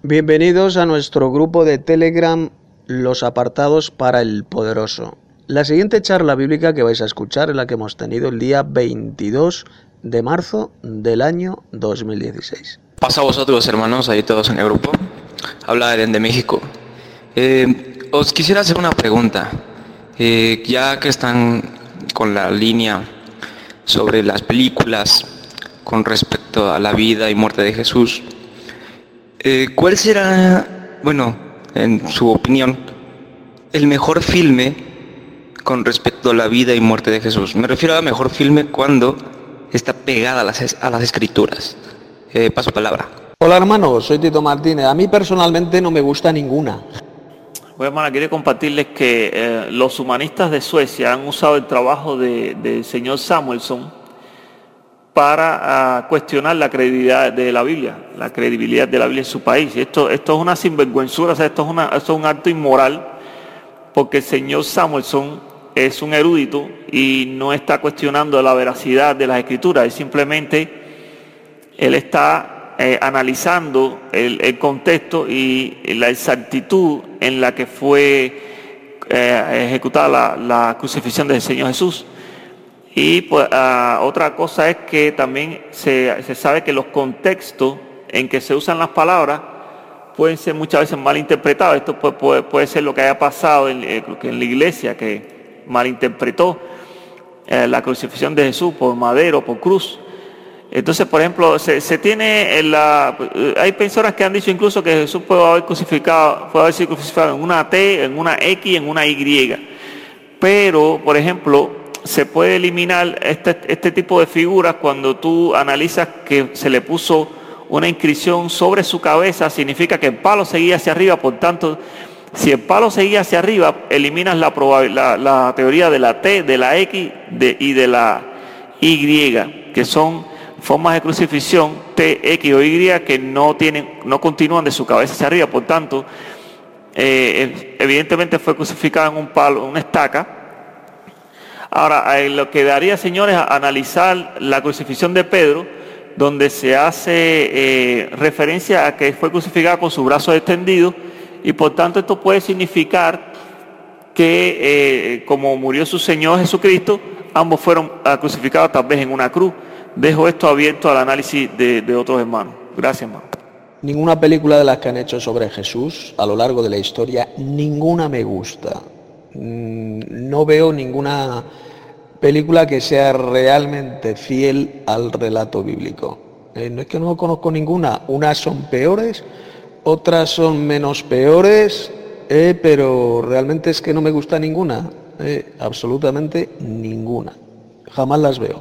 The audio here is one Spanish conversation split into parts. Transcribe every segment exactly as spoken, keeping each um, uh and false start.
Bienvenidos a nuestro grupo de Telegram, Los Apartados para el Poderoso. La siguiente charla bíblica que vais a escuchar es la que hemos tenido el día veintidós de marzo del año dos mil dieciséis. Pasa a vosotros, hermanos, ahí todos en el grupo. Habla Eden de México. Eh, os quisiera hacer una pregunta. Eh, ya que están con la línea sobre las películas con respecto a la vida y muerte de Jesús, eh, ¿cuál será, bueno, en su opinión, el mejor filme con respecto a la vida y muerte de Jesús? Me refiero a mejor filme cuando está pegada a las, a las escrituras. Eh, paso palabra. Hola hermanos, soy Tito Martínez. A mí personalmente no me gusta ninguna. Bueno, hermana, quiero compartirles que eh, los humanistas de Suecia han usado el trabajo del de señor Samuelson para uh, cuestionar la credibilidad de la Biblia, la credibilidad de la Biblia en su país. Esto, esto es una sinvergüenzura, o sea, esto es, una, esto es un acto inmoral, porque el señor Samuelson es un erudito y no está cuestionando la veracidad de las escrituras, es simplemente, él está eh, analizando el, el contexto y la exactitud en la que fue eh, ejecutada la, la crucifixión del Señor Jesús. Y pues, uh, otra cosa es que también se, se sabe que los contextos en que se usan las palabras pueden ser muchas veces malinterpretados. Esto puede, puede, puede ser lo que haya pasado en, en la iglesia, que malinterpretó eh, la crucifixión de Jesús por madero, por cruz. Entonces, por ejemplo, se, se tiene en la, hay personas que han dicho incluso que Jesús puede haber crucificado, puede haber sido crucificado en una T, en una X, en una Y. Pero, por ejemplo, se puede eliminar este, este tipo de figuras cuando tú analizas que se le puso una inscripción sobre su cabeza, significa que el palo seguía hacia arriba, por tanto, si el palo seguía hacia arriba, eliminas la, la, la teoría de la T, de la X de, y de la Y, que son formas de crucifixión T, X o Y que no tienen, no continúan de su cabeza hacia arriba, por tanto, eh, evidentemente fue crucificado en un palo, en una estaca. Ahora, eh, lo que daría, señores, a analizar la crucifixión de Pedro, donde se hace eh, referencia a que fue crucificado con sus brazos extendidos, y por tanto esto puede significar que eh, como murió su Señor Jesucristo, ambos fueron uh, crucificados tal vez en una cruz. Dejo esto abierto al análisis de, de otros hermanos. Gracias, hermano. Ninguna película de las que han hecho sobre Jesús a lo largo de la historia, ninguna me gusta. No veo ninguna película que sea realmente fiel al relato bíblico. Eh, no es que no conozco ninguna, unas son peores, otras son menos peores, eh, pero realmente es que no me gusta ninguna, eh, absolutamente ninguna. Jamás las veo.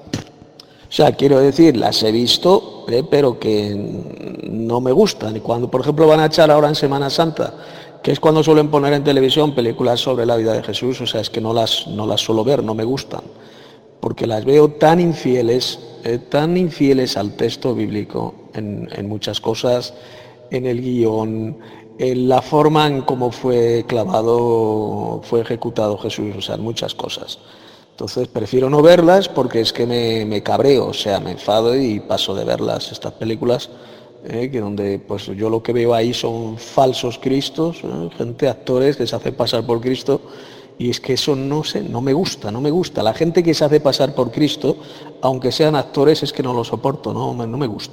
O sea, quiero decir, las he visto, eh, pero que no me gustan. Y cuando, por ejemplo, van a echar ahora en Semana Santa, que es cuando suelen poner en televisión películas sobre la vida de Jesús, o sea, es que no las, no las suelo ver, no me gustan, porque las veo tan infieles, eh, tan infieles al texto bíblico en, en muchas cosas, en el guión, en la forma en cómo fue clavado, fue ejecutado Jesús, o sea, en muchas cosas. Entonces prefiero no verlas porque es que me, me cabreo, o sea, me enfado y paso de verlas, estas películas. Eh, que donde pues yo lo que veo ahí son falsos cristos, eh, gente, actores que se hacen pasar por Cristo, y es que eso no sé, no me gusta, no me gusta. La gente que se hace pasar por Cristo, aunque sean actores, es que no lo soporto, no, no me gusta.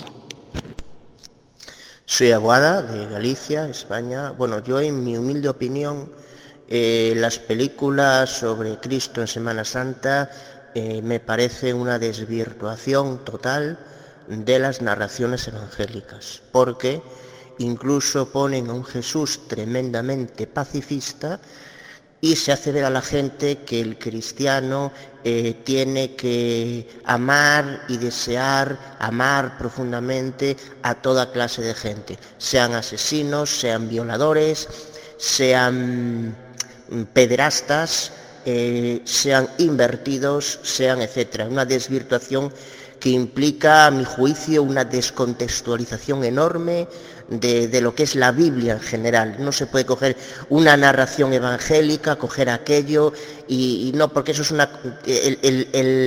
Soy Aguada, de Galicia, España. Bueno, yo en mi humilde opinión, eh, las películas sobre Cristo en Semana Santa eh, me parece una desvirtuación total de las narraciones evangélicas, porque incluso ponen a un Jesús tremendamente pacifista y se hace ver a la gente que el cristiano eh, tiene que amar y desear, amar profundamente a toda clase de gente, sean asesinos, sean violadores, sean pederastas, eh, sean invertidos, sean etcétera. Una desvirtuación que implica, a mi juicio, una descontextualización enorme de, de lo que es la Biblia en general. No se puede coger una narración evangélica, coger aquello, y, y no, porque eso es una... El, el, el,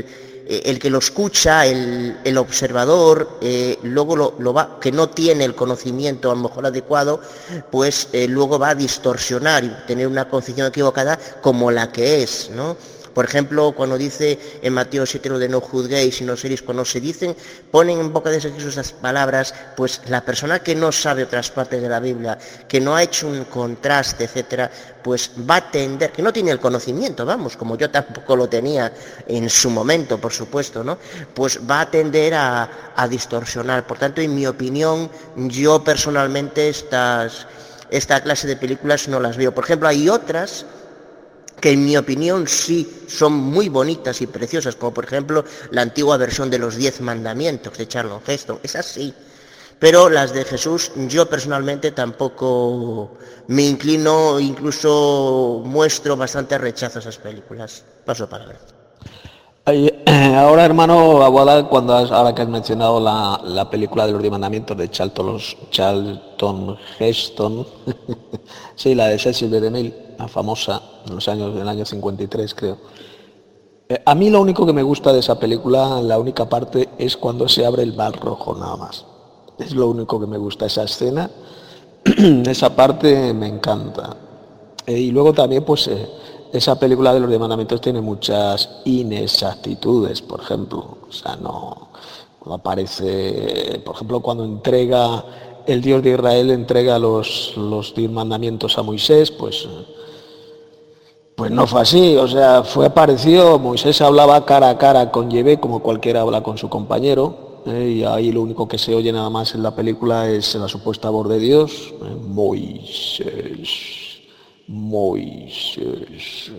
eh, el que lo escucha, el, el observador, eh, luego lo, lo va, que no tiene el conocimiento a lo mejor adecuado, pues eh, luego va a distorsionar y tener una concepción equivocada como la que es, ¿no? Por ejemplo, cuando dice en Mateo siete lo de no juzguéis y no seréis, cuando se dicen, ponen en boca de Jesús esas palabras, pues la persona que no sabe otras partes de la Biblia, que no ha hecho un contraste, etcétera, pues va a tender, que no tiene el conocimiento, vamos, como yo tampoco lo tenía en su momento, por supuesto, ¿no? Pues va a tender a, a distorsionar. Por tanto, en mi opinión, yo personalmente estas, esta clase de películas no las veo. Por ejemplo, hay otras que en mi opinión sí son muy bonitas y preciosas, como por ejemplo la antigua versión de los Diez Mandamientos de Charlton Heston, es así. Pero las de Jesús yo personalmente tampoco me inclino, incluso muestro bastante rechazo a esas películas. Paso palabra. Ahora, hermano Aguada, cuando has, ahora que has mencionado la, la película de los Diez Mandamientos de Charlton, Charlton Heston, sí, la de Cecil B. DeMille, la famosa, en los años, en el año cincuenta y tres, creo. Eh, a mí lo único que me gusta de esa película, la única parte, es cuando se abre el Mar Rojo, nada más. Es lo único que me gusta, esa escena, esa parte me encanta. Eh, y luego también, pues... Eh, esa película de los Diez Mandamientos tiene muchas inexactitudes, por ejemplo. O sea, no, no aparece, por ejemplo, cuando entrega el Dios de Israel, entrega los, los Diez Mandamientos a Moisés, pues, pues no fue así. O sea, fue parecido, Moisés hablaba cara a cara con Yahvé, como cualquiera habla con su compañero, eh, y ahí lo único que se oye nada más en la película es la supuesta voz de Dios, eh, Moisés. Moisés.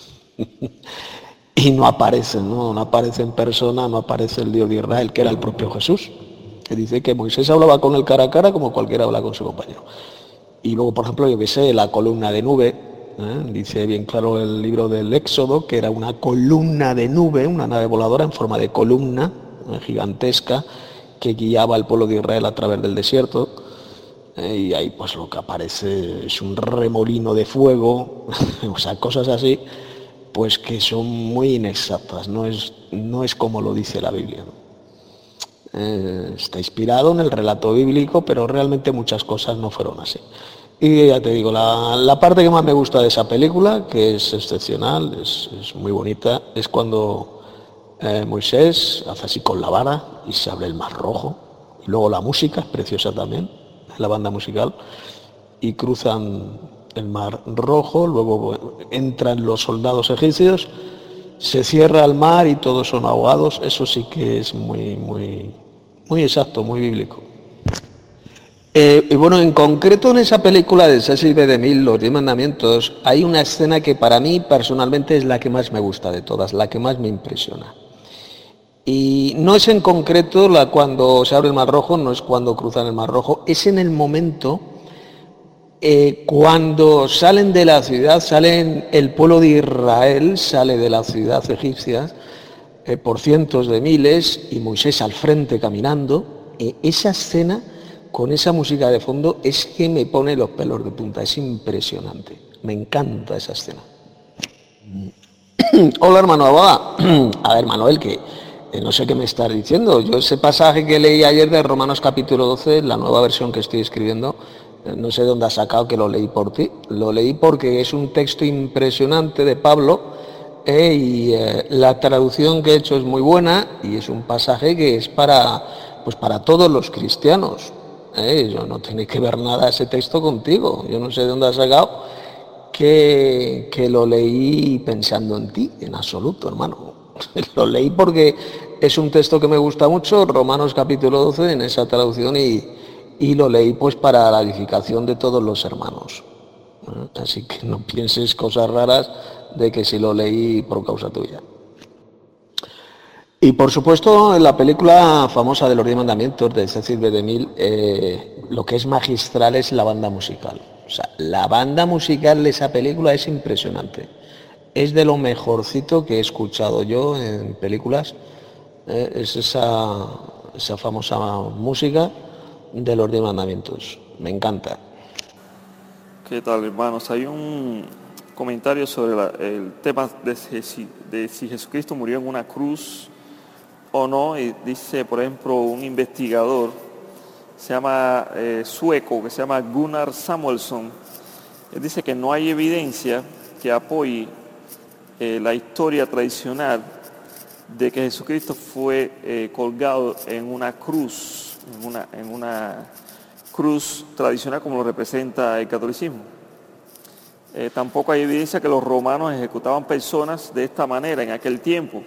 Y no aparece, ¿no? no aparece en persona, no aparece el Dios de Israel, que era el propio Jesús, que dice que Moisés hablaba con él cara a cara como cualquiera habla con su compañero. Y luego, por ejemplo, yo que sé, la columna de nube, ¿eh? Dice bien claro el libro del Éxodo, que era una columna de nube, una nave voladora en forma de columna, ¿eh? gigantesca, que guiaba al pueblo de Israel a través del desierto. Y ahí pues lo que aparece es un remolino de fuego, o sea, cosas así, pues que son muy inexactas, no es, no es como lo dice la Biblia, ¿no? Eh, está inspirado en el relato bíblico, pero realmente muchas cosas no fueron así. Y ya te digo, la, la parte que más me gusta de esa película, que es excepcional, es, es muy bonita, es cuando eh, Moisés hace así con la vara y se abre el mar rojo, y luego la música es preciosa también, la banda musical, y cruzan el Mar Rojo, luego entran los soldados egipcios, se cierra el mar y todos son ahogados. Eso sí que es muy, muy, muy exacto, muy bíblico. Eh, y bueno, en concreto en esa película de Cecil B. DeMille, Los Diez Mandamientos, hay una escena que para mí personalmente es la que más me gusta de todas, la que más me impresiona. Y no es en concreto la cuando se abre el Mar Rojo, no es cuando cruzan el Mar Rojo, es en el momento eh, cuando salen de la ciudad, salen el pueblo de Israel, sale de la ciudad egipcia eh, por cientos de miles y Moisés al frente caminando. Eh, esa escena con esa música de fondo es que me pone los pelos de punta, es impresionante, me encanta esa escena. Hola, hermano Abada. A ver, Manuel, que no sé qué me estás diciendo. Yo ese pasaje que leí ayer de Romanos capítulo doce, la nueva versión que estoy escribiendo, no sé dónde has sacado que lo leí por ti. Lo leí porque es un texto impresionante de Pablo eh, y eh, la traducción que he hecho es muy buena y es un pasaje que es para, pues para todos los cristianos. Eh, yo no tiene que ver nada ese texto contigo. Yo no sé de dónde has sacado que, que lo leí pensando en ti, en absoluto, hermano. Lo leí porque es un texto que me gusta mucho, Romanos capítulo doce, en esa traducción, y, y lo leí pues para la edificación de todos los hermanos. ¿Eh? Así que no pienses cosas raras de que si lo leí por causa tuya. Y por supuesto, en la película famosa de los Diez Mandamientos de Cecil B. DeMille, eh, lo que es magistral es la banda musical. O sea, la banda musical de esa película es impresionante. Es de lo mejorcito que he escuchado yo en películas, eh, es esa, esa famosa música de los Diez Mandamientos, me encanta. ¿Qué tal, hermanos? Hay un comentario sobre la, el tema de si, de si Jesucristo murió en una cruz o no, y dice, por ejemplo, un investigador, se llama eh, sueco, que se llama Gunnar Samuelsson, él dice que no hay evidencia que apoye eh, la historia tradicional de que Jesucristo fue eh, colgado en una cruz, en una, en una cruz tradicional como lo representa el catolicismo. Eh, tampoco hay evidencia que los romanos ejecutaban personas de esta manera en aquel tiempo.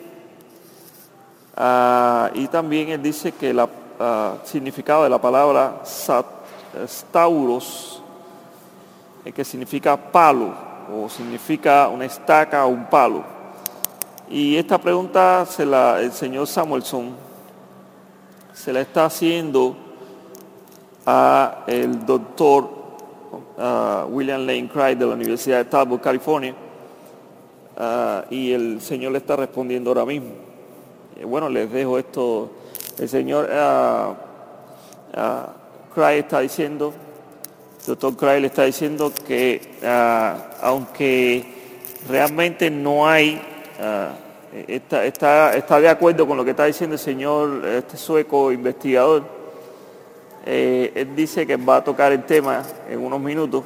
Uh, y también él dice que el uh, significado de la palabra sat, stauros, eh, que significa palo, o significa una estaca o un palo. Y esta pregunta se la, el señor Samuelsson se la está haciendo a el doctor uh, William Lane Craig de la Universidad de Talbot, California, uh, y el señor le está respondiendo ahora mismo. Bueno, les dejo esto. El señor uh, uh, Craig está diciendo, el doctor Craig le está diciendo que uh, aunque realmente no hay, uh, está, está, está de acuerdo con lo que está diciendo el señor, este sueco investigador, eh, él dice que va a tocar el tema en unos minutos,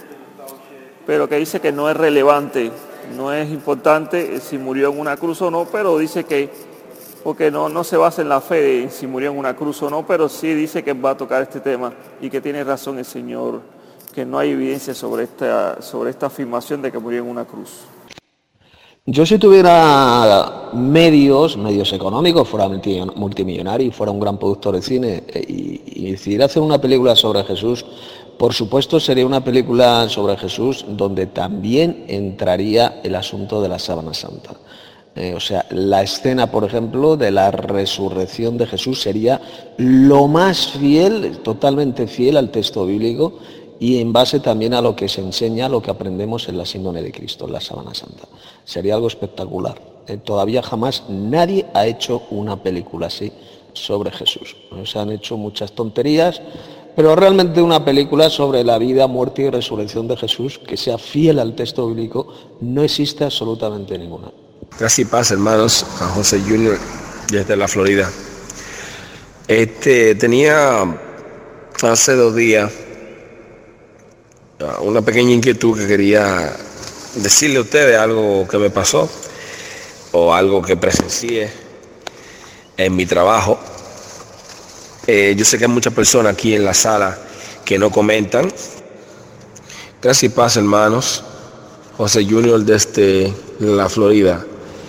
pero que dice que no es relevante, no es importante si murió en una cruz o no, pero dice que porque no, no se basa en la fe de si murió en una cruz o no, pero sí dice que va a tocar este tema y que tiene razón el señor, que no hay evidencia sobre esta, sobre esta afirmación de que murió en una cruz. Yo si tuviera medios, medios económicos, fuera multimillonario y fuera un gran productor de cine y, y decidiera hacer una película sobre Jesús, por supuesto sería una película sobre Jesús donde también entraría el asunto de la sábana santa. Eh, o sea, la escena, por ejemplo, de la resurrección de Jesús sería lo más fiel, totalmente fiel al texto bíblico y en base también a lo que se enseña, lo que aprendemos en la síndrome de Cristo, en la sábana santa. Sería algo espectacular. Eh, todavía jamás nadie ha hecho una película así sobre Jesús. Eh, se han hecho muchas tonterías, pero realmente una película sobre la vida, muerte y resurrección de Jesús que sea fiel al texto bíblico no existe absolutamente ninguna. Gracias y paz, hermanos, a José junior desde la Florida. Este, tenía hace dos días una pequeña inquietud que quería decirle a ustedes, algo que me pasó o algo que presencié en mi trabajo. Eh, yo sé que hay muchas personas aquí en la sala que no comentan. Gracias y paz, hermanos, José junior desde la Florida.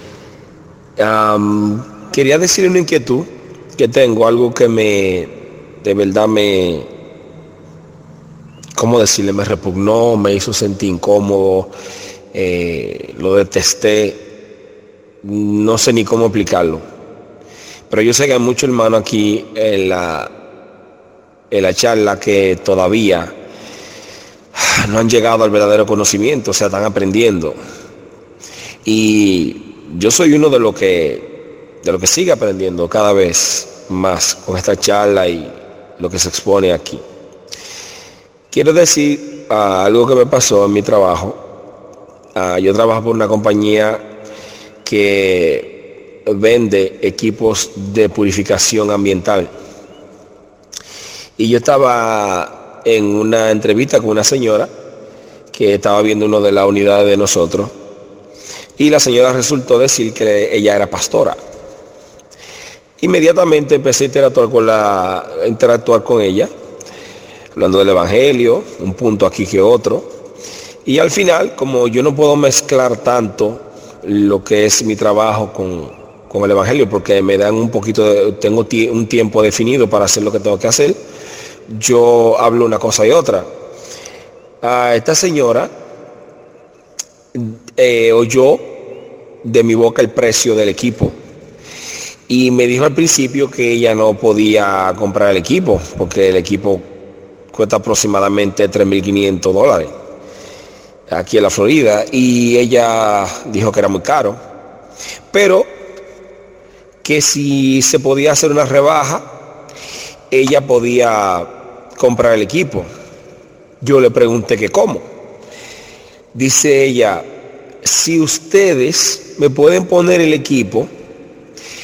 Um, quería decirle una inquietud que tengo, algo que me, de verdad me, ¿cómo decirle? Me repugnó, me hizo sentir incómodo, eh, lo detesté, no sé ni cómo explicarlo. Pero yo sé que hay muchos hermanos aquí en la, en la charla que todavía no han llegado al verdadero conocimiento, o sea, están aprendiendo. Y yo soy uno de los que, de lo que sigue aprendiendo cada vez más con esta charla y lo que se expone aquí. Quiero decir uh, algo que me pasó en mi trabajo. Uh, yo trabajo por una compañía que vende equipos de purificación ambiental. Y yo estaba en una entrevista con una señora que estaba viendo una de las unidades de nosotros. Y la señora resultó decir que ella era pastora. Inmediatamente empecé a interactuar con, la, a interactuar con ella, hablando del evangelio, un punto aquí que otro. Y al final, como yo no puedo mezclar tanto lo que es mi trabajo con, con el evangelio, porque me dan un poquito, de, tengo tie, un tiempo definido para hacer lo que tengo que hacer, yo hablo una cosa y otra. A esta señora eh, oyó de mi boca el precio del equipo y me dijo al principio que ella no podía comprar el equipo porque el equipo cuesta aproximadamente tres mil quinientos dólares aquí en la Florida, y ella dijo que era muy caro, pero que si se podía hacer una rebaja ella podía comprar el equipo. Yo le pregunté que cómo. Dice ella: si ustedes me pueden poner el equipo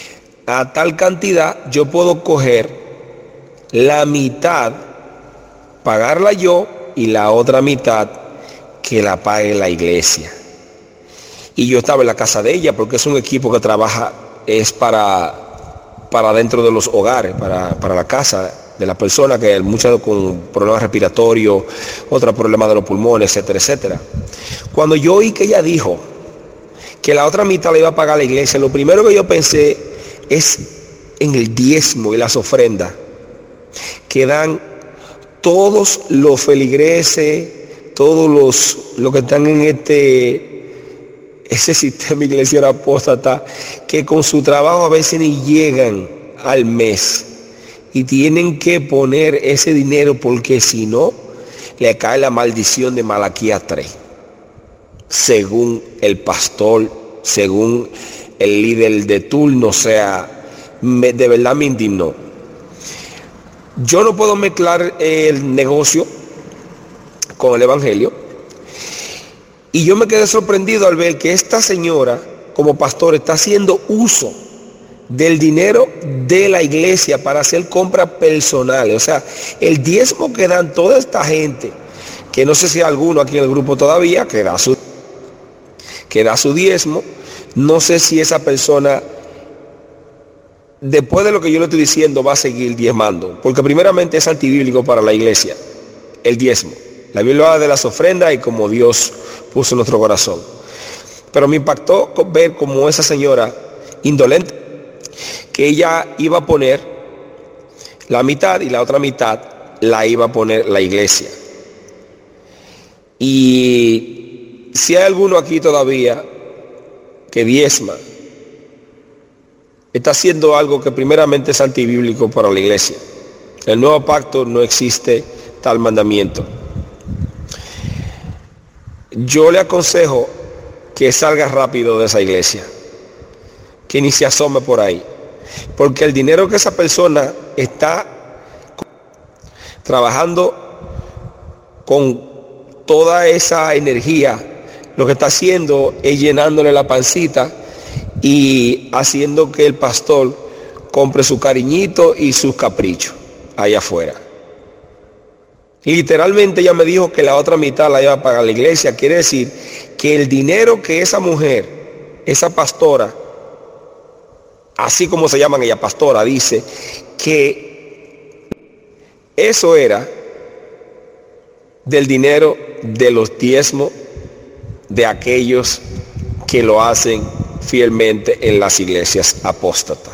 a tal cantidad, yo puedo coger la mitad, pagarla yo, y la otra mitad que la pague la iglesia. Y yo estaba en la casa de ella, porque es un equipo que trabaja, es para, para dentro de los hogares, para, para la casa de la persona, que muchas con problemas respiratorios, otros problemas de los pulmones, etcétera, etcétera. Cuando yo oí que ella dijo que la otra mitad la iba a pagar la iglesia, lo primero que yo pensé es en el diezmo y las ofrendas que dan todos los feligreses, todos los, los que están en este ese sistema iglesia apóstata, que con su trabajo a veces ni llegan al mes y tienen que poner ese dinero, porque si no le cae la maldición de Malaquías tres, según el pastor, según el líder de turno. O sea, me, de verdad me indignó. Yo no puedo mezclar el negocio con el evangelio, y yo me quedé sorprendido al ver que esta señora como pastor está haciendo uso del dinero de la iglesia para hacer compras personales. O sea, el diezmo que dan toda esta gente, que no sé si hay alguno aquí en el grupo todavía que da su, que da su diezmo, no sé si esa persona, después de lo que yo le estoy diciendo, va a seguir diezmando, porque primeramente es antibíblico para la iglesia el diezmo. La Biblia habla de las ofrendas y como Dios puso en nuestro corazón. Pero me impactó ver como esa señora indolente, que ella iba a poner la mitad y la otra mitad la iba a poner la iglesia. Y si hay alguno aquí todavía que diezma, está haciendo algo que primeramente es antibíblico para la iglesia. En el nuevo pacto no existe tal mandamiento. Yo le aconsejo que salga rápido de esa iglesia, que ni se asome por ahí, porque el dinero que esa persona está trabajando con toda esa energía, lo que está haciendo es llenándole la pancita y haciendo que el pastor compre su cariñito y sus caprichos allá afuera. Y literalmente ella me dijo que la otra mitad la iba a pagar la iglesia. Quiere decir que el dinero que esa mujer, esa pastora, así como se llaman ella, pastora, dice que eso era del dinero de los diezmos de aquellos que lo hacen fielmente en las iglesias apóstatas.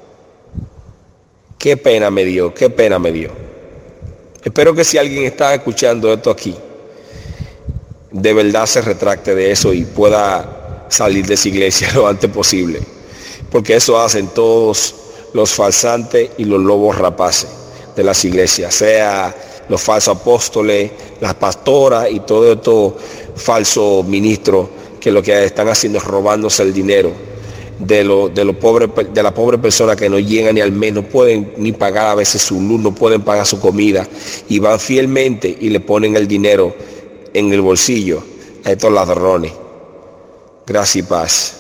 Qué pena me dio, qué pena me dio. Espero que si alguien está escuchando esto aquí, de verdad se retracte de eso y pueda salir de esa iglesia lo antes posible, porque eso hacen todos los falsantes y los lobos rapaces de las iglesias, sea los falsos apóstoles, las pastoras y todos estos falsos ministros que lo que están haciendo es robándose el dinero de lo, de lo pobre, de la pobre persona que no llega ni al mes, no pueden ni pagar a veces su luz, no pueden pagar su comida, y van fielmente y le ponen el dinero en el bolsillo a estos ladrones. Gracias y paz.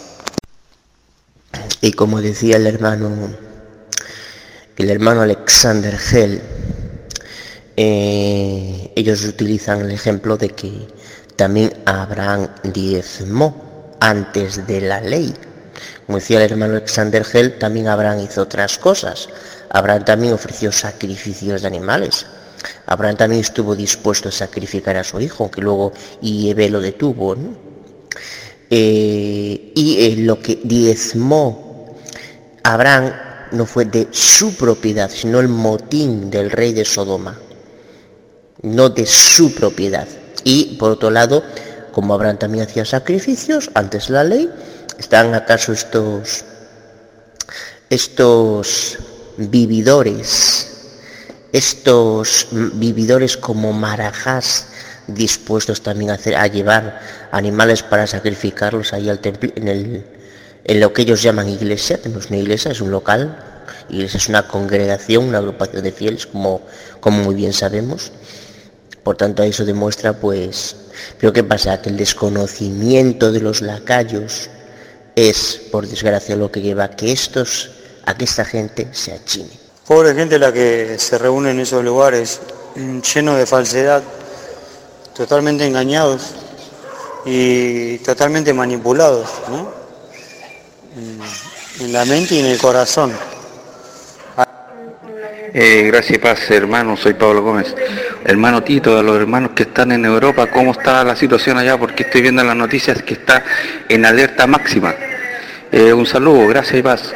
Y como decía el hermano, el hermano Alexander Hell, eh, ellos utilizan el ejemplo de que también Abraham diezmó antes de la ley. Como decía el hermano Alexander Hell, también Abraham hizo otras cosas. Abraham también ofreció sacrificios de animales. Abraham también estuvo dispuesto a sacrificar a su hijo, aunque luego Ievé lo detuvo, ¿no? Eh, y eh, lo que diezmó Abraham no fue de su propiedad, sino el motín del rey de Sodoma, no de su propiedad. Y por otro lado, como Abraham también hacía sacrificios antes de la ley, ¿están acaso estos, estos vividores, estos vividores como marajás dispuestos también a, hacer, a llevar animales para sacrificarlos ahí al templo, en, el, en lo que ellos llaman iglesia? Que no es una iglesia, es un local. Iglesia es una congregación, una agrupación de fieles, como, como muy bien sabemos. Por tanto, eso demuestra, pues, pero ¿qué pasa? Que el desconocimiento de los lacayos es, por desgracia, lo que lleva a que estos a que esta gente se achine. Pobre gente la que se reúne en esos lugares llenos de falsedad, totalmente engañados y totalmente manipulados, ¿no? En la mente y en el corazón. Eh, gracias y paz, hermano, soy Pablo Gómez. Hermano Tito, a los hermanos que están en Europa, ¿cómo está la situación allá? Porque estoy viendo en las noticias que está en alerta máxima. Eh, un saludo, gracias y paz.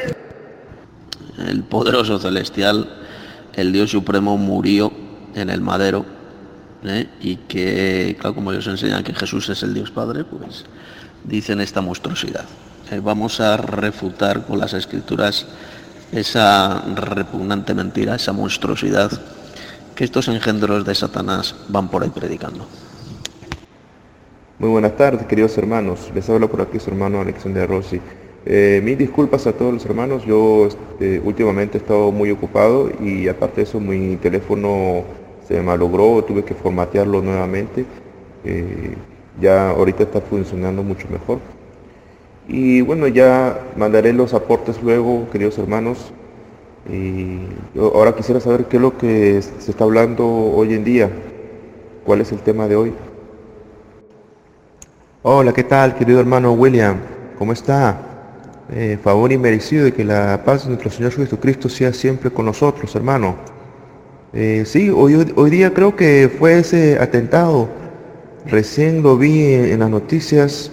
El poderoso celestial, el Dios supremo, murió en el madero, ¿eh? Y que, claro, como ellos enseñan que Jesús es el Dios Padre, pues dicen esta monstruosidad. Eh, vamos a refutar con las Escrituras esa repugnante mentira, esa monstruosidad que estos engendros de Satanás van por ahí predicando. Muy buenas tardes, queridos hermanos. Les habla por aquí su hermano Alexander Rossi. Eh, mis disculpas a todos los hermanos. Yo eh, últimamente he estado muy ocupado y aparte de eso mi teléfono se me malogró, tuve que formatearlo nuevamente. Eh, ya ahorita está funcionando mucho mejor. Y bueno, ya mandaré los aportes luego, queridos hermanos. Y ahora quisiera saber qué es lo que se está hablando hoy en día. ¿Cuál es el tema de hoy? Hola, ¿qué tal, querido hermano William? ¿Cómo está? Eh, favor inmerecido de que la paz de nuestro Señor Jesucristo sea siempre con nosotros, hermano. Eh, sí, hoy, hoy día creo que fue ese atentado. Recién lo vi en, en las noticias.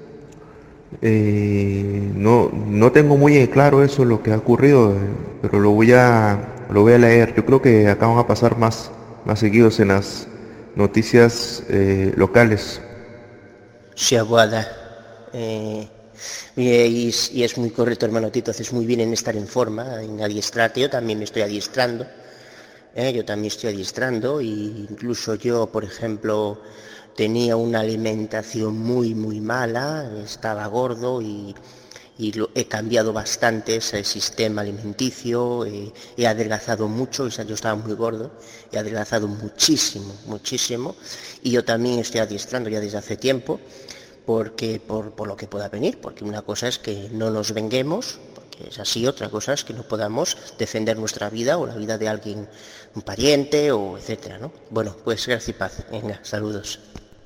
Eh, no, no tengo muy en claro eso, lo que ha ocurrido, eh, pero lo voy a, lo voy a leer. Yo creo que acá van a pasar más, más seguidos en las noticias eh, locales. Sí, Aguada. Eh, y, y es muy correcto, hermano Tito, haces muy bien en estar en forma, en adiestrarte. Yo también me estoy adiestrando. Eh, yo también estoy adiestrando, e incluso yo, por ejemplo, tenía una alimentación muy, muy mala, estaba gordo y, y lo, he cambiado bastante ese sistema alimenticio, eh, he adelgazado mucho, o sea, yo estaba muy gordo, he adelgazado muchísimo, muchísimo, y yo también estoy adiestrando ya desde hace tiempo, porque por, por lo que pueda venir, porque una cosa es que no nos venguemos, porque es así, otra cosa es que no podamos defender nuestra vida o la vida de alguien, un pariente o etcétera, ¿no? Bueno, pues gracias y paz, venga, saludos.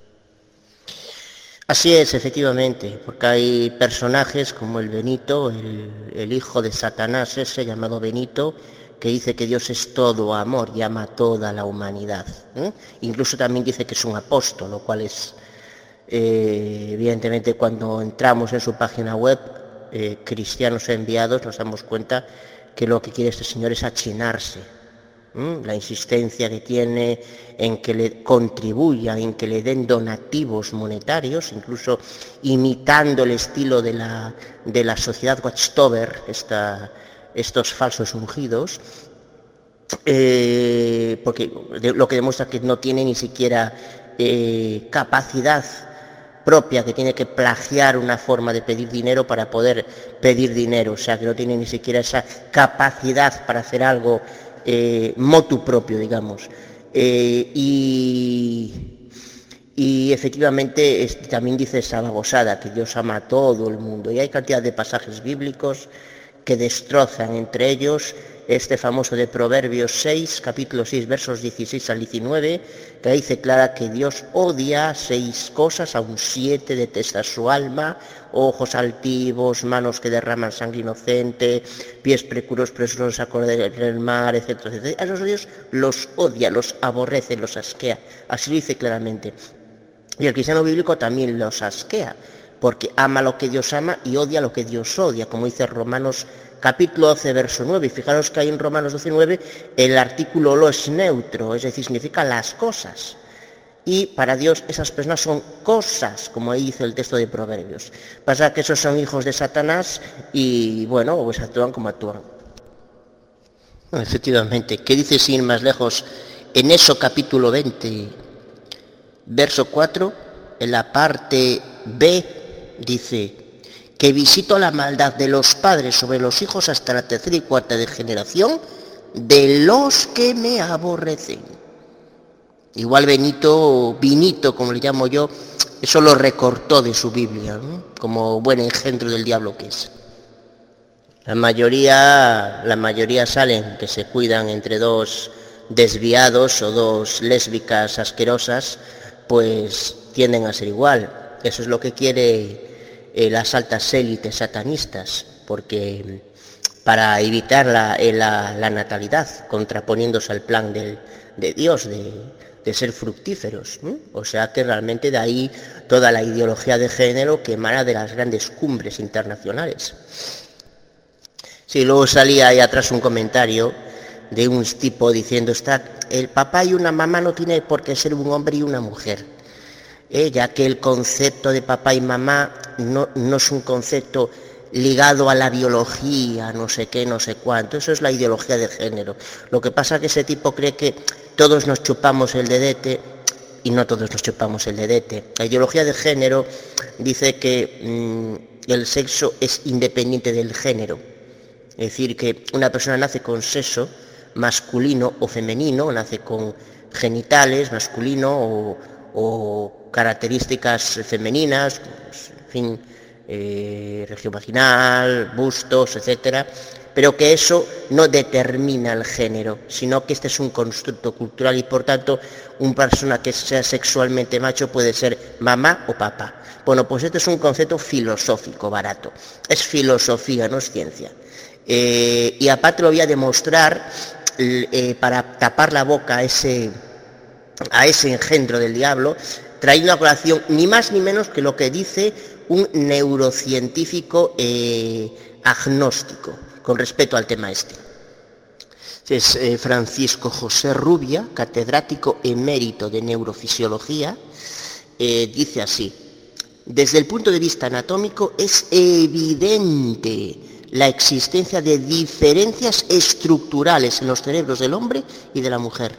Así es, efectivamente, porque hay personajes como el Benito, el, el hijo de Satanás ese llamado Benito, que dice que Dios es todo amor y ama a toda la humanidad. ¿eh? Incluso también dice que es un apóstol, lo cual es, eh, evidentemente, cuando entramos en su página web, eh, Cristianos Enviados, nos damos cuenta que lo que quiere este señor es achinarse. ¿Mm? La insistencia que tiene en que le contribuyan, en que le den donativos monetarios, incluso imitando el estilo de la, de la sociedad Watchtower, esta, estos falsos ungidos, eh, porque de, lo que demuestra que no tiene ni siquiera eh, capacidad propia, que tiene que plagiar una forma de pedir dinero para poder pedir dinero, o sea, que no tiene ni siquiera esa capacidad para hacer algo Eh, motu propio, digamos, eh, y, y efectivamente es, también dice esa babosada que Dios ama a todo el mundo, y hay cantidad de pasajes bíblicos que destrozan, entre ellos este famoso de Proverbios seis, capítulo seis, versos dieciséis al diecinueve, que dice clara que Dios odia seis cosas, aun siete detesta su alma: ojos altivos, manos que derraman sangre inocente, pies precuros presurosos a correr el mar, etcétera, etcétera. A esos Dios los odia, los aborrece, los asquea. Así lo dice claramente. Y el cristiano bíblico también los asquea, porque ama lo que Dios ama y odia lo que Dios odia, como dice Romanos capítulo doce, verso nueve. Y fijaros que ahí en Romanos doce, nueve el artículo lo es neutro, es decir, significa las cosas. Y para Dios esas personas son cosas, como ahí dice el texto de Proverbios. Pasa que esos son hijos de Satanás y, bueno, pues actúan como actúan. Efectivamente, ¿qué dice sin más lejos en eso capítulo veinte, verso cuatro? En la parte B dice: que visito la maldad de los padres sobre los hijos hasta la tercera y cuarta de generación de los que me aborrecen. Igual Benito, Vinito, como le llamo yo, eso lo recortó de su Biblia, ¿no? Como buen engendro del diablo que es. La mayoría, la mayoría salen que se cuidan entre dos desviados o dos lésbicas asquerosas, pues tienden a ser igual. Eso es lo que quiere eh, las altas élites satanistas, porque para evitar la, la, la natalidad, contraponiéndose al plan del, de Dios de, de ser fructíferos, ¿eh? O sea que realmente de ahí toda la ideología de género que emana de las grandes cumbres internacionales. Sí, luego salía ahí atrás un comentario de un tipo diciendo, está, el papá y una mamá no tiene por qué ser un hombre y una mujer, ¿eh? Ya que el concepto de papá y mamá no, no es un concepto ligado a la biología, no sé qué, no sé cuánto. Eso es la ideología de género. Lo que pasa es que ese tipo cree que todos nos chupamos el dedete y no todos nos chupamos el dedete. La ideología de género dice que mmm, el sexo es independiente del género. Es decir, que una persona nace con sexo masculino o femenino, nace con genitales masculino o, o características femeninas, pues, en fin, eh, región vaginal, bustos, etcétera, pero que eso no determina el género, sino que este es un constructo cultural y por tanto una persona que sea sexualmente macho puede ser mamá o papá. Bueno, pues este es un concepto filosófico barato, es filosofía, no es ciencia. Eh, y aparte lo voy a demostrar eh, para tapar la boca a ese, a ese engendro del diablo, trayendo a colación ni más ni menos que lo que dice un neurocientífico eh, agnóstico con respecto al tema este. Es eh, Francisco José Rubia, catedrático emérito de neurofisiología, eh, dice así: desde el punto de vista anatómico es evidente la existencia de diferencias estructurales en los cerebros del hombre y de la mujer.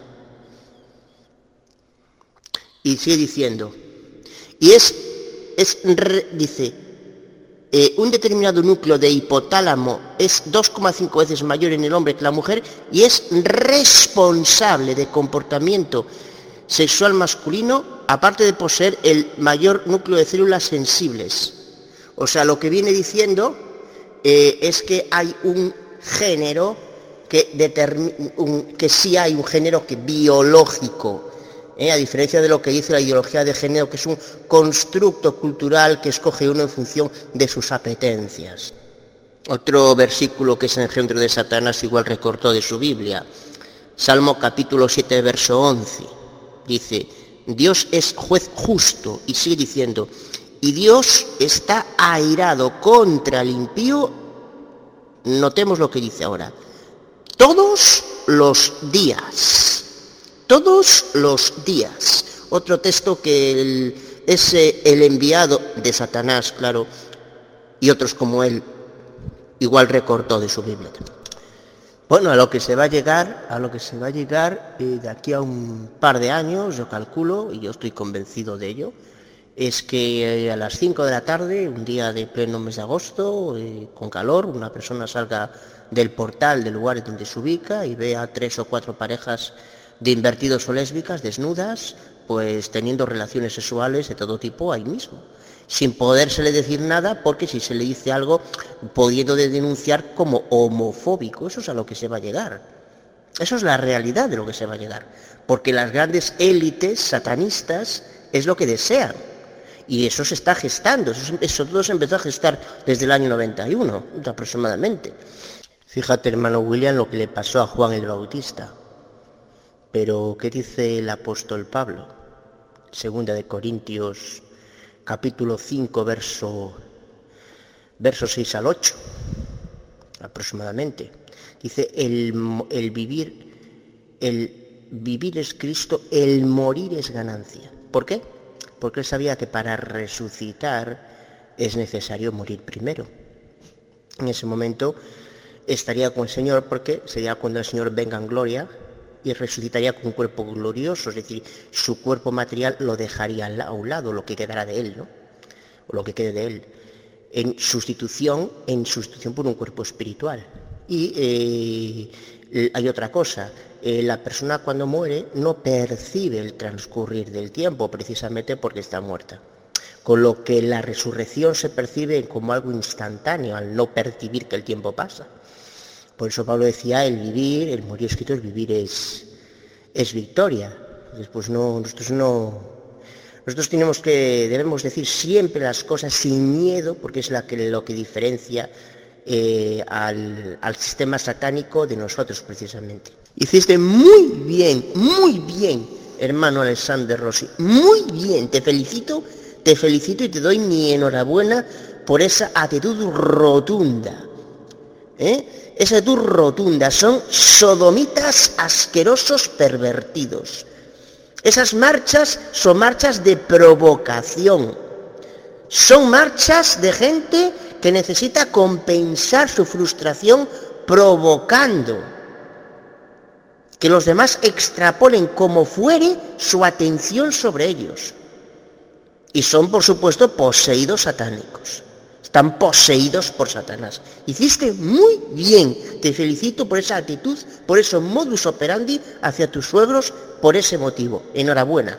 Y sigue diciendo, y es, es re, dice, eh, un determinado núcleo de hipotálamo es dos coma cinco veces mayor en el hombre que la mujer y es responsable de comportamiento sexual masculino, aparte de poseer el mayor núcleo de células sensibles. O sea, lo que viene diciendo eh, es que hay un género que determina, un, que sí hay un género que biológico, ¿eh? A diferencia de lo que dice la ideología de género, que es un constructo cultural que escoge uno en función de sus apetencias. Otro versículo que es engendro de Satanás igual recortó de su Biblia, Salmo capítulo siete, verso once, dice, Dios es juez justo, y sigue diciendo, y Dios está airado contra el impío, notemos lo que dice ahora, todos los días, todos los días. Otro texto que el, es el enviado de Satanás, claro, y otros como él, igual recortó de su Biblia. Bueno, a lo que se va a llegar, a lo que se va a llegar eh, de aquí a un par de años, yo calculo, y yo estoy convencido de ello, es que eh, a las cinco de la tarde, un día de pleno mes de agosto, eh, con calor, una persona salga del portal del lugar donde se ubica y vea tres o cuatro parejas de invertidos o lésbicas desnudas, pues teniendo relaciones sexuales de todo tipo ahí mismo, sin podérsele decir nada, porque si se le dice algo, pudiendo de denunciar como homofóbico. Eso es a lo que se va a llegar. Eso es la realidad de lo que se va a llegar. Porque las grandes élites satanistas es lo que desean. Y eso se está gestando. Eso, eso todo se empezó a gestar desde el año noventa y uno, aproximadamente. Fíjate, hermano William, lo que le pasó a Juan el Bautista. Pero, ¿qué dice el apóstol Pablo? Segunda de Corintios capítulo cinco, verso, verso seis al ocho, aproximadamente. Dice, el, el vivir, el vivir es Cristo, el morir es ganancia. ¿Por qué? Porque él sabía que para resucitar es necesario morir primero. En ese momento estaría con el Señor, porque sería cuando el Señor venga en gloria y resucitaría con un cuerpo glorioso, es decir, su cuerpo material lo dejaría a un lado, lo que quedará de él, ¿no? O lo que quede de él, en sustitución, en sustitución por un cuerpo espiritual. Y eh, hay otra cosa, eh, la persona cuando muere no percibe el transcurrir del tiempo, precisamente porque está muerta. con lo que la resurrección se percibe como algo instantáneo, al no percibir que el tiempo pasa. Por eso Pablo decía, el vivir, el morir escrito, el vivir es, es victoria. Después no, nosotros no, nosotros tenemos que, debemos decir siempre las cosas sin miedo, porque es la que, lo que diferencia eh, al, al sistema satánico de nosotros precisamente. Hiciste muy bien, muy bien, hermano Alexander Rossi, muy bien, te felicito, te felicito y te doy mi enhorabuena por esa actitud rotunda. ¿Eh? Esa actitud rotunda, son sodomitas asquerosos pervertidos. Esas marchas son marchas de provocación, son marchas de gente que necesita compensar su frustración provocando que los demás extrapolen como fuere su atención sobre ellos. Y son, por supuesto, poseídos satánicos. Están poseídos por Satanás. Hiciste muy bien. Te felicito por esa actitud, por ese modus operandi hacia tus suegros, por ese motivo. Enhorabuena.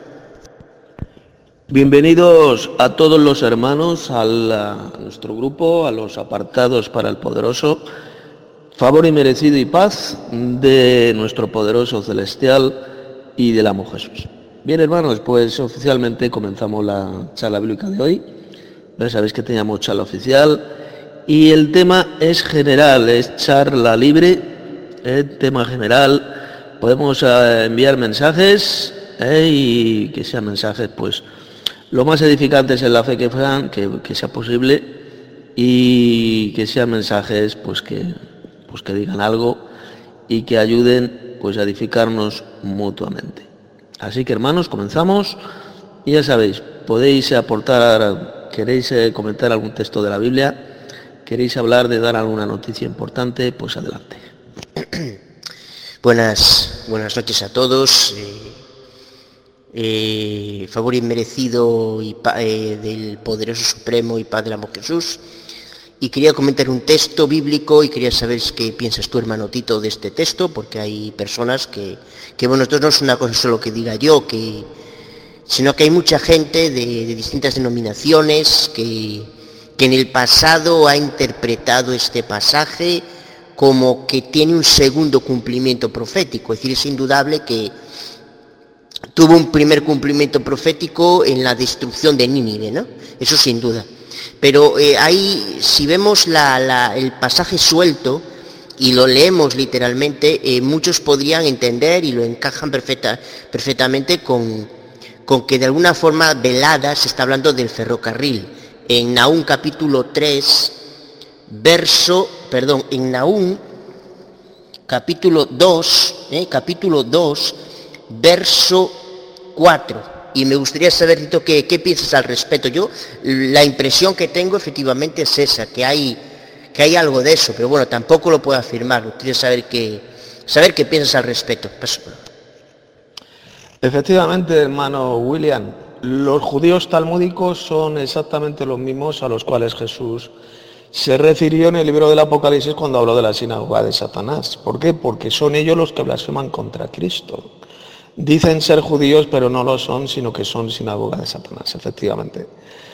Bienvenidos a todos los hermanos, a, la, a nuestro grupo, a los apartados para el poderoso. Favor inmerecido y paz de nuestro poderoso celestial y del amo Jesús. Bien, hermanos, pues oficialmente comenzamos la charla bíblica de hoy. Ya sabéis que teníamos charla oficial y el tema es general, es charla libre, el tema general. Podemos eh, enviar mensajes eh, y que sean mensajes, pues, lo más edificantes en la fe que sean, que, que sea posible, y que sean mensajes, pues, que, pues, que digan algo y que ayuden, pues, a edificarnos mutuamente. Así que, hermanos, comenzamos y ya sabéis, podéis aportar. ¿Queréis eh, comentar algún texto de la Biblia? ¿Queréis hablar de dar alguna noticia importante? Pues adelante. Buenas, buenas noches a todos. Eh, eh, favor inmerecido y pa, eh, del poderoso supremo y Padre amo Jesús. Y quería comentar un texto bíblico y quería saber qué piensas tú, hermano Tito, de este texto, porque hay personas que, que bueno, esto no es una cosa solo que diga yo, que... sino que hay mucha gente de, de distintas denominaciones que, que en el pasado ha interpretado este pasaje como que tiene un segundo cumplimiento profético. Es decir, es indudable que tuvo un primer cumplimiento profético en la destrucción de Nínive, ¿no? Eso sin duda. Pero eh, ahí, si vemos la, la, el pasaje suelto y lo leemos literalmente, eh, muchos podrían entender y lo encajan perfecta, perfectamente con... con que de alguna forma velada se está hablando del ferrocarril. En Nahum capítulo tres, verso, perdón, en Nahum capítulo dos, eh, capítulo dos, verso cuatro. Y me gustaría saber, Tito, ¿qué, qué piensas al respecto? Yo, la impresión que tengo efectivamente es esa, que hay, que hay algo de eso, pero bueno, tampoco lo puedo afirmar. Me gustaría saber qué, saber qué piensas al respecto. Paso. Efectivamente, hermano William, los judíos talmúdicos son exactamente los mismos a los cuales Jesús se refirió en el libro del Apocalipsis cuando habló de la sinagoga de Satanás. ¿Por qué? Porque son ellos los que blasfeman contra Cristo. Dicen ser judíos, pero no lo son, sino que son sinagoga de Satanás, efectivamente.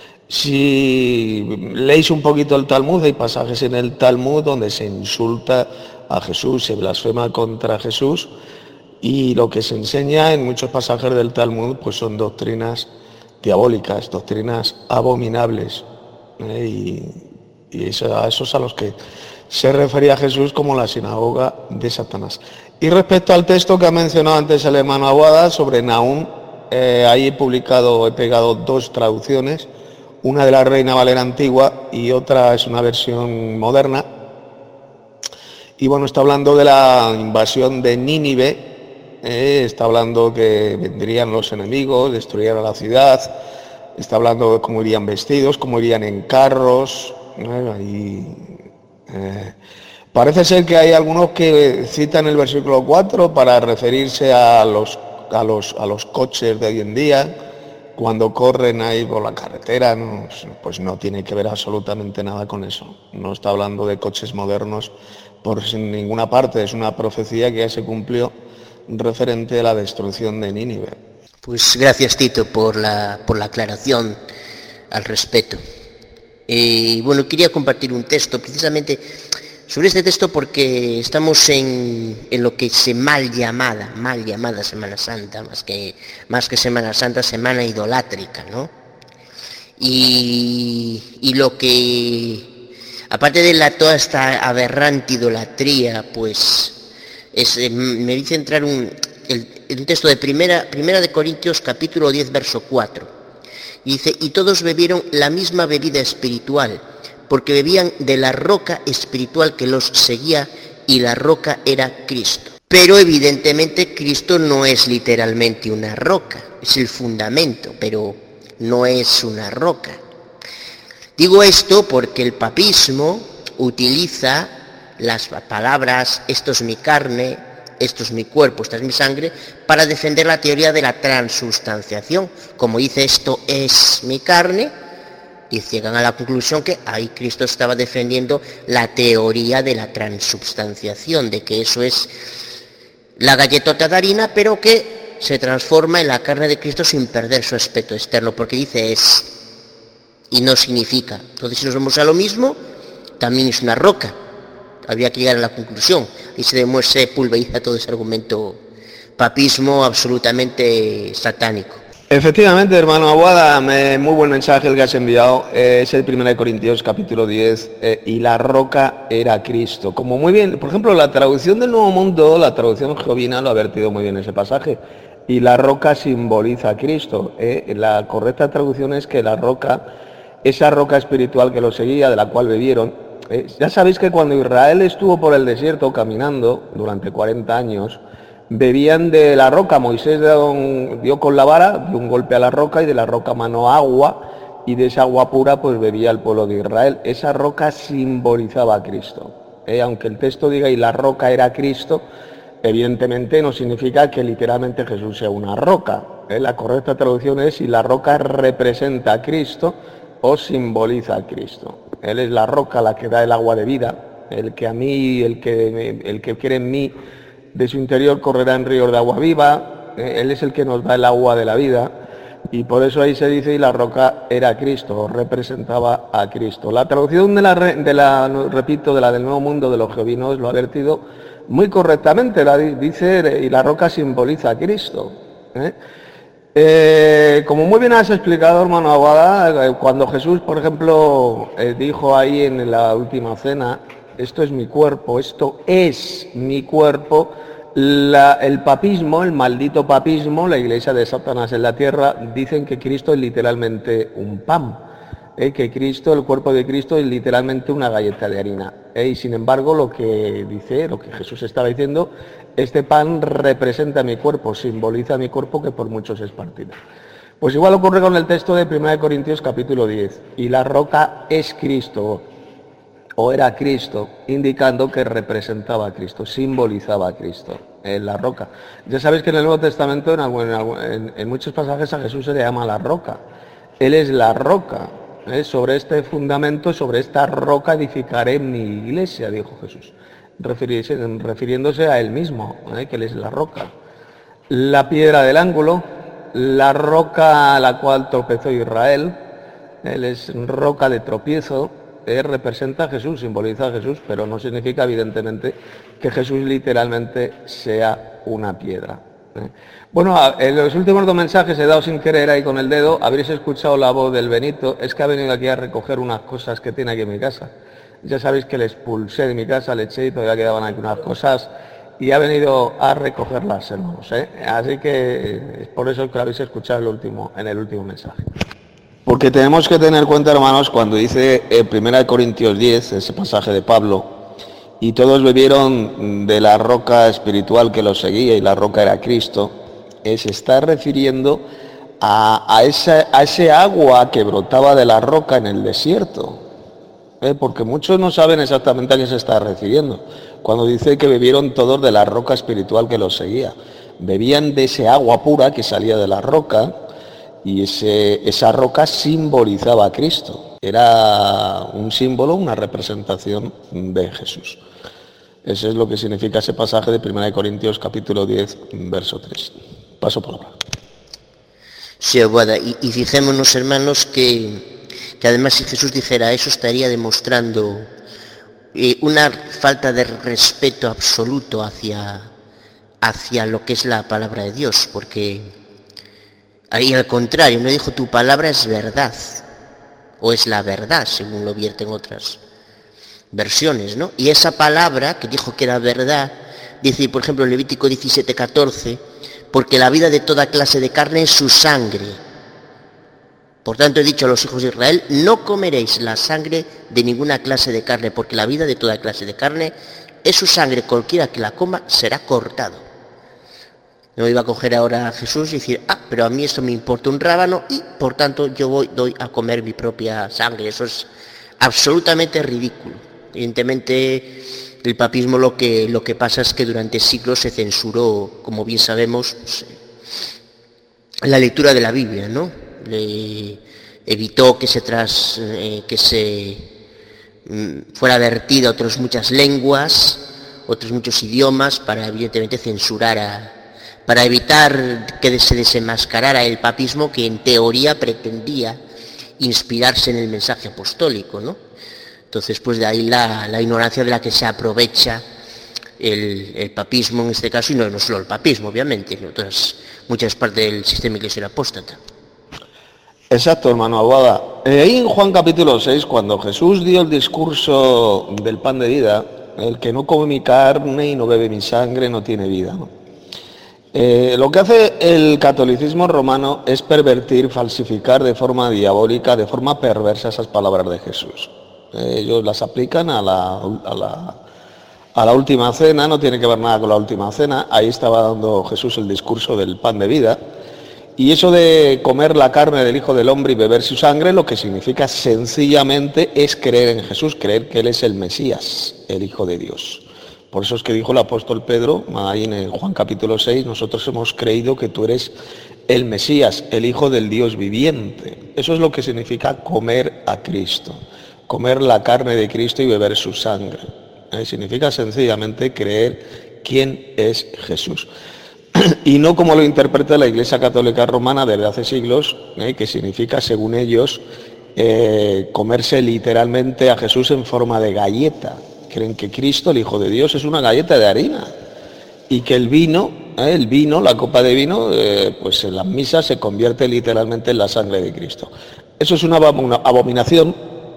Si leéis un poquito el Talmud, hay pasajes en el Talmud donde se insulta a Jesús, se blasfema contra Jesús. Y lo que se enseña en muchos pasajes del Talmud pues son doctrinas diabólicas, doctrinas abominables. ¿eh? Y, y eso, a esos a los que se refería Jesús como la sinagoga de Satanás. Y respecto al texto que ha mencionado antes el hermano Aguada sobre Nahum, eh, ahí he publicado, he pegado dos traducciones, una de la Reina Valera antigua y otra es una versión moderna. Y bueno, está hablando de la invasión de Nínive. Eh, está hablando que vendrían los enemigos, destruirían la ciudad, está hablando de cómo irían vestidos, cómo irían en carros. Eh, y, eh, parece ser que hay algunos que citan el versículo cuatro para referirse a los, a los, a los coches de hoy en día, cuando corren ahí por la carretera, no, pues no tiene que ver absolutamente nada con eso. No está hablando de coches modernos por ninguna parte, es una profecía que ya se cumplió referente a la destrucción de Nínive. Pues gracias, Tito, por la, por la aclaración al respecto. Y eh, bueno, quería compartir un texto precisamente sobre este texto porque estamos en, en lo que se mal llamada, mal llamada Semana Santa, más que, más que Semana Santa, semana idolátrica, ¿no? Y, y lo que, aparte de la, toda esta aberrante idolatría, pues es, eh, me dice entrar un, el, el texto de primera, primera de Corintios capítulo diez verso cuatro. Y dice, y todos bebieron la misma bebida espiritual, porque bebían de la roca espiritual que los seguía, y la roca era Cristo. Pero evidentemente Cristo no es literalmente una roca, es el fundamento, pero no es una roca. Digo esto porque el papismo utiliza las palabras esto es mi carne, esto es mi cuerpo, esta es mi sangre, para defender la teoría de la transubstanciación. Como dice esto es mi carne, y llegan a la conclusión que ahí Cristo estaba defendiendo la teoría de la transubstanciación, de que eso es la galletota de harina, pero que se transforma en la carne de Cristo sin perder su aspecto externo, porque dice es y no significa. Entonces, si nos vamos a lo mismo, también es una roca. Habría que llegar a la conclusión y se demuestra, se pulveriza todo ese argumento papismo absolutamente satánico. Efectivamente, hermano Aguada, me, muy buen mensaje el que has enviado. Eh, es el primero de Corintios capítulo diez, eh, y la roca era Cristo. Como muy bien, por ejemplo, la traducción del Nuevo Mundo, la traducción jovina lo ha vertido muy bien ese pasaje. Y la roca simboliza a Cristo. Eh. La correcta traducción es que la roca, esa roca espiritual que lo seguía, de la cual bebieron. Eh, ya sabéis que cuando Israel estuvo por el desierto caminando durante cuarenta años, bebían de la roca. Moisés dio con la vara, dio un golpe a la roca y de la roca manó agua, y de esa agua pura pues bebía el pueblo de Israel. Esa roca simbolizaba a Cristo. Eh, aunque el texto diga y la roca era Cristo, evidentemente no significa que literalmente Jesús sea una roca. Eh, la correcta traducción es si la roca representa a Cristo o simboliza a Cristo. Él es la roca, la que da el agua de vida, el que a mí, el que, el que quiere en mí, de su interior correrá en ríos de agua viva. Él es el que nos da el agua de la vida, y por eso ahí se dice y la roca era Cristo, representaba a Cristo. La traducción de la, de la repito, de la del Nuevo Mundo de los jovinos lo ha vertido muy correctamente, la dice y la roca simboliza a Cristo. ¿eh? Eh, como muy bien has explicado, hermano Aguada, cuando Jesús, por ejemplo, eh, dijo ahí en la última cena, esto es mi cuerpo, esto es mi cuerpo, la, el papismo, el maldito papismo, la iglesia de Satanás en la tierra, dicen que Cristo es literalmente un pan, eh, que Cristo, el cuerpo de Cristo es literalmente una galleta de harina. Eh, y sin embargo, lo que dice, lo que Jesús estaba diciendo, este pan representa mi cuerpo, simboliza mi cuerpo que por muchos es partido. Pues igual ocurre con el texto de primera de Corintios capítulo diez, y la roca es Cristo, o era Cristo, indicando que representaba a Cristo, simbolizaba a Cristo, en la roca. Ya sabéis que en el Nuevo Testamento, en, en, en muchos pasajes a Jesús se le llama la roca. Él es la roca. ¿eh? Sobre este fundamento, sobre esta roca edificaré mi iglesia, dijo Jesús, refiriéndose a él mismo, ¿eh? que él es la roca. La piedra del ángulo, la roca a la cual tropezó Israel, él es roca de tropiezo. Eh, representa a Jesús, simboliza a Jesús, pero no significa evidentemente que Jesús literalmente sea una piedra. ¿eh? Bueno, en los últimos dos mensajes he dado sin querer ahí con el dedo, habréis escuchado la voz del Benito, es que ha venido aquí a recoger unas cosas que tiene aquí en mi casa. Ya sabéis que le expulsé de mi casa, le eché y todavía quedaban aquí unas cosas, y ha venido a recogerlas, hermanos. ¿eh? Así que es por eso que lo habéis escuchado en el último, en el último mensaje. Porque tenemos que tener cuenta, hermanos, cuando dice en primera de Corintios diez, ese pasaje de Pablo, y todos bebieron de la roca espiritual que los seguía, y la roca era Cristo, eh, se está refiriendo a, a, esa, a ese agua que brotaba de la roca en el desierto. Eh, porque muchos no saben exactamente a qué se está refiriendo. Cuando dice que bebieron todos de la roca espiritual que los seguía. Bebían de ese agua pura que salía de la roca, y ese, esa roca simbolizaba a Cristo. Era un símbolo, una representación de Jesús. Eso es lo que significa ese pasaje de primera de Corintios capítulo diez, verso tres. Paso por la palabra. Sí, Aguada, y, y fijémonos, hermanos, que que además si Jesús dijera eso estaría demostrando eh, una falta de respeto absoluto hacia, hacia lo que es la palabra de Dios, porque ahí al contrario, no dijo tu palabra es verdad, o es la verdad, según lo vierten otras versiones, ¿no? Y esa palabra que dijo que era verdad, dice, por ejemplo, en Levítico diecisiete catorce, porque la vida de toda clase de carne es su sangre. Por tanto he dicho a los hijos de Israel, no comeréis la sangre de ninguna clase de carne, porque la vida de toda clase de carne es su sangre, cualquiera que la coma será cortado. No iba a coger ahora a Jesús y decir, ah, pero a mí esto me importa un rábano y por tanto yo voy, doy a comer mi propia sangre. Eso es absolutamente ridículo. Evidentemente el papismo lo que, lo que pasa es que durante siglos se censuró, como bien sabemos, pues, la lectura de la Biblia, ¿no? Le evitó que se, tras, eh, que se mm, fuera vertida a otras muchas lenguas, otros muchos idiomas, para evidentemente censurar, a, para evitar que se desenmascarara el papismo que en teoría pretendía inspirarse en el mensaje apostólico, ¿no? Entonces, pues de ahí la, la ignorancia de la que se aprovecha el, el papismo en este caso, y no, no solo el papismo, obviamente, en otras muchas partes del sistema eclesial apóstata. Exacto, hermano Aguada. Eh, ahí en Juan capítulo seis, cuando Jesús dio el discurso del pan de vida, el que no come mi carne y no bebe mi sangre no tiene vida, ¿no? Eh, lo que hace el catolicismo romano es pervertir, falsificar de forma diabólica, de forma perversa esas palabras de Jesús. Eh, ellos las aplican a la, a, la, a la última cena, no tiene que ver nada con la última cena. Ahí estaba dando Jesús el discurso del pan de vida. Y eso de comer la carne del Hijo del Hombre y beber su sangre, lo que significa sencillamente es creer en Jesús, creer que Él es el Mesías, el Hijo de Dios. Por eso es que dijo el apóstol Pedro, ahí en Juan capítulo seis, nosotros hemos creído que tú eres el Mesías, el Hijo del Dios viviente. Eso es lo que significa comer a Cristo, comer la carne de Cristo y beber su sangre. ¿Eh? Significa sencillamente creer quién es Jesús. Y no como lo interpreta la Iglesia Católica Romana desde hace siglos, ¿eh? que significa, según ellos, eh, comerse literalmente a Jesús en forma de galleta. Creen que Cristo, el Hijo de Dios, es una galleta de harina y que el vino, ¿eh? el vino, la copa de vino, eh, pues en las misas se convierte literalmente en la sangre de Cristo. Eso es una abominación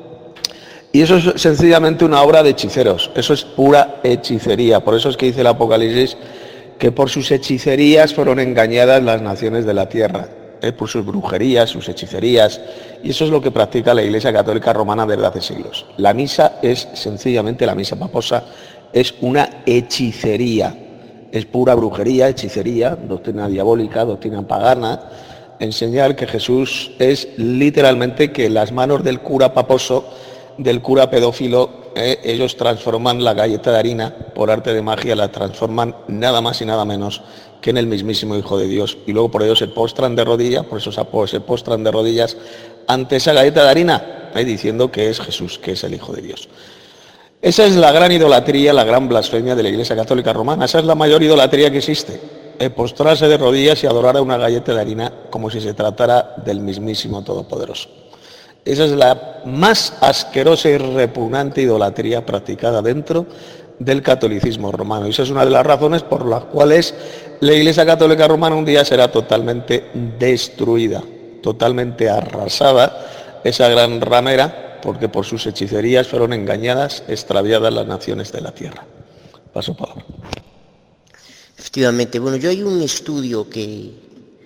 y eso es sencillamente una obra de hechiceros. Eso es pura hechicería. Por eso es que dice el Apocalipsis que por sus hechicerías fueron engañadas las naciones de la tierra, ¿eh? por sus brujerías, sus hechicerías, y eso es lo que practica la Iglesia Católica Romana desde hace siglos. La misa es sencillamente, la misa paposa es una hechicería, es pura brujería, hechicería, doctrina diabólica, doctrina pagana, enseñar que Jesús es literalmente que las manos del cura paposo, del cura pedófilo, Eh, ellos transforman la galleta de harina, por arte de magia, la transforman nada más y nada menos que en el mismísimo Hijo de Dios. Y luego por ello se postran de rodillas, por eso se postran de rodillas ante esa galleta de harina, eh, diciendo que es Jesús, que es el Hijo de Dios. Esa es la gran idolatría, la gran blasfemia de la Iglesia Católica Romana. Esa es la mayor idolatría que existe. Eh, postrarse de rodillas y adorar a una galleta de harina como si se tratara del mismísimo Todopoderoso. Esa es la más asquerosa y repugnante idolatría practicada dentro del catolicismo romano. Y esa es una de las razones por las cuales la Iglesia Católica Romana un día será totalmente destruida, totalmente arrasada, esa gran ramera, porque por sus hechicerías fueron engañadas, extraviadas las naciones de la tierra. Paso palabra. Efectivamente, bueno, yo hay un estudio que...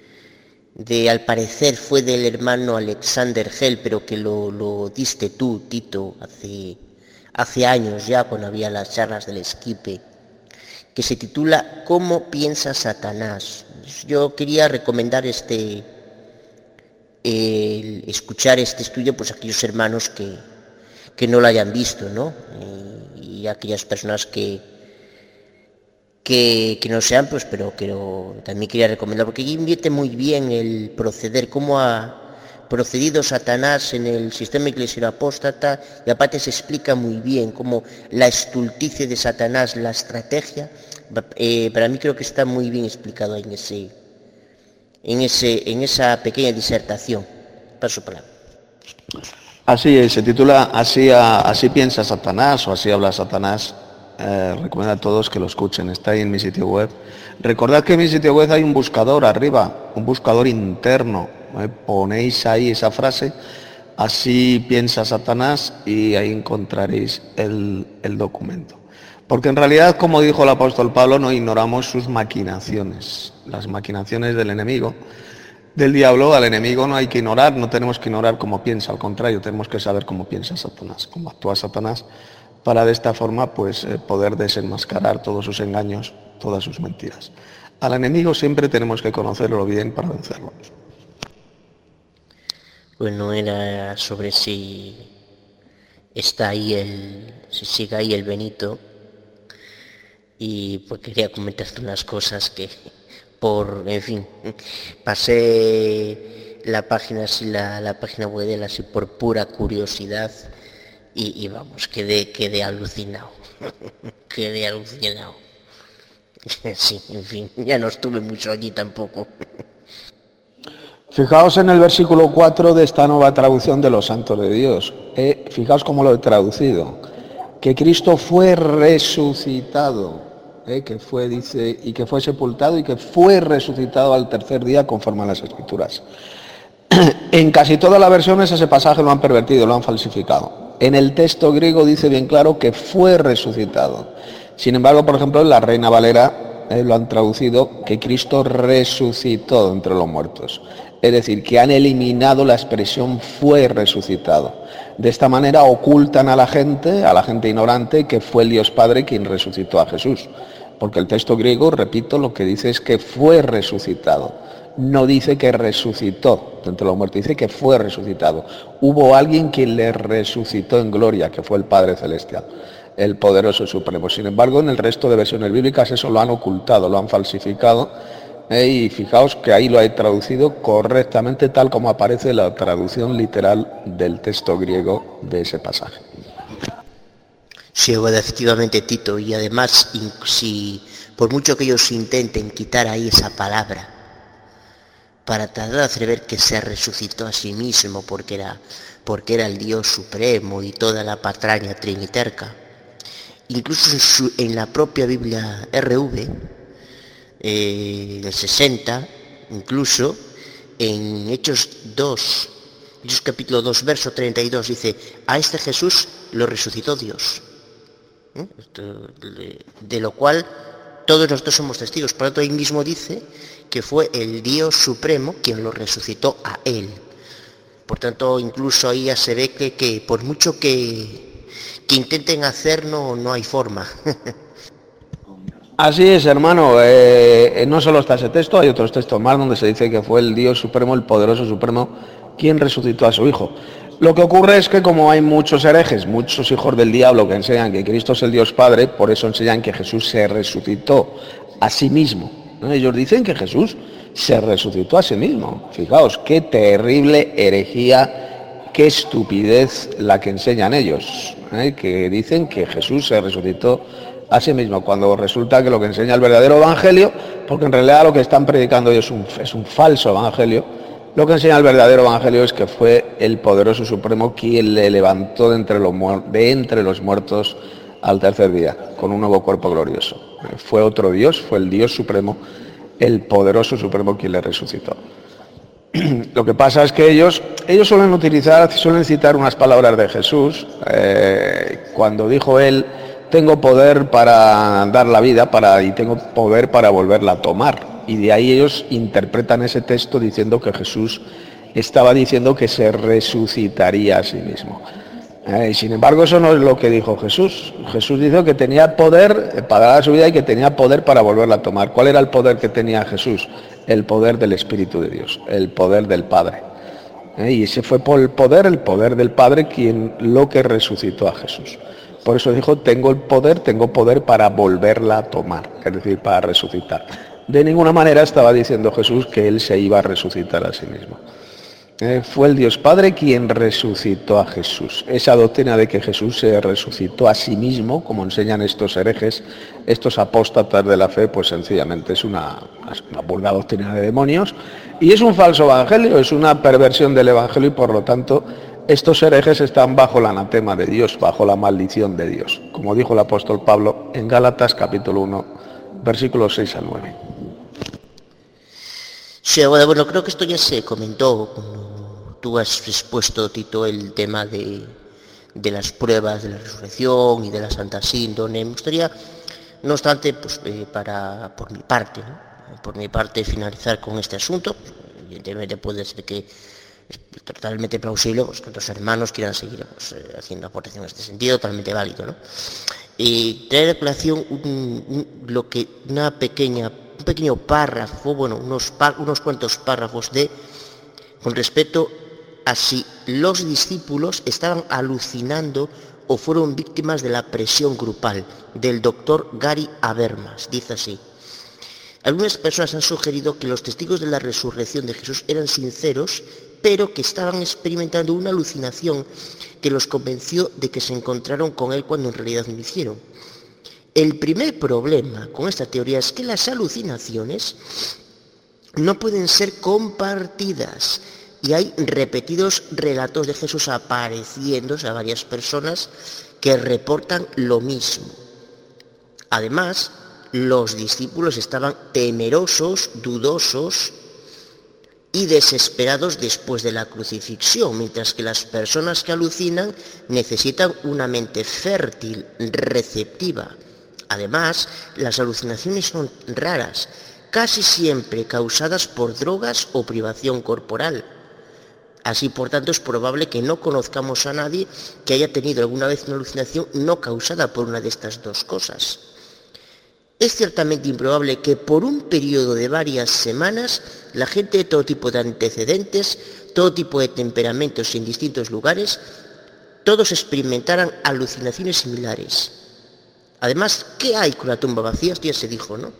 de al parecer fue del hermano Alexander Hell, pero que lo, lo diste tú, Tito, hace, hace años ya, cuando había las charlas del Esquipe, que se titula ¿Cómo piensa Satanás? Yo quería recomendar este, el escuchar este estudio pues a aquellos hermanos que, que no lo hayan visto, ¿no? Y, y a aquellas personas que Que, que no sean, pues, pero que lo, también quería recomendar, porque invierte muy bien el proceder, cómo ha procedido Satanás en el sistema eclesial apóstata, y aparte se explica muy bien cómo la estulticia de Satanás, la estrategia, eh, para mí creo que está muy bien explicado en, ese, en, ese, en esa pequeña disertación. Paso palabra. Así es, se titula Así, a- así piensa Satanás o Así habla Satanás. Eh, recomiendo a todos que lo escuchen, está ahí en mi sitio web. Recordad que en mi sitio web hay un buscador arriba, un buscador interno. ¿eh? Ponéis ahí esa frase, Así piensa Satanás, y ahí encontraréis el, el documento. Porque en realidad, como dijo el apóstol Pablo, no ignoramos sus maquinaciones, las maquinaciones del enemigo. Del diablo al enemigo no hay que ignorar, no tenemos que ignorar cómo piensa, al contrario, tenemos que saber cómo piensa Satanás, cómo actúa Satanás, para de esta forma pues eh, poder desenmascarar todos sus engaños, todas sus mentiras. Al enemigo siempre tenemos que conocerlo bien para vencerlo. Bueno, era sobre si está ahí el, si sigue ahí el Benito, y pues quería comentarte unas cosas que por, en fin, pasé la página así, la, la página web de él así por pura curiosidad y, y vamos, quedé, quedé alucinado, quedé alucinado. Sí, en fin, ya no estuve mucho allí tampoco. Fijaos en el versículo cuatro de esta nueva traducción de los santos de Dios. Eh, fijaos cómo lo he traducido. Que Cristo fue resucitado. Eh, que fue, dice, y que fue sepultado y que fue resucitado al tercer día conforme a las Escrituras. En casi todas las versiones ese pasaje lo han pervertido, lo han falsificado. En el texto griego dice bien claro que fue resucitado. Sin embargo, por ejemplo, en la Reina Valera eh, lo han traducido que Cristo resucitó entre los muertos. Es decir, que han eliminado la expresión fue resucitado. De esta manera ocultan a la gente, a la gente ignorante, que fue el Dios Padre quien resucitó a Jesús. Porque el texto griego, repito, lo que dice es que fue resucitado. No dice que resucitó de entre los muertos, dice que fue resucitado. Hubo alguien quien le resucitó en gloria, que fue el Padre Celestial, el poderoso supremo. Sin embargo, en el resto de versiones bíblicas eso lo han ocultado, lo han falsificado. Eh, y fijaos que ahí lo he traducido correctamente tal como aparece la traducción literal del texto griego de ese pasaje. Sí, efectivamente, Tito, y además, si por mucho que ellos intenten quitar ahí esa palabra para tratar de hacer ver que se resucitó a sí mismo porque era, porque era el Dios supremo y toda la patraña triniterca, incluso en, su, en la propia Biblia R V, eh, del sesenta, incluso en Hechos dos, Hechos capítulo dos, verso treinta y dos, dice: a este Jesús lo resucitó Dios. ¿Eh? De, de lo cual todos nosotros somos testigos. Por lo tanto, ahí mismo dice que fue el Dios supremo quien lo resucitó a él. Por tanto, incluso ahí ya se ve que, que por mucho que, que intenten hacer, no, no hay forma. Así es, hermano. Eh, no solo está ese texto, hay otros textos más donde se dice que fue el Dios supremo, el poderoso supremo, quien resucitó a su Hijo. Lo que ocurre es que como hay muchos herejes, muchos hijos del diablo que enseñan que Cristo es el Dios Padre, por eso enseñan que Jesús se resucitó a sí mismo. ¿No? Ellos dicen que Jesús se resucitó a sí mismo. Fijaos, qué terrible herejía, qué estupidez la que enseñan ellos, ¿eh? Que dicen que Jesús se resucitó a sí mismo, cuando resulta que lo que enseña el verdadero evangelio, porque en realidad lo que están predicando ellos es un, es un falso evangelio, lo que enseña el verdadero evangelio es que fue el poderoso supremo quien le levantó de entre los, de entre los muertos al tercer día, con un nuevo cuerpo glorioso. Fue otro Dios, fue el Dios supremo, el poderoso supremo quien le resucitó. Lo que pasa es que ellos, ellos suelen utilizar, suelen citar unas palabras de Jesús, eh, cuando dijo él: tengo poder para dar la vida para, y tengo poder para volverla a tomar. Y de ahí ellos interpretan ese texto diciendo que Jesús estaba diciendo que se resucitaría a sí mismo. Eh, sin embargo, eso no es lo que dijo Jesús. Jesús dijo que tenía poder para dar su vida y que tenía poder para volverla a tomar. ¿Cuál era el poder que tenía Jesús? El poder del Espíritu de Dios, el poder del Padre. Eh, y ese fue por el poder, el poder del Padre, quien lo que resucitó a Jesús. Por eso dijo: tengo el poder, tengo poder para volverla a tomar, es decir, para resucitar. De ninguna manera estaba diciendo Jesús que él se iba a resucitar a sí mismo. Eh, fue el Dios Padre quien resucitó a Jesús. Esa doctrina de que Jesús se resucitó a sí mismo, como enseñan estos herejes, estos apóstatas de la fe, pues sencillamente es una, una vulgar doctrina de demonios y es un falso evangelio, es una perversión del evangelio y por lo tanto estos herejes están bajo el anatema de Dios, bajo la maldición de Dios, como dijo el apóstol Pablo en Gálatas capítulo uno, versículos seis al nueve. Sí, bueno, creo que esto ya se comentó cuando tú has expuesto, Tito, el tema de, de las pruebas de la resurrección y de la Santa Síndone. Me gustaría, no obstante, pues, eh, para, por mi parte, ¿no? por mi parte, finalizar con este asunto. Evidentemente puede ser que es totalmente plausible pues, que otros hermanos quieran seguir pues, eh, haciendo aportación en este sentido, totalmente válido, ¿no? Y traer a colación un, un, lo que una pequeña, un pequeño párrafo, bueno, unos, par, unos cuantos párrafos de, con respecto a si los discípulos estaban alucinando o fueron víctimas de la presión grupal, del doctor Gary Habermas. Dice así: algunas personas han sugerido que los testigos de la resurrección de Jesús eran sinceros, pero que estaban experimentando una alucinación que los convenció de que se encontraron con él cuando en realidad no lo hicieron. El primer problema con esta teoría es que las alucinaciones no pueden ser compartidas y hay repetidos relatos de Jesús apareciéndose a varias personas que reportan lo mismo. Además, los discípulos estaban temerosos, dudosos y desesperados después de la crucifixión, mientras que las personas que alucinan necesitan una mente fértil, receptiva. Además, las alucinaciones son raras, casi siempre causadas por drogas o privación corporal. Así, por tanto, es probable que no conozcamos a nadie que haya tenido alguna vez una alucinación no causada por una de estas dos cosas. Es ciertamente improbable que por un periodo de varias semanas la gente de todo tipo de antecedentes, todo tipo de temperamentos en distintos lugares, todos experimentaran alucinaciones similares. Además, ¿qué hay con la tumba vacía? Esto ya se dijo, ¿no?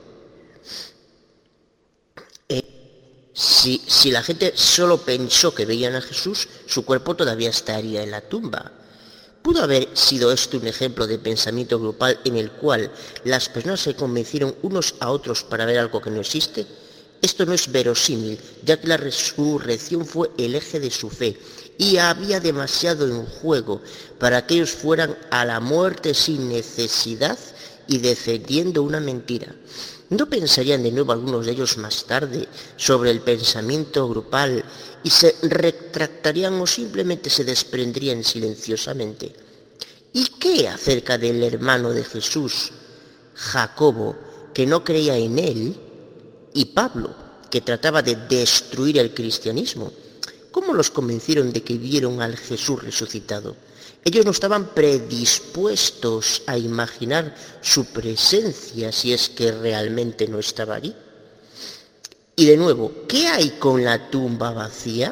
Eh, si, si la gente solo pensó que veían a Jesús, su cuerpo todavía estaría en la tumba. ¿Pudo haber sido esto un ejemplo de pensamiento grupal en el cual las personas se convencieron unos a otros para ver algo que no existe? Esto no es verosímil, ya que la resurrección fue el eje de su fe y había demasiado en juego para que ellos fueran a la muerte sin necesidad y defendiendo una mentira. ¿No pensarían de nuevo algunos de ellos más tarde sobre el pensamiento grupal y se retractarían o simplemente se desprenderían silenciosamente? ¿Y qué acerca del hermano de Jesús, Jacobo, que no creía en él, y Pablo, que trataba de destruir el cristianismo? ¿Cómo los convencieron de que vieron al Jesús resucitado? Ellos no estaban predispuestos a imaginar su presencia si es que realmente no estaba allí. Y de nuevo, ¿qué hay con la tumba vacía?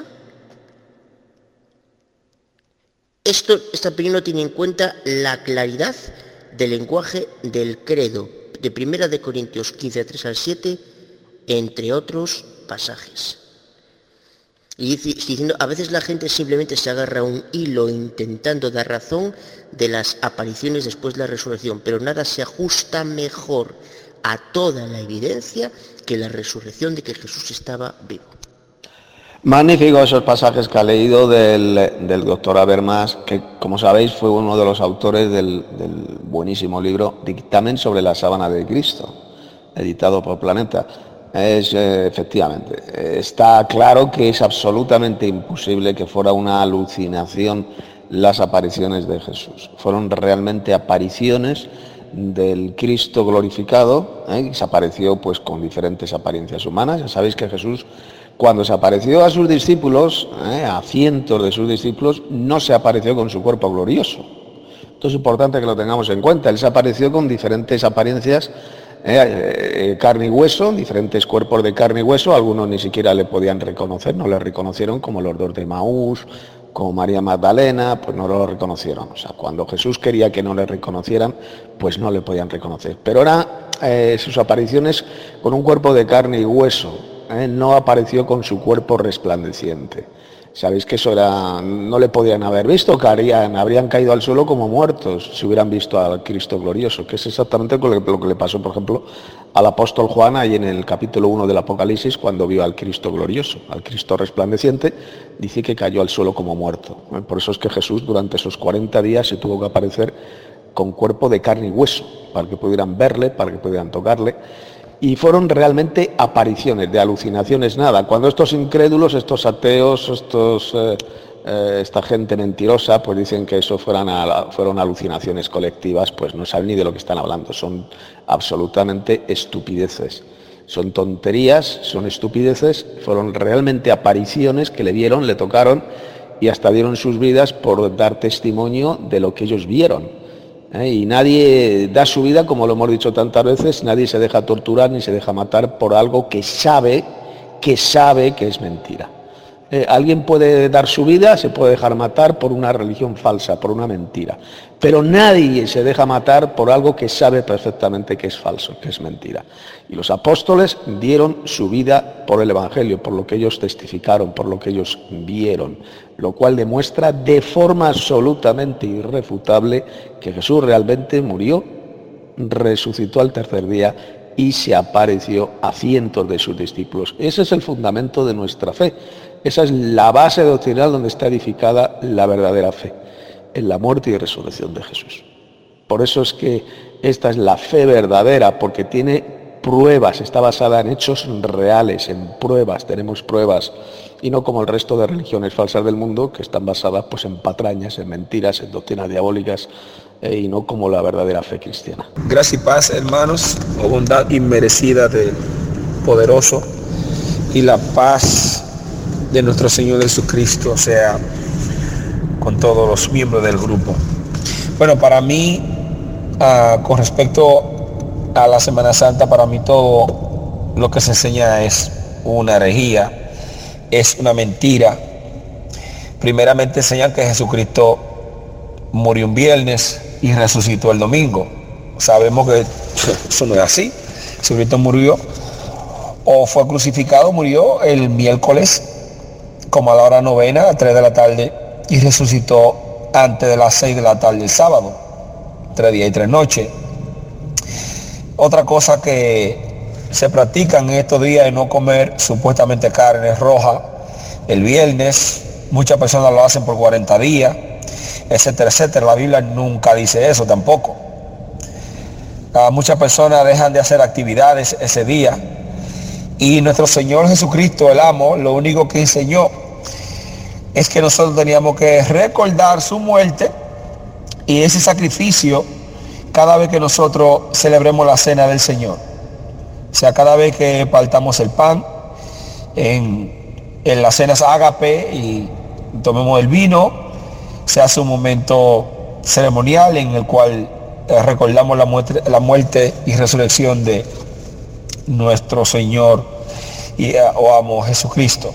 Esto, esta opinión no tiene en cuenta la claridad del lenguaje del credo de Primera de Corintios quince, tres al siete, entre otros pasajes. Y dice, diciendo, a veces la gente simplemente se agarra a un hilo intentando dar razón de las apariciones después de la resurrección, pero nada se ajusta mejor a toda la evidencia que la resurrección de que Jesús estaba vivo. Magnífico esos pasajes que ha leído del, del doctor Habermas, que como sabéis fue uno de los autores del, del buenísimo libro Dictamen sobre la sábana de Cristo, editado por Planeta. Es, eh, efectivamente, eh, está claro que es absolutamente imposible que fuera una alucinación las apariciones de Jesús. Fueron realmente apariciones del Cristo glorificado, ¿eh? Y se apareció pues con diferentes apariencias humanas. Ya sabéis que Jesús, cuando se apareció a sus discípulos, ¿eh? a cientos de sus discípulos, no se apareció con su cuerpo glorioso. Esto es importante que lo tengamos en cuenta. Él se apareció con diferentes apariencias, Eh, eh, carne y hueso, diferentes cuerpos de carne y hueso. Algunos ni siquiera le podían reconocer, no le reconocieron, como los dos de Maús, como María Magdalena, pues no lo reconocieron. O sea, cuando Jesús quería que no le reconocieran, pues no le podían reconocer. Pero era eh, sus apariciones con un cuerpo de carne y hueso, ¿eh? No apareció con su cuerpo resplandeciente. Sabéis que eso era, no le podían haber visto, que harían, habrían caído al suelo como muertos si hubieran visto al Cristo glorioso, que es exactamente lo que, lo que le pasó, por ejemplo, al apóstol Juan ahí en el capítulo uno del Apocalipsis, cuando vio al Cristo glorioso, al Cristo resplandeciente, dice que cayó al suelo como muerto. Por eso es que Jesús durante esos cuarenta días se tuvo que aparecer con cuerpo de carne y hueso, para que pudieran verle, para que pudieran tocarle. Y fueron realmente apariciones, de alucinaciones nada. Cuando estos incrédulos, estos ateos, estos, eh, eh, esta gente mentirosa, pues dicen que eso fueran a, fueron alucinaciones colectivas, pues no saben ni de lo que están hablando. Son absolutamente estupideces. Son tonterías, son estupideces, fueron realmente apariciones que le vieron, le tocaron y hasta dieron sus vidas por dar testimonio de lo que ellos vieron. ¿Eh? Y nadie da su vida, como lo hemos dicho tantas veces, nadie se deja torturar ni se deja matar por algo que sabe, que sabe que es mentira. Eh, alguien puede dar su vida, se puede dejar matar por una religión falsa, por una mentira, pero nadie se deja matar por algo que sabe perfectamente que es falso, que es mentira. Y los apóstoles dieron su vida por el Evangelio, por lo que ellos testificaron, por lo que ellos vieron, lo cual demuestra de forma absolutamente irrefutable que Jesús realmente murió, resucitó al tercer día y se apareció a cientos de sus discípulos. Ese es el fundamento de nuestra fe. Esa es la base doctrinal donde está edificada la verdadera fe, en la muerte y resurrección de Jesús. Por eso es que esta es la fe verdadera, porque tiene pruebas, está basada en hechos reales, en pruebas, tenemos pruebas, y no como el resto de religiones falsas del mundo, que están basadas pues en patrañas, en mentiras, en doctrinas diabólicas, eh, y no como la verdadera fe cristiana. Gracia y paz, hermanos, o bondad inmerecida del poderoso, y la paz de nuestro Señor Jesucristo sea con todos los miembros del grupo. Bueno, para mí, uh, con respecto a la Semana Santa, para mí todo lo que se enseña es una herejía, es una mentira. Primeramente enseñan que Jesucristo murió un viernes y resucitó el domingo. Sabemos que eso no es así. Jesucristo murió o fue crucificado, murió el miércoles como a la hora novena, a tres de la tarde, y resucitó antes de las seis de la tarde el sábado, tres días y tres noches. Otra cosa que se practica en estos días es no comer supuestamente carne roja el viernes. Muchas personas lo hacen por cuarenta días, etcétera, etcétera. La Biblia nunca dice eso tampoco. Uh, muchas personas dejan de hacer actividades ese día. Y nuestro Señor Jesucristo, el amo, lo único que enseñó es que nosotros teníamos que recordar su muerte y ese sacrificio cada vez que nosotros celebremos la cena del Señor. O sea, cada vez que partamos el pan, en, en las cenas ágape y tomemos el vino, se hace un momento ceremonial en el cual eh, recordamos la muerte, la muerte y resurrección de nuestro Señor y uh, o amo Jesucristo.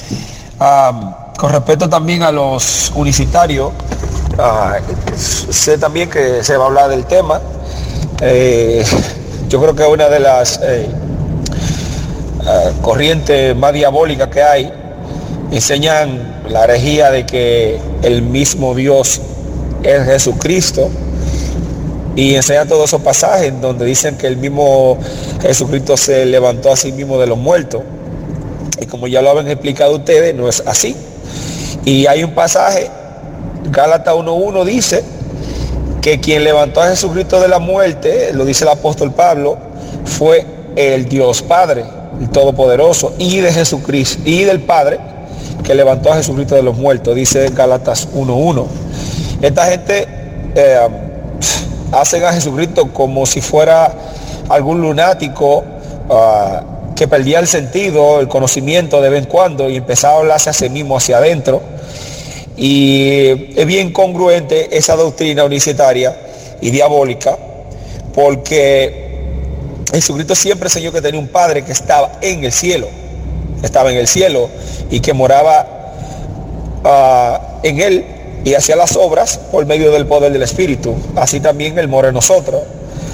Um, con respecto también a los unicitarios, uh, sé también que se va a hablar del tema. Eh, yo creo que una de las eh, uh, corrientes más diabólicas que hay enseñan la herejía de que el mismo Dios es Jesucristo. Y enseña todos esos pasajes donde dicen que el mismo Jesucristo se levantó a sí mismo de los muertos. Y como ya lo habían explicado ustedes, no es así. Y hay un pasaje, Gálatas uno uno dice que quien levantó a Jesucristo de la muerte, lo dice el apóstol Pablo, fue el Dios Padre, el Todopoderoso, y de Jesucristo, y del Padre, que levantó a Jesucristo de los muertos, dice Gálatas uno uno. Esta gente eh, hacen a Jesucristo como si fuera algún lunático uh, que perdía el sentido, el conocimiento de vez en cuando y empezaba a hablarse a sí mismo hacia adentro. Y es bien congruente esa doctrina unicitaria y diabólica, porque Jesucristo siempre enseñó que tenía un Padre que estaba en el cielo, estaba en el cielo y que moraba uh, en él y hacía las obras por medio del poder del Espíritu. Así también Él mora en nosotros.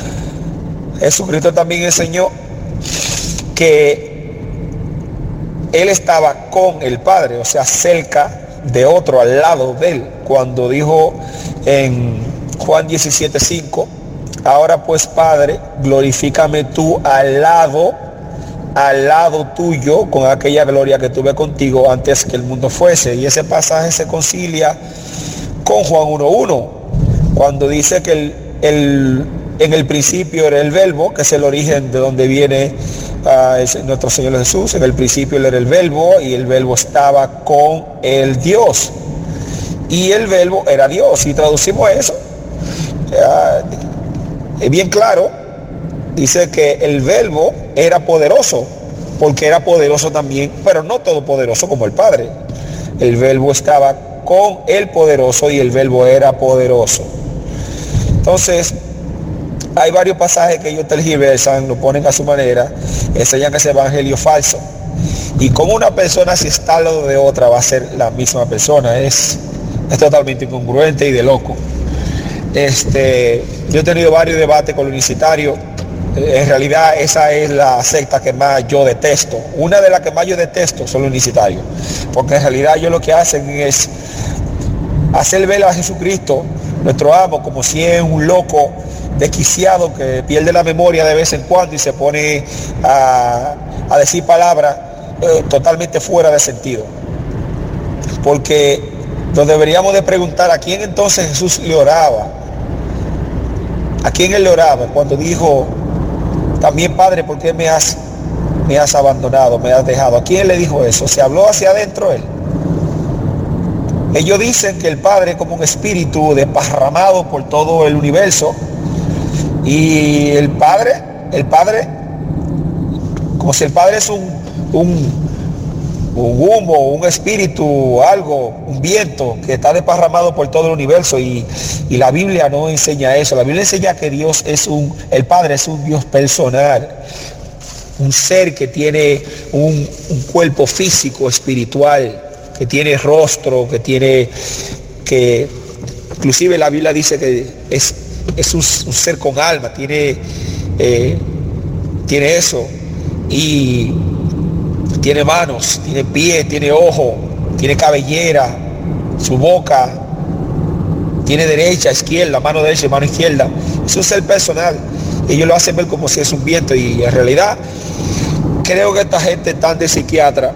Jesucristo también enseñó que él estaba con el Padre, o sea, cerca de otro, al lado de él, cuando dijo en Juan diecisiete cinco, ahora pues Padre, glorifícame tú al lado, al lado tuyo, con aquella gloria que tuve contigo antes que el mundo fuese. Y ese pasaje se concilia con Juan uno uno, cuando dice que el, el, en el principio era el verbo, que es el origen de donde viene uh, nuestro Señor Jesús. En el principio él era el verbo y el verbo estaba con el Dios. Y el verbo era Dios. Y traducimos eso. Uh, es bien claro. Dice que el verbo era poderoso, porque era poderoso también, pero no todopoderoso como el Padre. El verbo estaba con el poderoso y el verbo era poderoso. Entonces, hay varios pasajes que ellos tergiversan, lo ponen a su manera, enseñan ese evangelio falso. Y como una persona, si está al lado de otra, va a ser la misma persona. Es, es totalmente incongruente y de loco. Este, yo he tenido varios debates con los universitarios. En realidad esa es la secta que más yo detesto. Una de las que más yo detesto son los unicitarios. Porque en realidad ellos lo que hacen es hacer ver a Jesucristo, nuestro amo, como si es un loco desquiciado que pierde la memoria de vez en cuando y se pone a, a decir palabras eh, totalmente fuera de sentido. Porque nos deberíamos de preguntar a quién entonces Jesús le oraba. ¿A quién él le oraba cuando dijo: también, Padre, ¿por qué me has, me has abandonado, me has dejado? ¿A quién le dijo eso? ¿Se habló hacia adentro él? Ellos dicen que el Padre es como un espíritu desparramado por todo el universo. Y el Padre, el Padre, como si el Padre es un, un, un humo, un espíritu, algo, un viento que está desparramado por todo el universo. Y, y la Biblia no enseña eso. La Biblia enseña que Dios es un, el Padre es un Dios personal, un ser que tiene un, un cuerpo físico, espiritual, que tiene rostro, que tiene, que inclusive la Biblia dice que es, es un, un ser con alma, tiene, eh, tiene eso, y tiene manos, tiene pies, tiene ojo, tiene cabellera, su boca, tiene derecha, izquierda, mano derecha y mano izquierda. Es un ser personal. Ellos lo hacen ver como si es un viento, y en realidad creo que esta gente es tan de psiquiatra,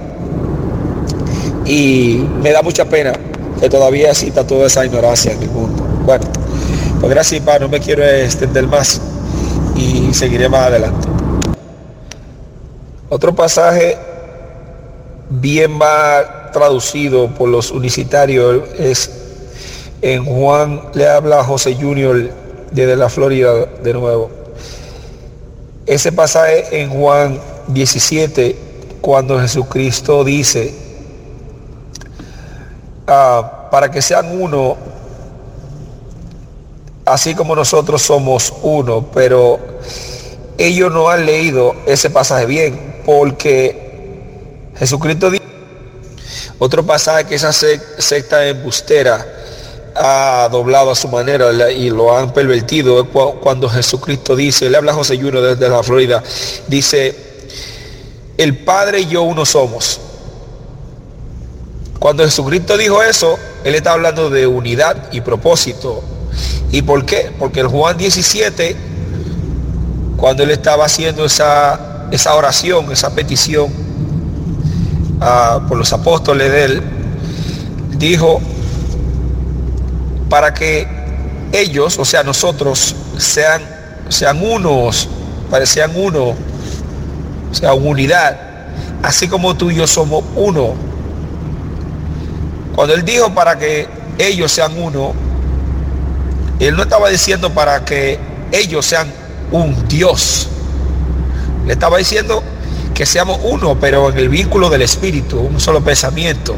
y me da mucha pena que todavía exista toda esa ignorancia en el mundo. Bueno, pues gracias, pa, no me quiero extender más y seguiré más adelante. Otro pasaje bien mal traducido por los unicitarios es en Juan, le habla a José Junior desde la Florida de nuevo. Ese pasaje en Juan diecisiete, cuando Jesucristo dice, ah, para que sean uno, así como nosotros somos uno, pero ellos no han leído ese pasaje bien, porque Jesucristo dice, otro pasaje que esa secta embustera ha doblado a su manera y lo han pervertido, es cuando Jesucristo dice, le habla a José Junior desde la Florida, dice, el Padre y yo uno somos. Cuando Jesucristo dijo eso, él está hablando de unidad y propósito. ¿Y por qué? Porque en Juan diecisiete, cuando él estaba haciendo esa, esa oración, esa petición uh, por los apóstoles de él, dijo, para que ellos, o sea nosotros, sean, sean unos, sean uno, o sea, unidad, así como tú y yo somos uno. Cuando él dijo para que ellos sean uno, él no estaba diciendo para que ellos sean un Dios. Le estaba diciendo que seamos uno, pero en el vínculo del Espíritu, un solo pensamiento.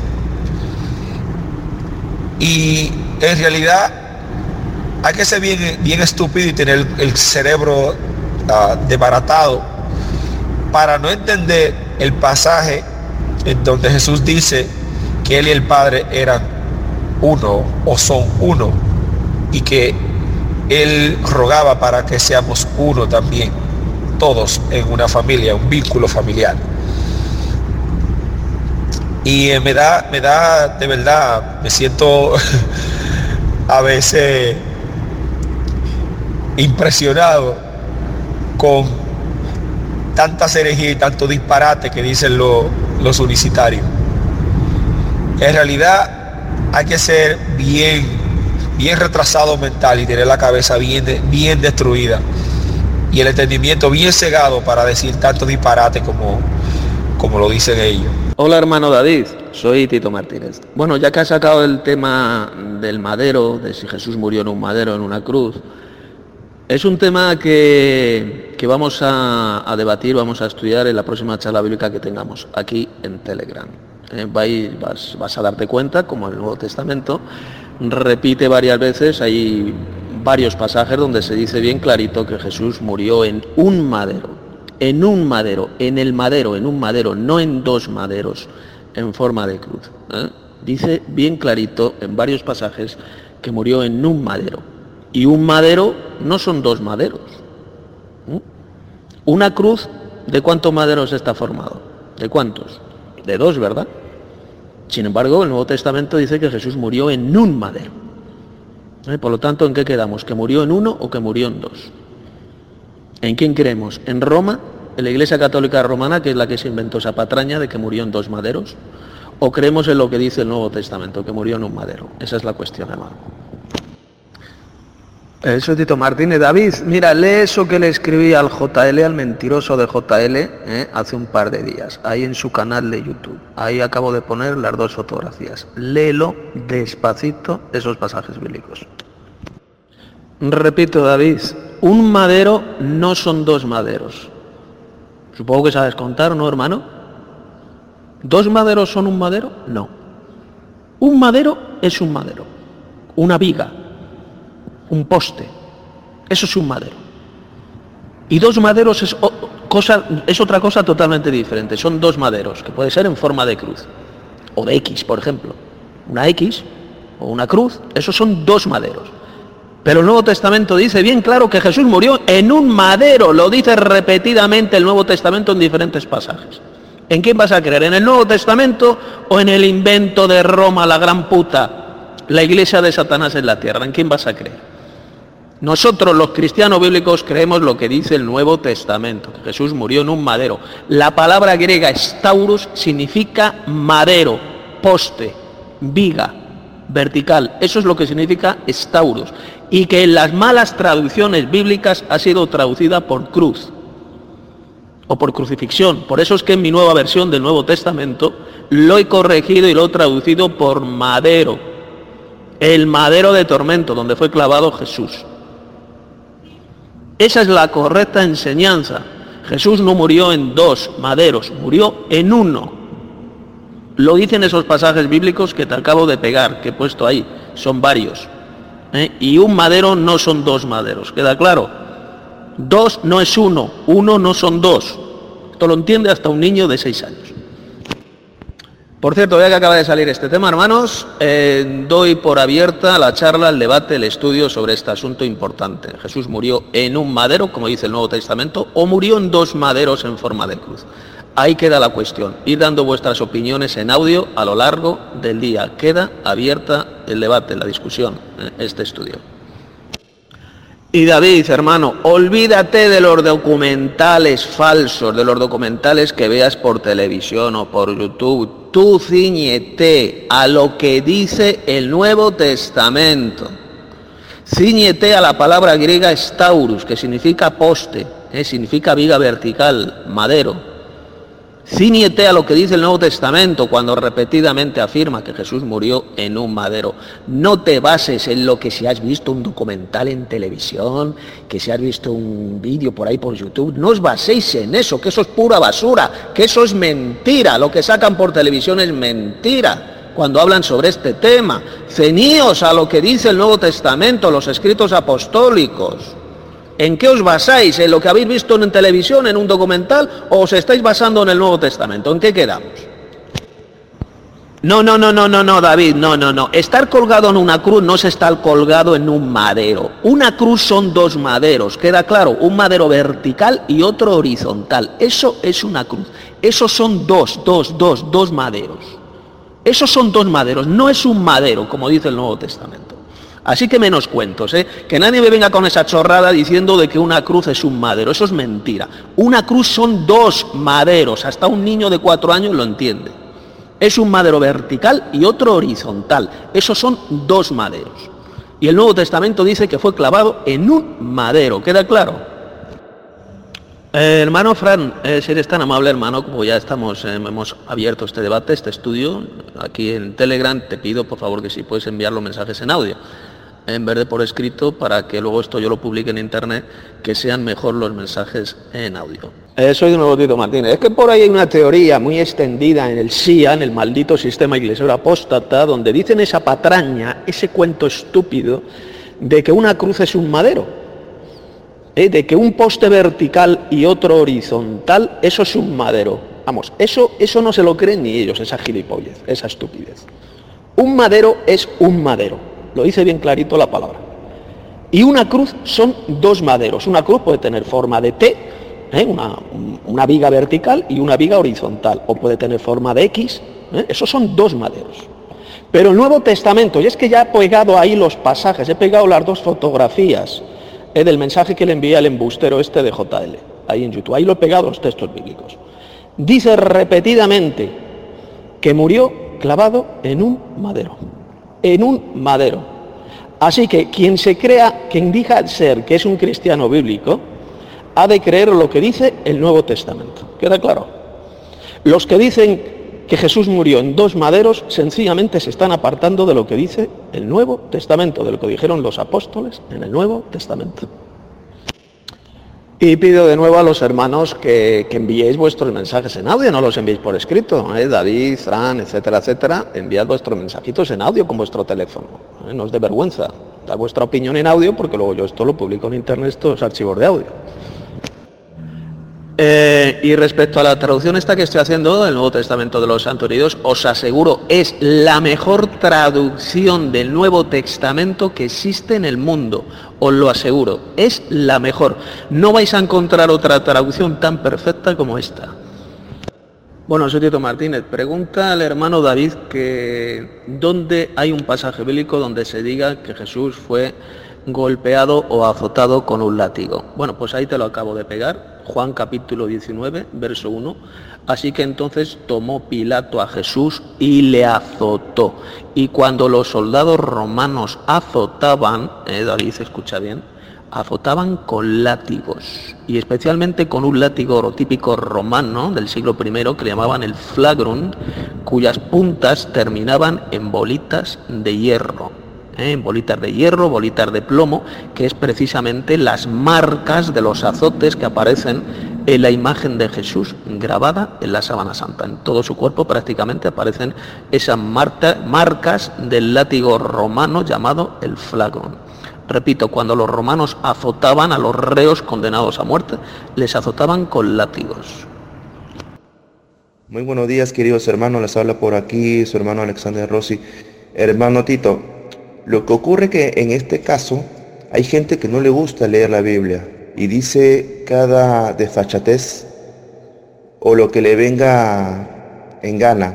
Y en realidad hay que ser bien, bien estúpido y tener el cerebro uh, desbaratado para no entender el pasaje en donde Jesús dice que él y el Padre eran uno o son uno, y que él rogaba para que seamos uno también, todos en una familia, un vínculo familiar. Y eh, me da, me da, de verdad, me siento a veces impresionado con tantas herejías y tanto disparate que dicen los, los unicitarios. En realidad hay que ser bien, bien retrasado mental y tener la cabeza bien, de, bien destruida y el entendimiento bien cegado para decir tanto disparate como, como lo dicen ellos. Hola hermano David, soy Tito Martínez. Bueno, ya que has sacado el tema del madero, de si Jesús murió en un madero o en una cruz, es un tema que, que vamos a, a debatir, vamos a estudiar en la próxima charla bíblica que tengamos aquí en Telegram. Eh, vas, vas a darte cuenta, como el Nuevo Testamento repite varias veces, hay varios pasajes donde se dice bien clarito que Jesús murió en un madero. En un madero, en el madero, en un madero, no en dos maderos en forma de cruz. ¿eh? Dice bien clarito en varios pasajes que murió en un madero. Y un madero no son dos maderos. ¿eh? Una cruz, ¿de cuántos maderos está formado? ¿De cuántos? De dos, ¿verdad? Sin embargo, el Nuevo Testamento dice que Jesús murió en un madero. ¿eh? Por lo tanto, ¿en qué quedamos? ¿Que murió en uno o que murió en dos? ¿En quién creemos? ¿En Roma, en la Iglesia Católica Romana, que es la que se inventó esa patraña de que murió en dos maderos? ¿O creemos en lo que dice el Nuevo Testamento, que murió en un madero? Esa es la cuestión, hermano. Eso es Tito Martínez. David, mira, lee eso que le escribí al J L, al mentiroso de J L, ¿eh? hace un par de días, ahí en su canal de YouTube. Ahí acabo de poner las dos fotografías. Léelo despacito, esos pasajes bíblicos. Repito, David, un madero no son dos maderos. Supongo que sabes contar, ¿no, hermano? ¿Dos maderos son un madero? No. Un madero es un madero. Una viga, un poste, eso es un madero. Y dos maderos es, o, cosa, es otra cosa totalmente diferente. Son dos maderos, que puede ser en forma de cruz, o de X, por ejemplo. Una X o una cruz, esos son dos maderos. Pero el Nuevo Testamento dice bien claro que Jesús murió en un madero, lo dice repetidamente el Nuevo Testamento en diferentes pasajes. ¿En quién vas a creer? ¿En el Nuevo Testamento o en el invento de Roma, la gran puta, la iglesia de Satanás en la tierra? ¿En quién vas a creer? Nosotros los cristianos bíblicos creemos lo que dice el Nuevo Testamento, que Jesús murió en un madero. La palabra griega staurus significa madero, poste, viga, vertical. Eso es lo que significa staurus. Y que en las malas traducciones bíblicas ha sido traducida por cruz o por crucifixión. Por eso es que en mi nueva versión del Nuevo Testamento lo he corregido y lo he traducido por madero, el madero de tormento donde fue clavado Jesús. Esa es la correcta enseñanza. Jesús no murió en dos maderos, murió en uno. Lo dicen esos pasajes bíblicos que te acabo de pegar, que he puesto ahí, son varios. ¿Eh? Y un madero no son dos maderos, ¿queda claro? Dos no es uno, uno no son dos. Esto lo entiende hasta un niño de seis años. Por cierto, ya que acaba de salir este tema, hermanos, eh, doy por abierta la charla, el debate, el estudio sobre este asunto importante. ¿Jesús murió en un madero, como dice el Nuevo Testamento, o murió en dos maderos en forma de cruz? Ahí queda la cuestión. Ir dando vuestras opiniones en audio a lo largo del día. Queda abierta el debate, la discusión, este estudio. Y David, hermano, olvídate de los documentales falsos, de los documentales que veas por televisión o por YouTube. Tú cíñete a lo que dice el Nuevo Testamento. Cíñete a la palabra griega staurus, que significa poste, ¿eh? significa viga vertical, madero. Cíñete a lo que dice el Nuevo Testamento cuando repetidamente afirma que Jesús murió en un madero. No te bases en lo que si has visto un documental en televisión, que si has visto un vídeo por ahí por YouTube. No os baséis en eso, que eso es pura basura, que eso es mentira. Lo que sacan por televisión es mentira cuando hablan sobre este tema. Ceñíos a lo que dice el Nuevo Testamento, los escritos apostólicos. ¿En qué os basáis? ¿En lo que habéis visto en televisión, en un documental, o os estáis basando en el Nuevo Testamento? ¿En qué quedamos? No, no, no, no, no, no, David, no, no, no. Estar colgado en una cruz no es estar colgado en un madero. Una cruz son dos maderos, queda claro, un madero vertical y otro horizontal. Eso es una cruz. Esos son dos, dos, dos, dos maderos. Esos son dos maderos, no es un madero, como dice el Nuevo Testamento. Así que menos cuentos, ¿eh? Que nadie me venga con esa chorrada diciendo de que una cruz es un madero, eso es mentira. Una cruz son dos maderos, hasta un niño de cuatro años lo entiende. Es un madero vertical y otro horizontal, esos son dos maderos. Y el Nuevo Testamento dice que fue clavado en un madero, ¿queda claro? Eh, hermano Fran, eh, si eres tan amable, hermano, como ya estamos, eh, hemos abierto este debate, este estudio, aquí en Telegram, te pido por favor que si puedes enviar los mensajes en audio, en vez de por escrito, para que luego esto yo lo publique en internet, que sean mejor los mensajes en audio. Eh, soy de nuevo Tito Martínez. Es que por ahí hay una teoría muy extendida en el S I A, en el maldito sistema iglesiero apóstata, donde dicen esa patraña, ese cuento estúpido, de que una cruz es un madero, eh, de que un poste vertical y otro horizontal, eso es un madero. Vamos, eso, eso no se lo creen ni ellos, esa gilipollez, esa estupidez. Un madero es un madero, lo dice bien clarito la palabra. Y una cruz son dos maderos. Una cruz puede tener forma de T, ¿eh? una, una viga vertical y una viga horizontal, o puede tener forma de X, ¿eh? Esos son dos maderos. Pero el Nuevo Testamento, y es que ya he pegado ahí los pasajes, he pegado las dos fotografías ¿eh? del mensaje que le envié al embustero este de J L, ahí en YouTube, ahí lo he pegado los textos bíblicos. Dice repetidamente que murió clavado en un madero, en un madero. Así que quien se crea, quien diga ser que es un cristiano bíblico, ha de creer lo que dice el Nuevo Testamento. ¿Queda claro? Los que dicen que Jesús murió en dos maderos, sencillamente se están apartando de lo que dice el Nuevo Testamento, de lo que dijeron los apóstoles en el Nuevo Testamento. Y pido de nuevo a los hermanos que, que enviéis vuestros mensajes en audio, no los enviéis por escrito, ¿eh? David, Fran, etcétera, etcétera, enviad vuestros mensajitos en audio con vuestro teléfono, ¿eh? No os dé vergüenza, dar vuestra opinión en audio, porque luego yo esto lo publico en internet, estos archivos de audio. Eh, y respecto a la traducción esta que estoy haciendo del Nuevo Testamento de los Santos Heridos, os aseguro, es la mejor traducción del Nuevo Testamento que existe en el mundo, os lo aseguro, es la mejor. No vais a encontrar otra traducción tan perfecta como esta. Bueno, soy Tito Martínez. Pregunta al hermano David que ¿dónde hay un pasaje bíblico donde se diga que Jesús fue golpeado o azotado con un látigo? Bueno, pues ahí te lo acabo de pegar. Juan capítulo diecinueve, verso uno. Así que entonces tomó Pilato a Jesús y le azotó. Y cuando los soldados romanos azotaban, eh, David, escucha bien, azotaban con látigos. Y especialmente con un látigo típico romano del siglo primero que le llamaban el flagrum, cuyas puntas terminaban en bolitas de hierro. ¿Eh? bolitas de hierro, bolitas de plomo, que es precisamente las marcas de los azotes que aparecen en la imagen de Jesús grabada en la sábana santa. En todo su cuerpo prácticamente aparecen esas marca, marcas del látigo romano llamado el flagrum. Repito, cuando los romanos azotaban a los reos condenados a muerte, les azotaban con látigos. Muy buenos días, queridos hermanos, les habla por aquí su hermano Alexander Rossi. Hermano Tito, lo que ocurre que en este caso hay gente que no le gusta leer la Biblia y dice cada desfachatez o lo que le venga en gana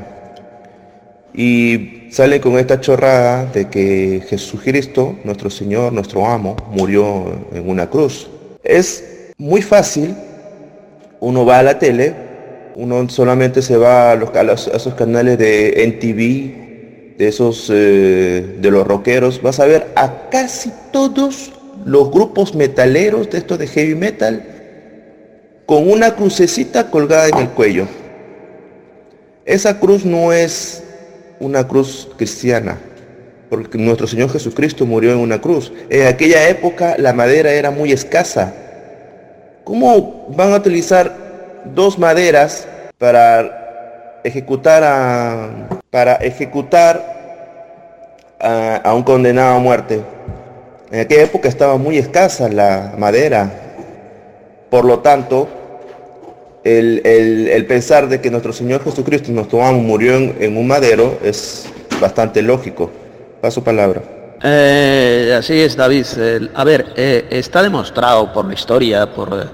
y sale con esta chorrada de que Jesucristo, nuestro Señor, nuestro amo, murió en una cruz. Es muy fácil, uno va a la tele, uno solamente se va a, los, a, los, a esos canales de M T V, de esos, eh, de los rockeros, vas a ver a casi todos los grupos metaleros de estos de heavy metal con una crucecita colgada en el cuello. Esa cruz no es una cruz cristiana, porque nuestro Señor Jesucristo murió en una cruz. En aquella época la madera era muy escasa. ¿Cómo van a utilizar dos maderas para ejecutar a, para ejecutar a, a un condenado a muerte? En aquella época estaba muy escasa la madera. Por lo tanto, el, el, el pensar de que nuestro Señor Jesucristo, nuestro amo, murió en, en un madero es bastante lógico. Paso palabra. Eh, así es, David. Eh, a ver, eh, está demostrado por la historia, por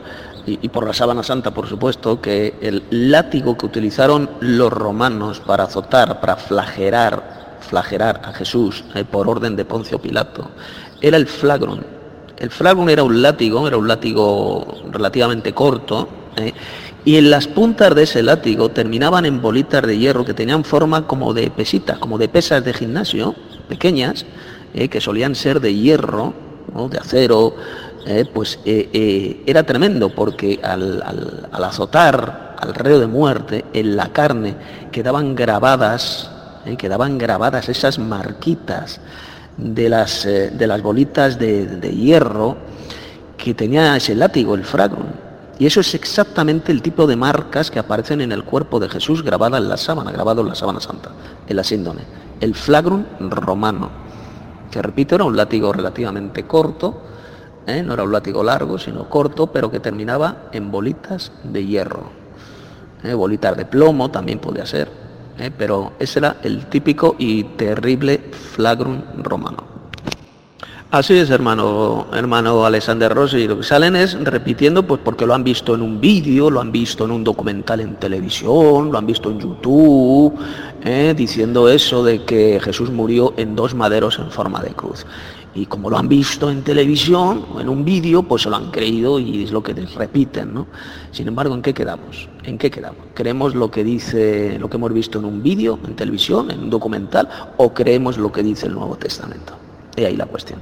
y, y por la sábana santa, por supuesto, que el látigo que utilizaron los romanos para azotar, para flagelar, flagelar a Jesús eh, por orden de Poncio Pilato, era el flagrum. El flagrum era un látigo, era un látigo relativamente corto, eh, y en las puntas de ese látigo terminaban en bolitas de hierro que tenían forma como de pesitas, como de pesas de gimnasio, pequeñas, eh, que solían ser de hierro, ¿no?, de acero. Eh, pues eh, eh, era tremendo, porque al, al, al azotar al reo de muerte, en la carne quedaban grabadas, eh, quedaban grabadas esas marquitas de las, eh, de las bolitas de, de hierro que tenía ese látigo, el flagrum. Y eso es exactamente el tipo de marcas que aparecen en el cuerpo de Jesús grabada en la sábana, grabado en la sábana santa, en la síndone. El flagrum romano, que repito, era un látigo relativamente corto, ¿Eh? no era un látigo largo, sino corto, pero que terminaba en bolitas de hierro, ¿eh? bolitas de plomo también podía ser, ¿eh? pero ese era el típico y terrible flagrum romano. Así es, hermano, hermano Alexander Rossi, lo que salen es repitiendo, pues porque lo han visto en un vídeo, lo han visto en un documental en televisión, lo han visto en YouTube, ¿eh? diciendo eso de que Jesús murió en dos maderos en forma de cruz. Y como lo han visto en televisión o en un vídeo, pues se lo han creído y es lo que les repiten, ¿no? Sin embargo, ¿en qué quedamos? ¿En qué quedamos? ¿Creemos lo que dice, lo que hemos visto en un vídeo, en televisión, en un documental, o creemos lo que dice el Nuevo Testamento? Y ahí la cuestión.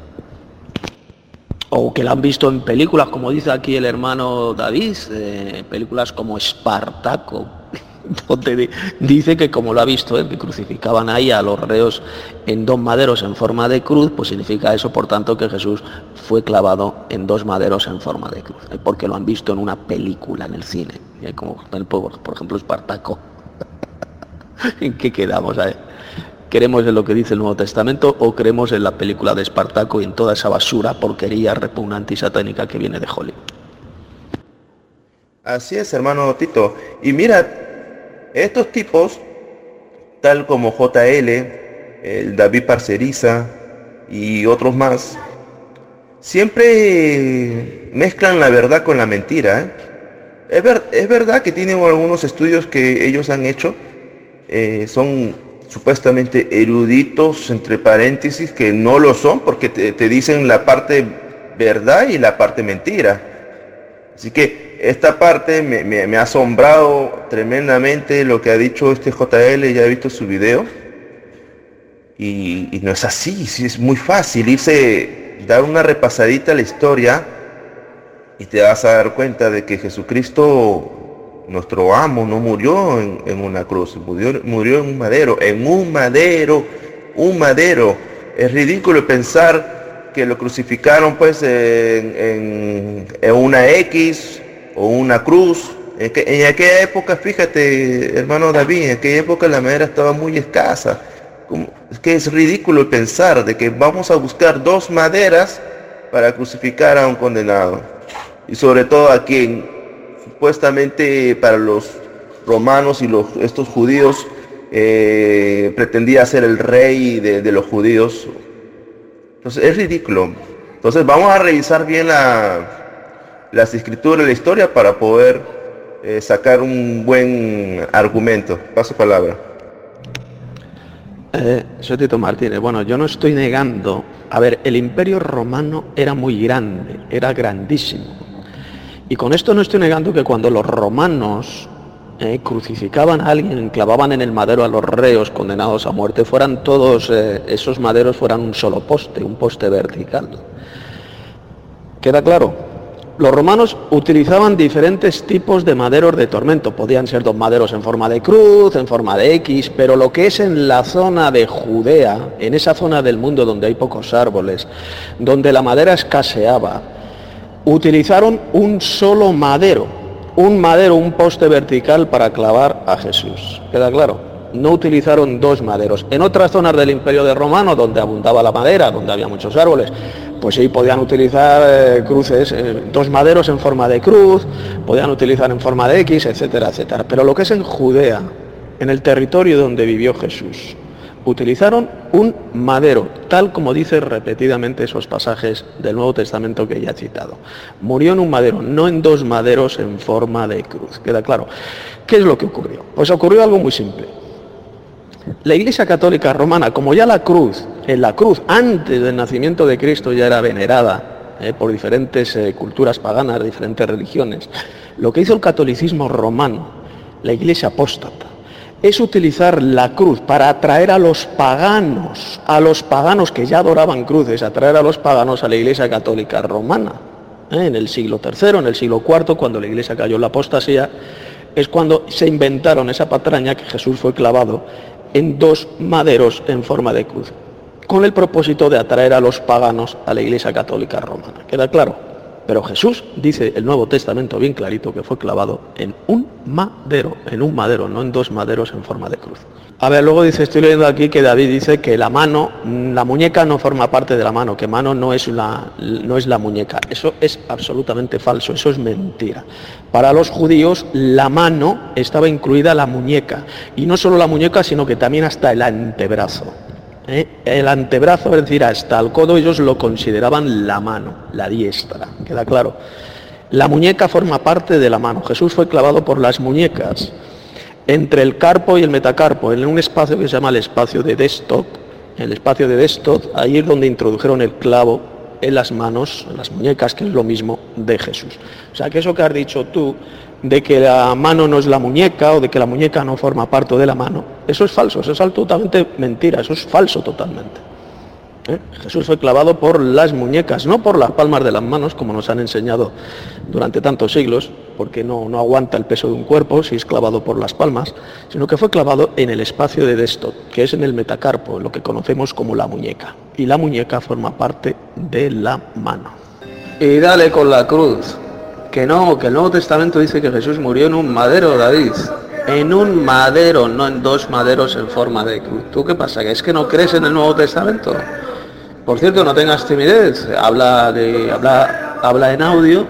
O que lo han visto en películas, como dice aquí el hermano David, eh, películas como Espartaco, donde dice que como lo ha visto él, que crucificaban ahí a los reos en dos maderos en forma de cruz, pues significa eso, por tanto, que Jesús fue clavado en dos maderos en forma de cruz, porque lo han visto en una película en el cine, como por ejemplo Espartaco. ¿En qué quedamos ahí? ¿Creemos en lo que dice el Nuevo Testamento o creemos en la película de Espartaco y en toda esa basura, porquería repugnante y satánica que viene de Hollywood? Así es, hermano Tito. Y mira, estos tipos, tal como J L, el David Parceriza y otros más, siempre mezclan la verdad con la mentira, ¿eh? Es, ver, es verdad que tienen algunos estudios que ellos han hecho, eh, son supuestamente eruditos, entre paréntesis, que no lo son, porque te, te dicen la parte verdad y la parte mentira. Así que esta parte me, me, me ha asombrado tremendamente lo que ha dicho este J L, ya he visto su video. Y, y no es así, sí, es muy fácil irse, dar una repasadita a la historia y te vas a dar cuenta de que Jesucristo, nuestro amo, no murió en, en una cruz, murió, murió en un madero, en un madero, un madero. Es ridículo pensar que lo crucificaron pues en, en, en una X o una cruz. En, que, en aquella época, fíjate, hermano David, en aquella época la madera estaba muy escasa. Es que es ridículo pensar de que vamos a buscar dos maderas para crucificar a un condenado. Y sobre todo a quien supuestamente para los romanos y los, estos judíos eh, pretendía ser el rey de, de los judíos. Entonces es ridículo. Entonces vamos a revisar bien la, las escrituras, la historia, para poder eh, sacar un buen argumento. Paso palabra. Eh, soy Tito Martínez. Bueno, yo no estoy negando. A ver, el Imperio Romano era muy grande, era grandísimo. Y con esto no estoy negando que cuando los romanos eh, crucificaban a alguien, clavaban en el madero a los reos condenados a muerte, fueran todos eh, esos maderos fueran un solo poste, un poste vertical. ¿Queda claro? Los romanos utilizaban diferentes tipos de maderos de tormento. Podían ser dos maderos en forma de cruz, en forma de X, pero lo que es en la zona de Judea, en esa zona del mundo donde hay pocos árboles, donde la madera escaseaba, utilizaron un solo madero, un madero, un poste vertical para clavar a Jesús. ¿Queda claro? No utilizaron dos maderos. En otras zonas del Imperio de Romano, donde abundaba la madera, donde había muchos árboles, pues sí, podían utilizar eh, cruces, eh, dos maderos en forma de cruz, podían utilizar en forma de X, etcétera, etcétera. Pero lo que es en Judea, en el territorio donde vivió Jesús, utilizaron un madero, tal como dice repetidamente esos pasajes del Nuevo Testamento que ya he citado. Murió en un madero, no en dos maderos en forma de cruz. ¿Queda claro? ¿Qué es lo que ocurrió? Pues ocurrió algo muy simple. La Iglesia Católica Romana, como ya la cruz, en la cruz antes del nacimiento de Cristo ya era venerada eh, por diferentes eh, culturas paganas, diferentes religiones, lo que hizo el catolicismo romano, la Iglesia apóstata, es utilizar la cruz para atraer a los paganos, a los paganos que ya adoraban cruces, atraer a los paganos a la Iglesia Católica Romana. ¿Eh? En el siglo tercero, en el siglo cuarto, cuando la Iglesia cayó en la apostasía, es cuando se inventaron esa patraña que Jesús fue clavado en dos maderos en forma de cruz, con el propósito de atraer a los paganos a la Iglesia Católica Romana. ¿Queda claro? Pero Jesús, dice el Nuevo Testamento bien clarito, que fue clavado en un madero, en un madero, no en dos maderos en forma de cruz. A ver, luego dice, estoy leyendo aquí que David dice que la mano, la muñeca no forma parte de la mano, que mano no es la, no es la muñeca. Eso es absolutamente falso, eso es mentira. Para los judíos la mano estaba incluida la muñeca, y no solo la muñeca, sino que también hasta el antebrazo. ¿Eh? El antebrazo, es decir, hasta el codo, ellos lo consideraban la mano, la diestra, ¿queda claro? La muñeca forma parte de la mano. Jesús fue clavado por las muñecas, entre el carpo y el metacarpo, en un espacio que se llama el espacio de Destot. El espacio de Destot, ahí es donde introdujeron el clavo en las manos, en las muñecas, que es lo mismo de Jesús. O sea, que eso que has dicho tú, de que la mano no es la muñeca, o de que la muñeca no forma parte de la mano, eso es falso, eso es absolutamente mentira, eso es falso totalmente. ¿Eh? Jesús fue clavado por las muñecas, no por las palmas de las manos, como nos han enseñado durante tantos siglos, porque no, no aguanta el peso de un cuerpo si es clavado por las palmas, sino que fue clavado en el espacio de Destot, que es en el metacarpo, en lo que conocemos como la muñeca, y la muñeca forma parte de la mano. Y dale con la cruz. Que no, que el Nuevo Testamento dice que Jesús murió en un madero, David. En un madero, no en dos maderos en forma de cruz. ¿Tú qué pasa? ¿Que es que no crees en el Nuevo Testamento? Por cierto, no tengas timidez. Habla, de, habla, habla en audio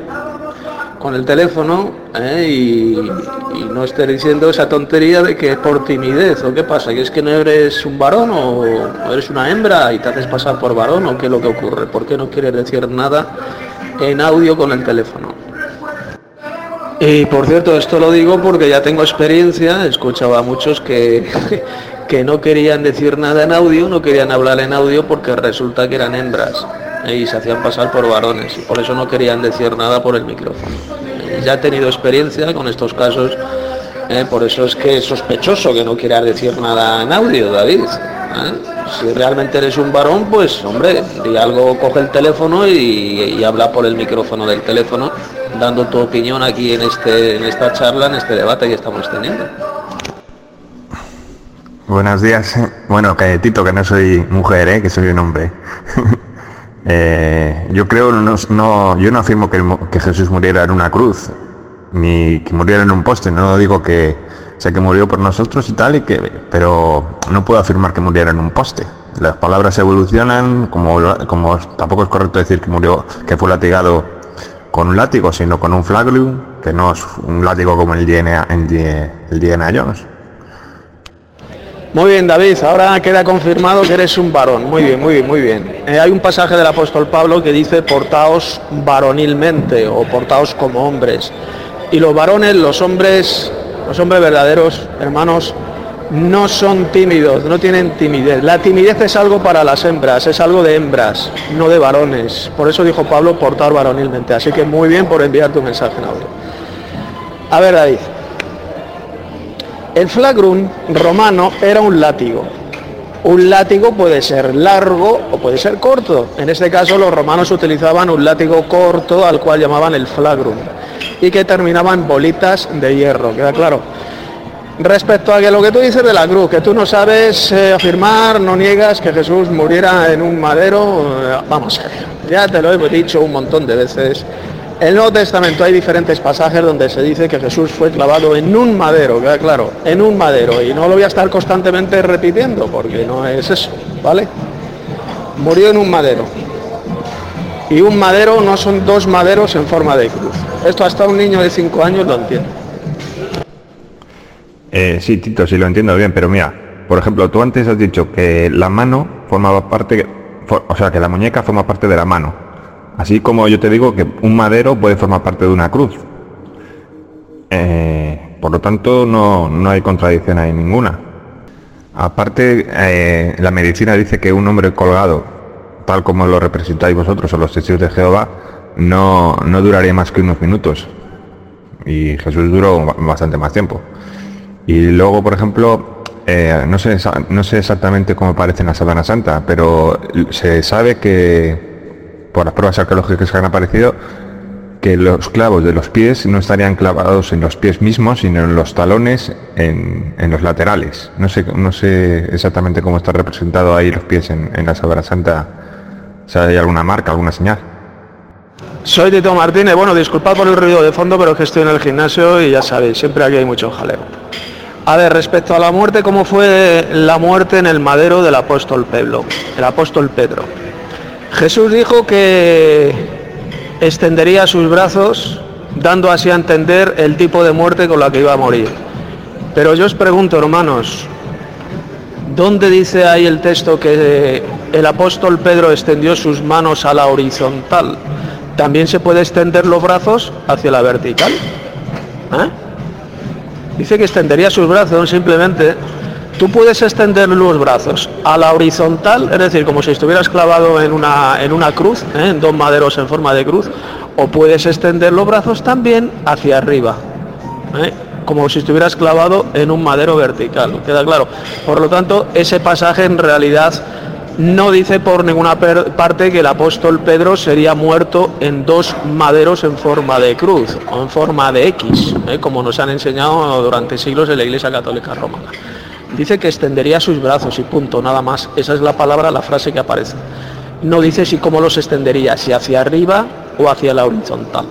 con el teléfono ¿eh? y, y no estés diciendo esa tontería de que es por timidez. ¿O qué pasa? ¿Que es que no eres un varón o eres una hembra y te haces pasar por varón? ¿O qué es lo que ocurre? ¿Por qué no quieres decir nada en audio con el teléfono? Y por cierto, esto lo digo porque ya tengo experiencia, he escuchado a muchos que, que no querían decir nada en audio, no querían hablar en audio porque resulta que eran hembras y se hacían pasar por varones y por eso no querían decir nada por el micrófono. Y ya he tenido experiencia con estos casos, eh, por eso es que es sospechoso que no quieras decir nada en audio, David. ¿Eh? Si realmente eres un varón, pues hombre, di algo, coge el teléfono y, y habla por el micrófono del teléfono, dando tu opinión aquí en este en esta charla, en este debate que estamos teniendo. Buenos días. Bueno, calletito, que no soy mujer, ¿eh? Que soy un hombre. eh, yo creo, no, no, yo no afirmo que, que Jesús muriera en una cruz, ni que muriera en un poste, no digo que sé que murió por nosotros y tal, y que, pero no puedo afirmar que muriera en un poste. Las palabras evolucionan, como, como tampoco es correcto decir que murió, que fue latigado con un látigo, sino con un flagrum, que no es un látigo como el D N A, el D N A Jones. Muy bien, David, ahora queda confirmado que eres un varón. Muy bien, muy bien, muy bien. Eh, hay un pasaje del apóstol Pablo que dice portaos varonilmente o portaos como hombres. Y los varones, los hombres... Los hombres verdaderos, hermanos, no son tímidos, no tienen timidez. La timidez es algo para las hembras, es algo de hembras, no de varones. Por eso dijo Pablo, portar varonilmente. Así que muy bien por enviar tu mensaje en audio. A ver, David. El flagrum romano era un látigo. Un látigo puede ser largo o puede ser corto. En este caso los romanos utilizaban un látigo corto al cual llamaban el flagrum y que terminaba en bolitas de hierro, ¿queda claro? Respecto a que lo que tú dices de la cruz, que tú no sabes eh, afirmar, no niegas que Jesús muriera en un madero, eh, vamos a ver, ya te lo he dicho un montón de veces. En el Nuevo Testamento hay diferentes pasajes donde se dice que Jesús fue clavado en un madero, queda claro, en un madero, y no lo voy a estar constantemente repitiendo porque no es eso, ¿vale? Murió en un madero. Y un madero no son dos maderos en forma de cruz. Esto hasta un niño de cinco años lo entiende. Eh, sí, Tito, sí lo entiendo bien, pero mira, por ejemplo, tú antes has dicho que la mano formaba parte o sea, que la muñeca forma parte de la mano. Así como yo te digo que un madero puede formar parte de una cruz. Eh, por lo tanto, no, no hay contradicción ahí ninguna. Aparte, eh, la medicina dice que un hombre colgado, tal como lo representáis vosotros o los testigos de Jehová, no, no duraría más que unos minutos. Y Jesús duró bastante más tiempo. Y luego, por ejemplo, eh, no sé, no sé exactamente cómo aparece en la Sábana Santa, pero se sabe que, por las pruebas arqueológicas que han aparecido, que los clavos de los pies no estarían clavados en los pies mismos, sino en los talones, en, en los laterales. No sé, no sé exactamente cómo está representado ahí los pies en, en la Sábana Santa. O sea, ¿hay alguna marca, alguna señal? Soy Tito Martínez. Bueno, disculpad por el ruido de fondo, pero es que estoy en el gimnasio y ya sabéis, siempre aquí hay mucho jaleo. A ver, respecto a la muerte, ¿cómo fue la muerte en el madero del apóstol Pedro? El apóstol Pedro. Jesús dijo que extendería sus brazos, dando así a entender el tipo de muerte con la que iba a morir. Pero yo os pregunto, hermanos, ¿dónde dice ahí el texto que el apóstol Pedro extendió sus manos a la horizontal? ¿También se puede extender los brazos hacia la vertical? ¿Eh? Dice que extendería sus brazos, simplemente. Tú puedes extender los brazos a la horizontal, es decir, como si estuvieras clavado en una, en una cruz, ¿eh? en dos maderos en forma de cruz, o puedes extender los brazos también hacia arriba, ¿eh? como si estuvieras clavado en un madero vertical, ¿queda claro? Por lo tanto, ese pasaje en realidad no dice por ninguna parte que el apóstol Pedro sería muerto en dos maderos en forma de cruz o en forma de X, ¿eh? como nos han enseñado durante siglos en la Iglesia Católica Romana. Dice que extendería sus brazos y punto, nada más. Esa es la palabra, la frase que aparece. No dice si cómo los extendería, si hacia arriba o hacia la horizontal.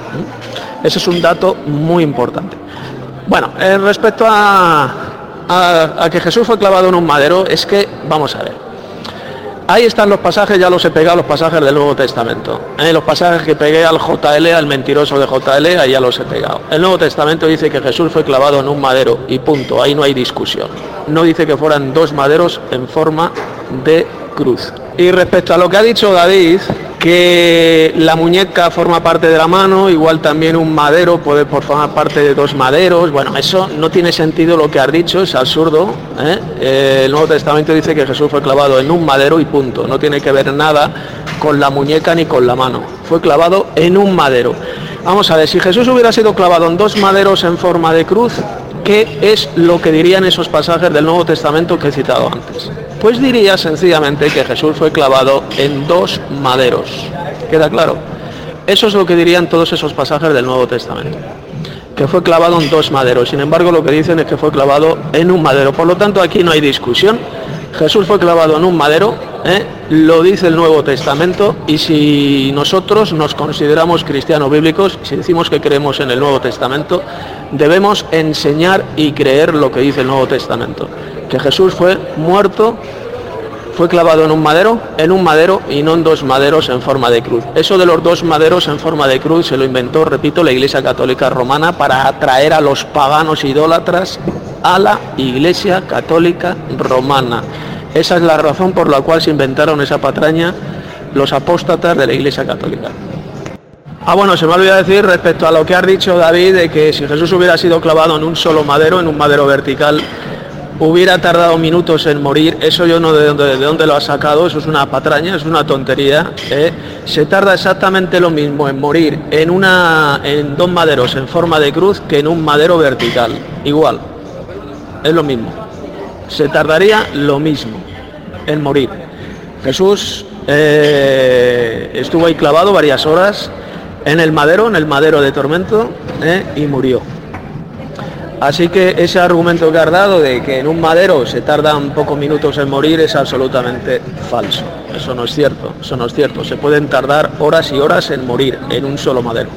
¿Mm? Ese es un dato muy importante. Bueno, eh, respecto a, a, a que Jesús fue clavado en un madero, es que, vamos a ver. Ahí están los pasajes, ya los he pegado, los pasajes del Nuevo Testamento. ¿Eh? Los pasajes que pegué al J L, al mentiroso de J L, ahí ya los he pegado. El Nuevo Testamento dice que Jesús fue clavado en un madero y punto, ahí no hay discusión. No dice que fueran dos maderos en forma de cruz. Y respecto a lo que ha dicho David, que la muñeca forma parte de la mano, igual también un madero puede formar parte de dos maderos, bueno, eso no tiene sentido lo que has dicho, es absurdo, ¿eh? Eh, el Nuevo Testamento dice que Jesús fue clavado en un madero y punto, no tiene que ver nada con la muñeca ni con la mano, fue clavado en un madero. Vamos a ver, si Jesús hubiera sido clavado en dos maderos en forma de cruz, ¿qué es lo que dirían esos pasajes del Nuevo Testamento que he citado antes? Pues diría sencillamente que Jesús fue clavado en dos maderos. ¿Queda claro? Eso es lo que dirían todos esos pasajes del Nuevo Testamento. Que fue clavado en dos maderos. Sin embargo, lo que dicen es que fue clavado en un madero. Por lo tanto, aquí no hay discusión. Jesús fue clavado en un madero, ¿eh? Lo dice el Nuevo Testamento, y si nosotros nos consideramos cristianos bíblicos, si decimos que creemos en el Nuevo Testamento, debemos enseñar y creer lo que dice el Nuevo Testamento, que Jesús fue muerto, fue clavado en un madero, en un madero y no en dos maderos en forma de cruz. Eso de los dos maderos en forma de cruz se lo inventó, repito, la Iglesia Católica Romana para atraer a los paganos idólatras a la Iglesia Católica Romana. Esa es la razón por la cual se inventaron esa patraña los apóstatas de la Iglesia Católica. Ah, bueno, se me olvidó decir respecto a lo que has dicho, David, de que si Jesús hubiera sido clavado en un solo madero, en un madero vertical, hubiera tardado minutos en morir. Eso yo no de dónde, de dónde lo has sacado, eso es una patraña, es una tontería, ¿eh? Se tarda exactamente lo mismo en morir en, una, en dos maderos en forma de cruz que en un madero vertical, igual, es lo mismo, se tardaría lo mismo en morir. Jesús eh, estuvo ahí clavado varias horas en el madero, en el madero de tormento, ¿eh? y murió. Así que ese argumento que has dado de que en un madero se tardan pocos minutos en morir es absolutamente falso. Eso no es cierto, eso no es cierto. Se pueden tardar horas y horas en morir en un solo madero.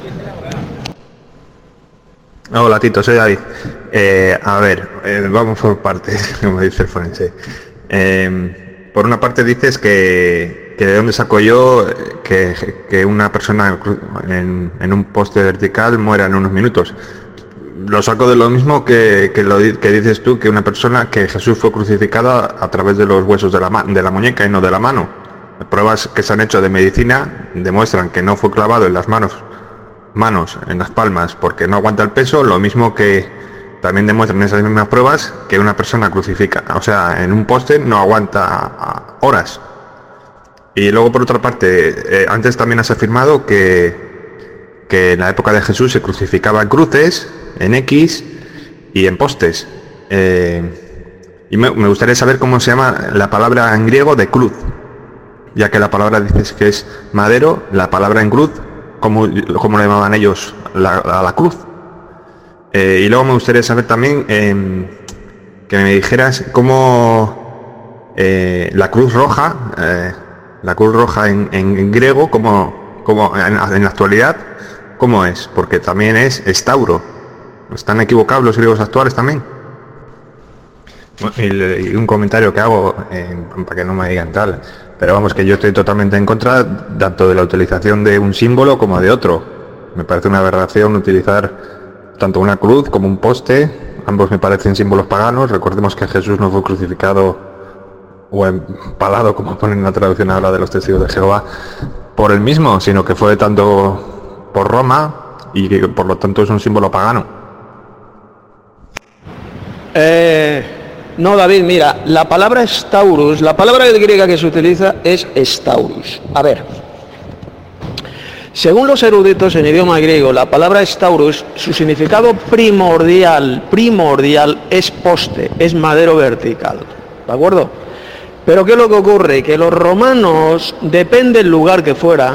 Hola Tito, soy David. Eh, a ver, eh, vamos por partes, como dice el forense. Eh, por una parte dices que, que de dónde saco yo que, que una persona en, en un poste vertical muera en unos minutos. Lo saco de lo mismo que, que, lo, que dices tú, que una persona, que Jesús fue crucificado a través de los huesos de la, de la muñeca y no de la mano. pruebas que se han hecho de medicina demuestran que no fue clavado en las manos, manos, en las palmas, porque no aguanta el peso, lo mismo que también demuestran esas mismas pruebas que una persona crucificada, o sea, en un poste no aguanta horas. Y luego, por otra parte, eh, antes también has afirmado que, que en la época de Jesús se crucificaba en cruces, en X y en postes. Eh, y me, me gustaría saber cómo se llama la palabra en griego de cruz, ya que la palabra dices que es madero, la palabra en cruz, ¿cómo, cómo le llamaban ellos la, a la cruz? Eh, y luego me gustaría saber también eh, que me dijeras cómo eh, la cruz roja, eh, la cruz roja en, en griego, cómo, cómo en, en la actualidad, cómo es, porque también es estauro. ¿Están equivocados los griegos actuales también? Y, y un comentario que hago, eh, para que no me digan tal, pero vamos, que yo estoy totalmente en contra tanto de la utilización de un símbolo como de otro. Me parece una aberración utilizar tanto una cruz como un poste, ambos me parecen símbolos paganos. Recordemos que Jesús no fue crucificado o empalado, como ponen en la traducción ahora de los testigos de Jehová, por él mismo, sino que fue tanto por Roma y que por lo tanto es un símbolo pagano. Eh, no, David, mira, la palabra estaurus, la palabra griega que se utiliza es estaurus. A ver, según los eruditos en idioma griego, la palabra estaurus, su significado primordial, primordial es poste, es madero vertical, ¿de acuerdo? Pero ¿qué es lo que ocurre? Que los romanos, depende del lugar que fuera,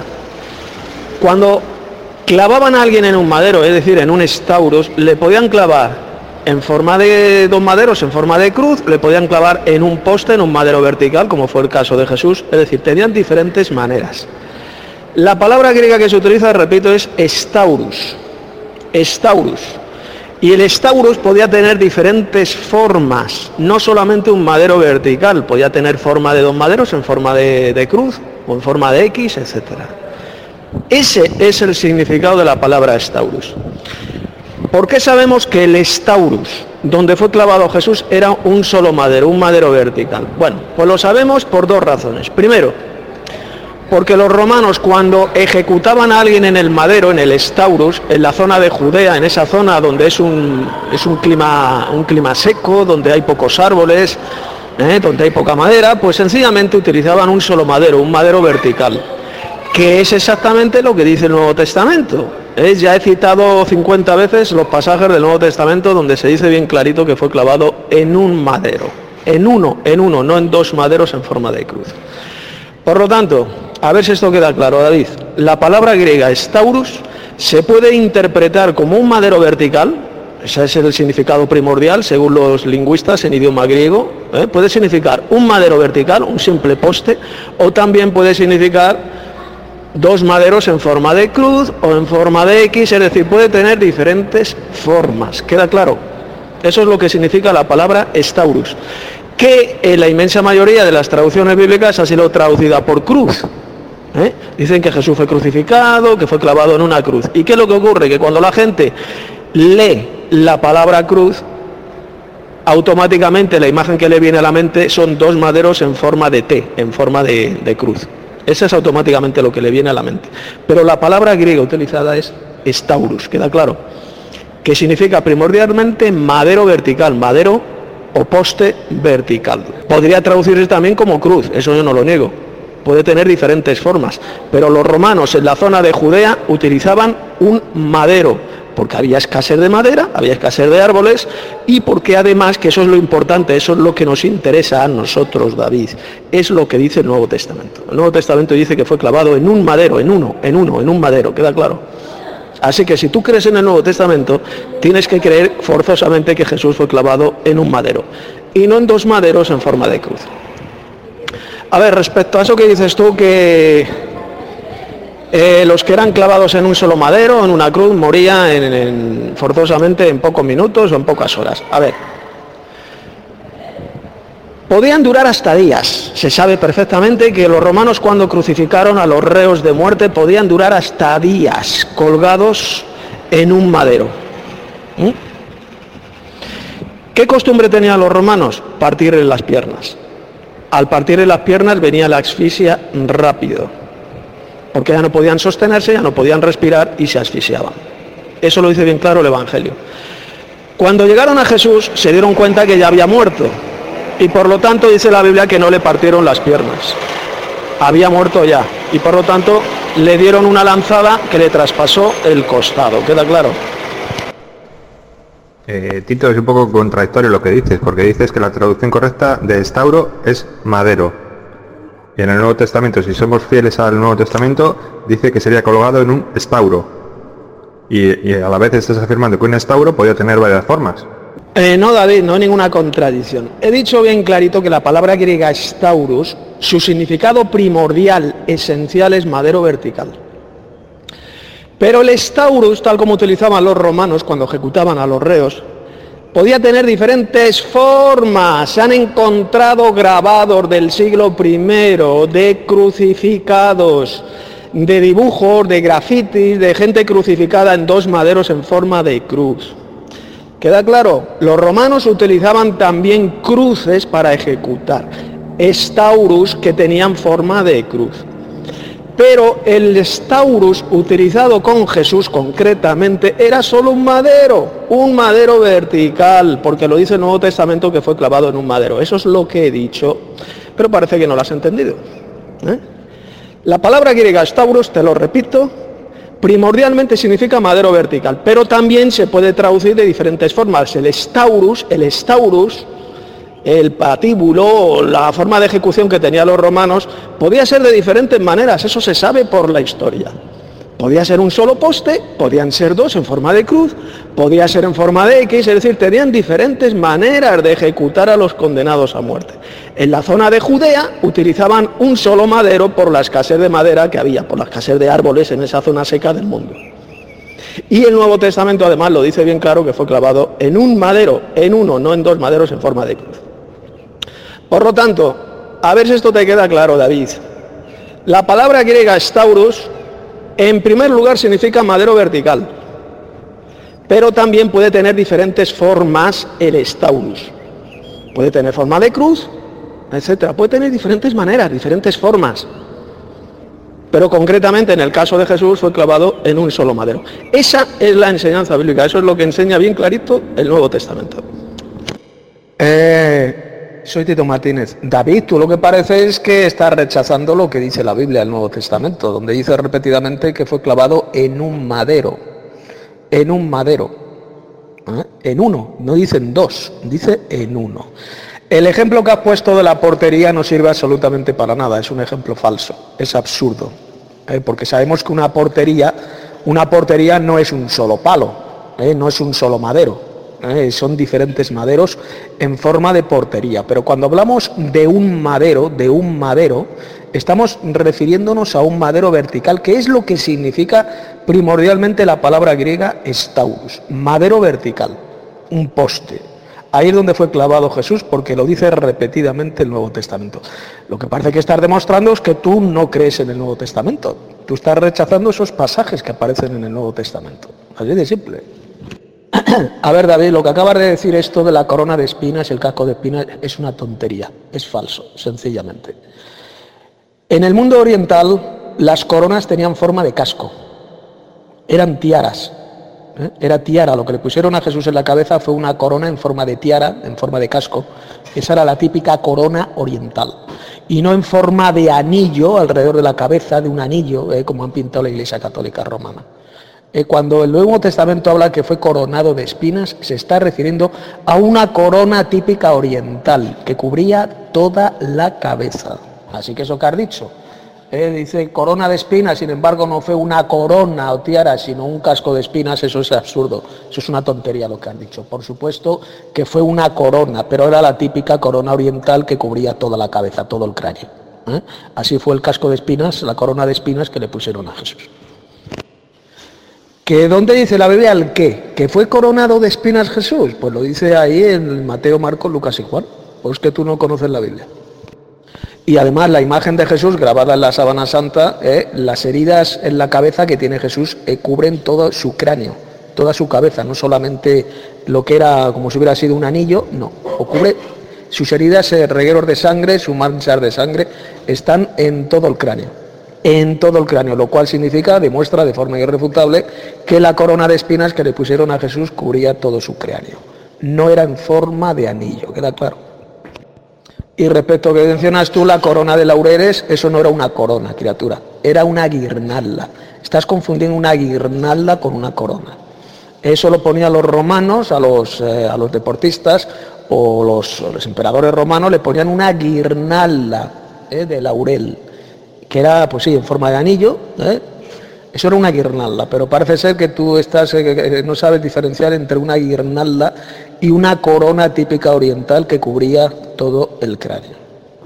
cuando clavaban a alguien en un madero, es decir, en un estaurus, le podían clavar en forma de dos maderos, en forma de cruz, le podían clavar en un poste, en un madero vertical, como fue el caso de Jesús, es decir, tenían diferentes maneras. La palabra griega que se utiliza, repito, es estaurus, estaurus. Y el estaurus podía tener diferentes formas, no solamente un madero vertical, podía tener forma de dos maderos, en forma de, de cruz, o en forma de X, etcétera. Ese es el significado de la palabra estaurus. ¿Por qué sabemos que el estaurus, donde fue clavado Jesús, era un solo madero, un madero vertical? Bueno, pues lo sabemos por dos razones. Primero, porque los romanos, cuando ejecutaban a alguien en el madero, en el estaurus, en la zona de Judea, en esa zona donde es un, es un, clima, un clima seco, donde hay pocos árboles, ¿eh? donde hay poca madera, pues sencillamente utilizaban un solo madero, un madero vertical, que es exactamente lo que dice el Nuevo Testamento. ¿Eh? Ya he citado cincuenta veces los pasajes del Nuevo Testamento donde se dice bien clarito que fue clavado en un madero, en uno, en uno, no en dos maderos en forma de cruz. Por lo tanto, a ver si esto queda claro, David. La palabra griega estaurus se puede interpretar como un madero vertical, ese es el significado primordial según los lingüistas en idioma griego, ¿eh? Puede significar un madero vertical, un simple poste, o también puede significar dos maderos en forma de cruz o en forma de X, es decir, puede tener diferentes formas. ¿Queda claro? Eso es lo que significa la palabra estaurus, que en la inmensa mayoría de las traducciones bíblicas ha sido traducida por cruz. ¿Eh? Dicen que Jesús fue crucificado, que fue clavado en una cruz. ¿Y qué es lo que ocurre? Que cuando la gente lee la palabra cruz, automáticamente la imagen que le viene a la mente son dos maderos en forma de T, en forma de, de cruz. Eso es automáticamente lo que le viene a la mente. Pero la palabra griega utilizada es estaurus, ¿queda claro? Que significa primordialmente madero vertical, madero o poste vertical. Podría traducirse también como cruz, eso yo no lo niego. Puede tener diferentes formas, pero los romanos en la zona de Judea utilizaban un madero, porque había escasez de madera, había escasez de árboles, y porque además, que eso es lo importante, eso es lo que nos interesa a nosotros, David, es lo que dice el Nuevo Testamento. El Nuevo Testamento dice que fue clavado en un madero, en uno, en uno, en un madero, ¿queda claro? Así que si tú crees en el Nuevo Testamento, tienes que creer forzosamente que Jesús fue clavado en un madero, y no en dos maderos en forma de cruz. A ver, respecto a eso que dices tú, que eh, los que eran clavados en un solo madero, en una cruz, morían en, en, forzosamente en pocos minutos o en pocas horas. A ver, podían durar hasta días. Se sabe perfectamente que los romanos, cuando crucificaron a los reos de muerte, podían durar hasta días colgados en un madero. ¿Mm? ¿Qué costumbre tenían los romanos? Partirles las piernas. Al partirle las piernas venía la asfixia rápido, porque ya no podían sostenerse, ya no podían respirar y se asfixiaban. Eso lo dice bien claro el Evangelio. Cuando llegaron a Jesús se dieron cuenta que ya había muerto y por lo tanto dice la Biblia que no le partieron las piernas. Había muerto ya y por lo tanto le dieron una lanzada que le traspasó el costado. ¿Queda claro? Eh, Tito, es un poco contradictorio lo que dices, porque dices que la traducción correcta de estauro es madero. Y en el Nuevo Testamento, si somos fieles al Nuevo Testamento, dice que sería colgado en un estauro. Y, y a la vez estás afirmando que un estauro podía tener varias formas. Eh, no, David, no hay ninguna contradicción. He dicho bien clarito que la palabra griega staurus, su significado primordial, esencial, es madero vertical. Pero el staurus, tal como utilizaban los romanos cuando ejecutaban a los reos, podía tener diferentes formas. Se han encontrado grabados del siglo primero de crucificados, de dibujos, de grafitis, de gente crucificada en dos maderos en forma de cruz. ¿Queda claro? Los romanos utilizaban también cruces para ejecutar, staurus que tenían forma de cruz. Pero el staurus utilizado con Jesús concretamente era solo un madero, un madero vertical, porque lo dice el Nuevo Testamento que fue clavado en un madero. Eso es lo que he dicho, pero parece que no lo has entendido, ¿eh? La palabra griega staurus, te lo repito, primordialmente significa madero vertical, pero también se puede traducir de diferentes formas. El staurus, el staurus, el patíbulo, la forma de ejecución que tenían los romanos, podía ser de diferentes maneras, eso se sabe por la historia. Podía ser un solo poste, podían ser dos en forma de cruz, podía ser en forma de X, es decir, tenían diferentes maneras de ejecutar a los condenados a muerte. En la zona de Judea utilizaban un solo madero por la escasez de madera que había, por la escasez de árboles en esa zona seca del mundo. Y el Nuevo Testamento además lo dice bien claro que fue clavado en un madero, en uno, no en dos maderos en forma de cruz. Por lo tanto, a ver si esto te queda claro, David. La palabra griega staurus, en primer lugar, significa madero vertical, pero también puede tener diferentes formas el staurus. Puede tener forma de cruz, etcétera. Puede tener diferentes maneras, diferentes formas. Pero concretamente en el caso de Jesús fue clavado en un solo madero. Esa es la enseñanza bíblica, eso es lo que enseña bien clarito el Nuevo Testamento. Eh... Soy Tito Martínez. David, tú lo que parece es que estás rechazando lo que dice la Biblia del Nuevo Testamento, donde dice repetidamente que fue clavado en un madero. En un madero. ¿Eh? En uno, no dice en dos, dice en uno. El ejemplo que has puesto de la portería no sirve absolutamente para nada, es un ejemplo falso, es absurdo. ¿Eh? Porque sabemos que una portería, una portería no es un solo palo, ¿eh? No es un solo madero. Eh, son diferentes maderos en forma de portería, pero cuando hablamos de un madero, de un madero, estamos refiriéndonos a un madero vertical, que es lo que significa primordialmente la palabra griega staurus, madero vertical, un poste. Ahí es donde fue clavado Jesús, porque lo dice repetidamente el Nuevo Testamento. Lo que parece que estás demostrando es que tú no crees en el Nuevo Testamento, tú estás rechazando esos pasajes que aparecen en el Nuevo Testamento, así de simple. A ver, David, lo que acabas de decir, esto de la corona de espinas, el casco de espinas, es una tontería, es falso, sencillamente. En el mundo oriental, las coronas tenían forma de casco, eran tiaras, ¿eh? Era tiara, lo que le pusieron a Jesús en la cabeza fue una corona en forma de tiara, en forma de casco, esa era la típica corona oriental, y no en forma de anillo alrededor de la cabeza, de un anillo, ¿eh? Como han pintado la Iglesia Católica Romana. Cuando el Nuevo Testamento habla que fue coronado de espinas, se está refiriendo a una corona típica oriental que cubría toda la cabeza. Así que eso que has dicho, eh, dice corona de espinas, sin embargo no fue una corona o tiara, sino un casco de espinas, eso es absurdo, eso es una tontería lo que han dicho. Por supuesto que fue una corona, pero era la típica corona oriental que cubría toda la cabeza, todo el cráneo. ¿eh? Así fue el casco de espinas, la corona de espinas que le pusieron a Jesús. ¿Que dónde dice la Biblia el qué? ¿Que fue coronado de espinas Jesús? Pues lo dice ahí en Mateo, Marcos, Lucas y Juan. Pues que tú no conoces la Biblia. Y además la imagen de Jesús grabada en la sábana santa, eh, las heridas en la cabeza que tiene Jesús eh, cubren todo su cráneo, toda su cabeza, no solamente lo que era como si hubiera sido un anillo, no, o cubre Sus heridas, eh, regueros de sangre, su manchas de sangre, están en todo el cráneo. En todo el cráneo, lo cual significa, demuestra de forma irrefutable, que la corona de espinas que le pusieron a Jesús cubría todo su cráneo. No era en forma de anillo, ¿queda claro? Y respecto a lo que mencionas tú, la corona de laureles, eso no era una corona, criatura, era una guirnalda. Estás confundiendo una guirnalda con una corona. Eso lo ponían los romanos, a los, eh, a los deportistas, o los, los emperadores romanos le ponían una guirnalda eh, de laurel, que era, pues sí, en forma de anillo, ¿eh? Eso era una guirnalda, pero parece ser que tú estás, eh, no sabes diferenciar entre una guirnalda y una corona típica oriental que cubría todo el cráneo.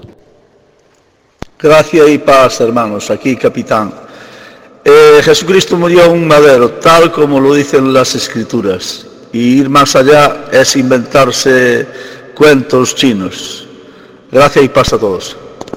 Gracias y paz, hermanos. Aquí, capitán. Eh, Jesucristo murió en un madero, tal como lo dicen las Escrituras. Y ir más allá es inventarse cuentos chinos. Gracias y paz a todos.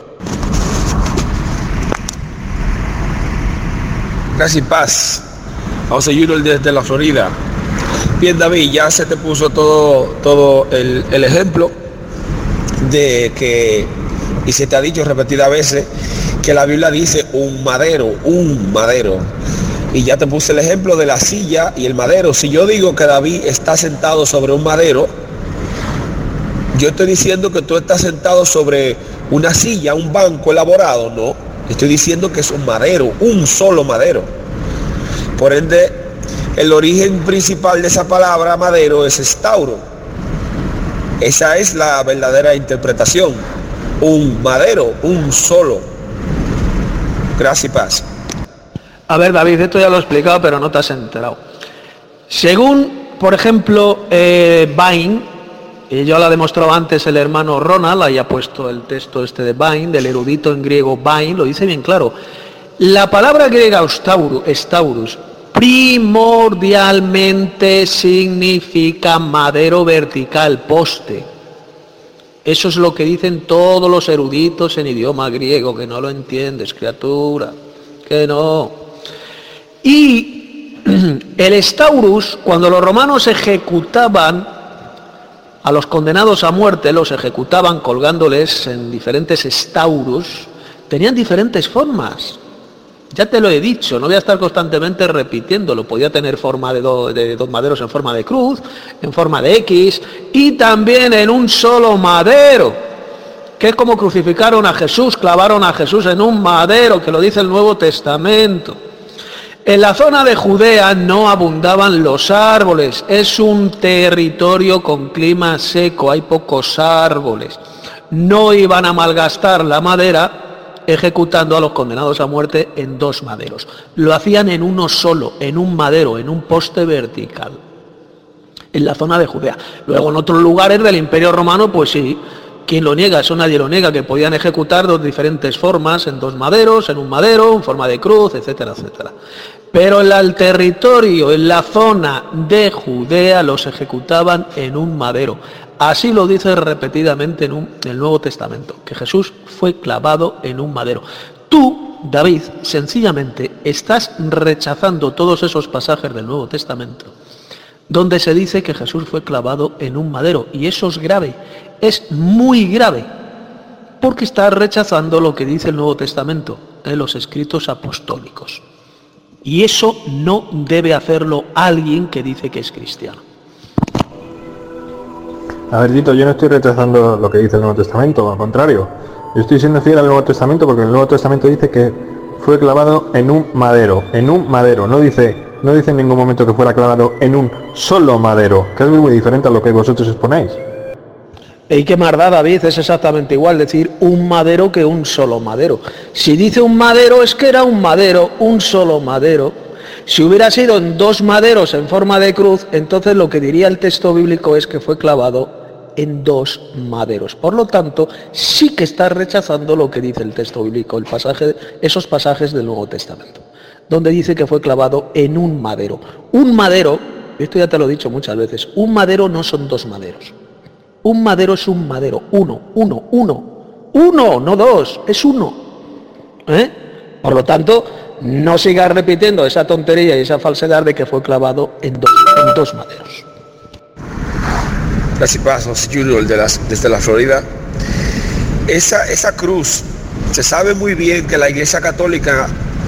Gracias y paz. José Junior desde la Florida. Bien, David, ya se te puso todo, todo el, el ejemplo de que, y se te ha dicho repetidas veces, que la Biblia dice un madero, un madero. Y ya te puse el ejemplo de la silla y el madero. Si yo digo que David está sentado sobre un madero, yo estoy diciendo que tú estás sentado sobre una silla, un banco elaborado, no. Estoy diciendo que es un madero, un solo madero. Por ende, el origen principal de esa palabra madero es estauro. Esa es la verdadera interpretación. Un madero, un solo. Gracias y paz. A ver, David, esto ya lo he explicado, pero no te has enterado. Según, por ejemplo, eh, Bain, y yo lo ha demostrado antes el hermano Ronald, ahí ha puesto el texto este de Bain, del erudito en griego Bain, lo dice bien claro. La palabra griega estaurus, estaurus primordialmente significa madero vertical, poste. Eso es lo que dicen todos los eruditos en idioma griego, que no lo entiendes, criatura, que no. Y el estaurus, cuando los romanos ejecutaban a los condenados a muerte, los ejecutaban colgándoles en diferentes estaurus, tenían diferentes formas. Ya te lo he dicho, no voy a estar constantemente repitiéndolo. Podía tener forma de, do, de dos maderos en forma de cruz, en forma de X, y también en un solo madero, que es como crucificaron a Jesús, clavaron a Jesús en un madero, que lo dice el Nuevo Testamento. En la zona de Judea no abundaban los árboles, es un territorio con clima seco, hay pocos árboles. No iban a malgastar la madera ejecutando a los condenados a muerte en dos maderos. Lo hacían en uno solo, en un madero, en un poste vertical, en la zona de Judea. Luego en otros lugares del Imperio Romano, pues sí, ¿quién lo niega? Eso nadie lo niega, que podían ejecutar de diferentes formas, en dos maderos, en un madero, en forma de cruz, etcétera, etcétera. Pero en el territorio, en la zona de Judea, los ejecutaban en un madero. Así lo dice repetidamente en, un, en el Nuevo Testamento, que Jesús fue clavado en un madero. Tú, David, sencillamente estás rechazando todos esos pasajes del Nuevo Testamento, donde se dice que Jesús fue clavado en un madero. Y eso es grave, es muy grave, porque estás rechazando lo que dice el Nuevo Testamento en los escritos apostólicos. Y eso no debe hacerlo alguien que dice que es cristiano. A ver, Tito, yo no estoy rechazando lo que dice el Nuevo Testamento, al contrario. Yo estoy siendo fiel al Nuevo Testamento porque el Nuevo Testamento dice que fue clavado en un madero, en un madero. No dice, no dice en ningún momento que fuera clavado en un solo madero, que es muy diferente a lo que vosotros exponéis. ¿Y qué más da, David? Es exactamente igual decir un madero que un solo madero. Si dice un madero es que era un madero, un solo madero. Si hubiera sido en dos maderos en forma de cruz, entonces lo que diría el texto bíblico es que fue clavado en dos maderos. Por lo tanto, sí que está rechazando lo que dice el texto bíblico, el pasaje, esos pasajes del Nuevo Testamento, donde dice que fue clavado en un madero. Un madero, esto ya te lo he dicho muchas veces, un madero no son dos maderos. Un madero es un madero, uno, uno, uno, uno, no dos, es uno. ¿Eh? Por lo tanto, no sigas repitiendo esa tontería y esa falsedad de que fue clavado en dos, en dos maderos. Gracias, Pasos Junior de las, desde la Florida. Esa, esa cruz, se sabe muy bien que la Iglesia Católica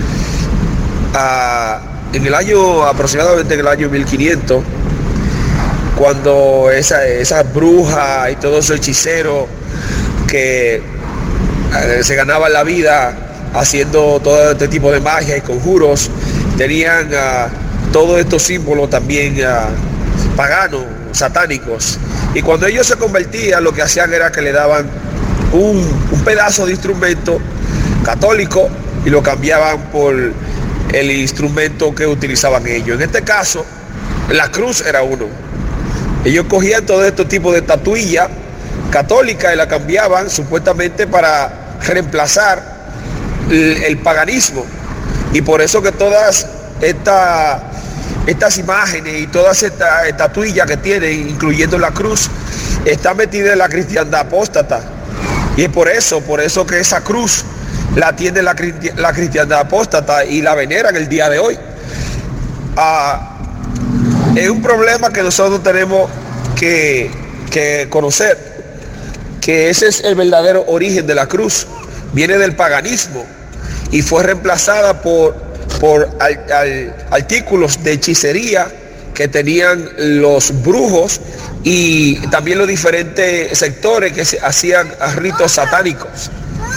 a, en el año, aproximadamente en el año mil quinientos, cuando esa, esa bruja y todos esos hechiceros que eh, se ganaban la vida haciendo todo este tipo de magia y conjuros, tenían uh, todos estos símbolos también uh, paganos, satánicos. Y cuando ellos se convertían, lo que hacían era que le daban un, un pedazo de instrumento católico y lo cambiaban por el instrumento que utilizaban ellos. En este caso, la cruz era uno. Ellos cogían todo este tipo de estatuilla católica y la cambiaban supuestamente para reemplazar el, el paganismo. Y por eso que todas estas estas imágenes y todas estas estatuillas que tienen, incluyendo la cruz, están metidas en la cristiandad apóstata. Y es por eso, por eso que esa cruz la tiene la, la cristiandad apóstata y la veneran el día de hoy. Ah, es un problema que nosotros tenemos que, que conocer, que ese es el verdadero origen de la cruz. Viene del paganismo y fue reemplazada por por al, al, artículos de hechicería que tenían los brujos y también los diferentes sectores que se hacían ritos satánicos.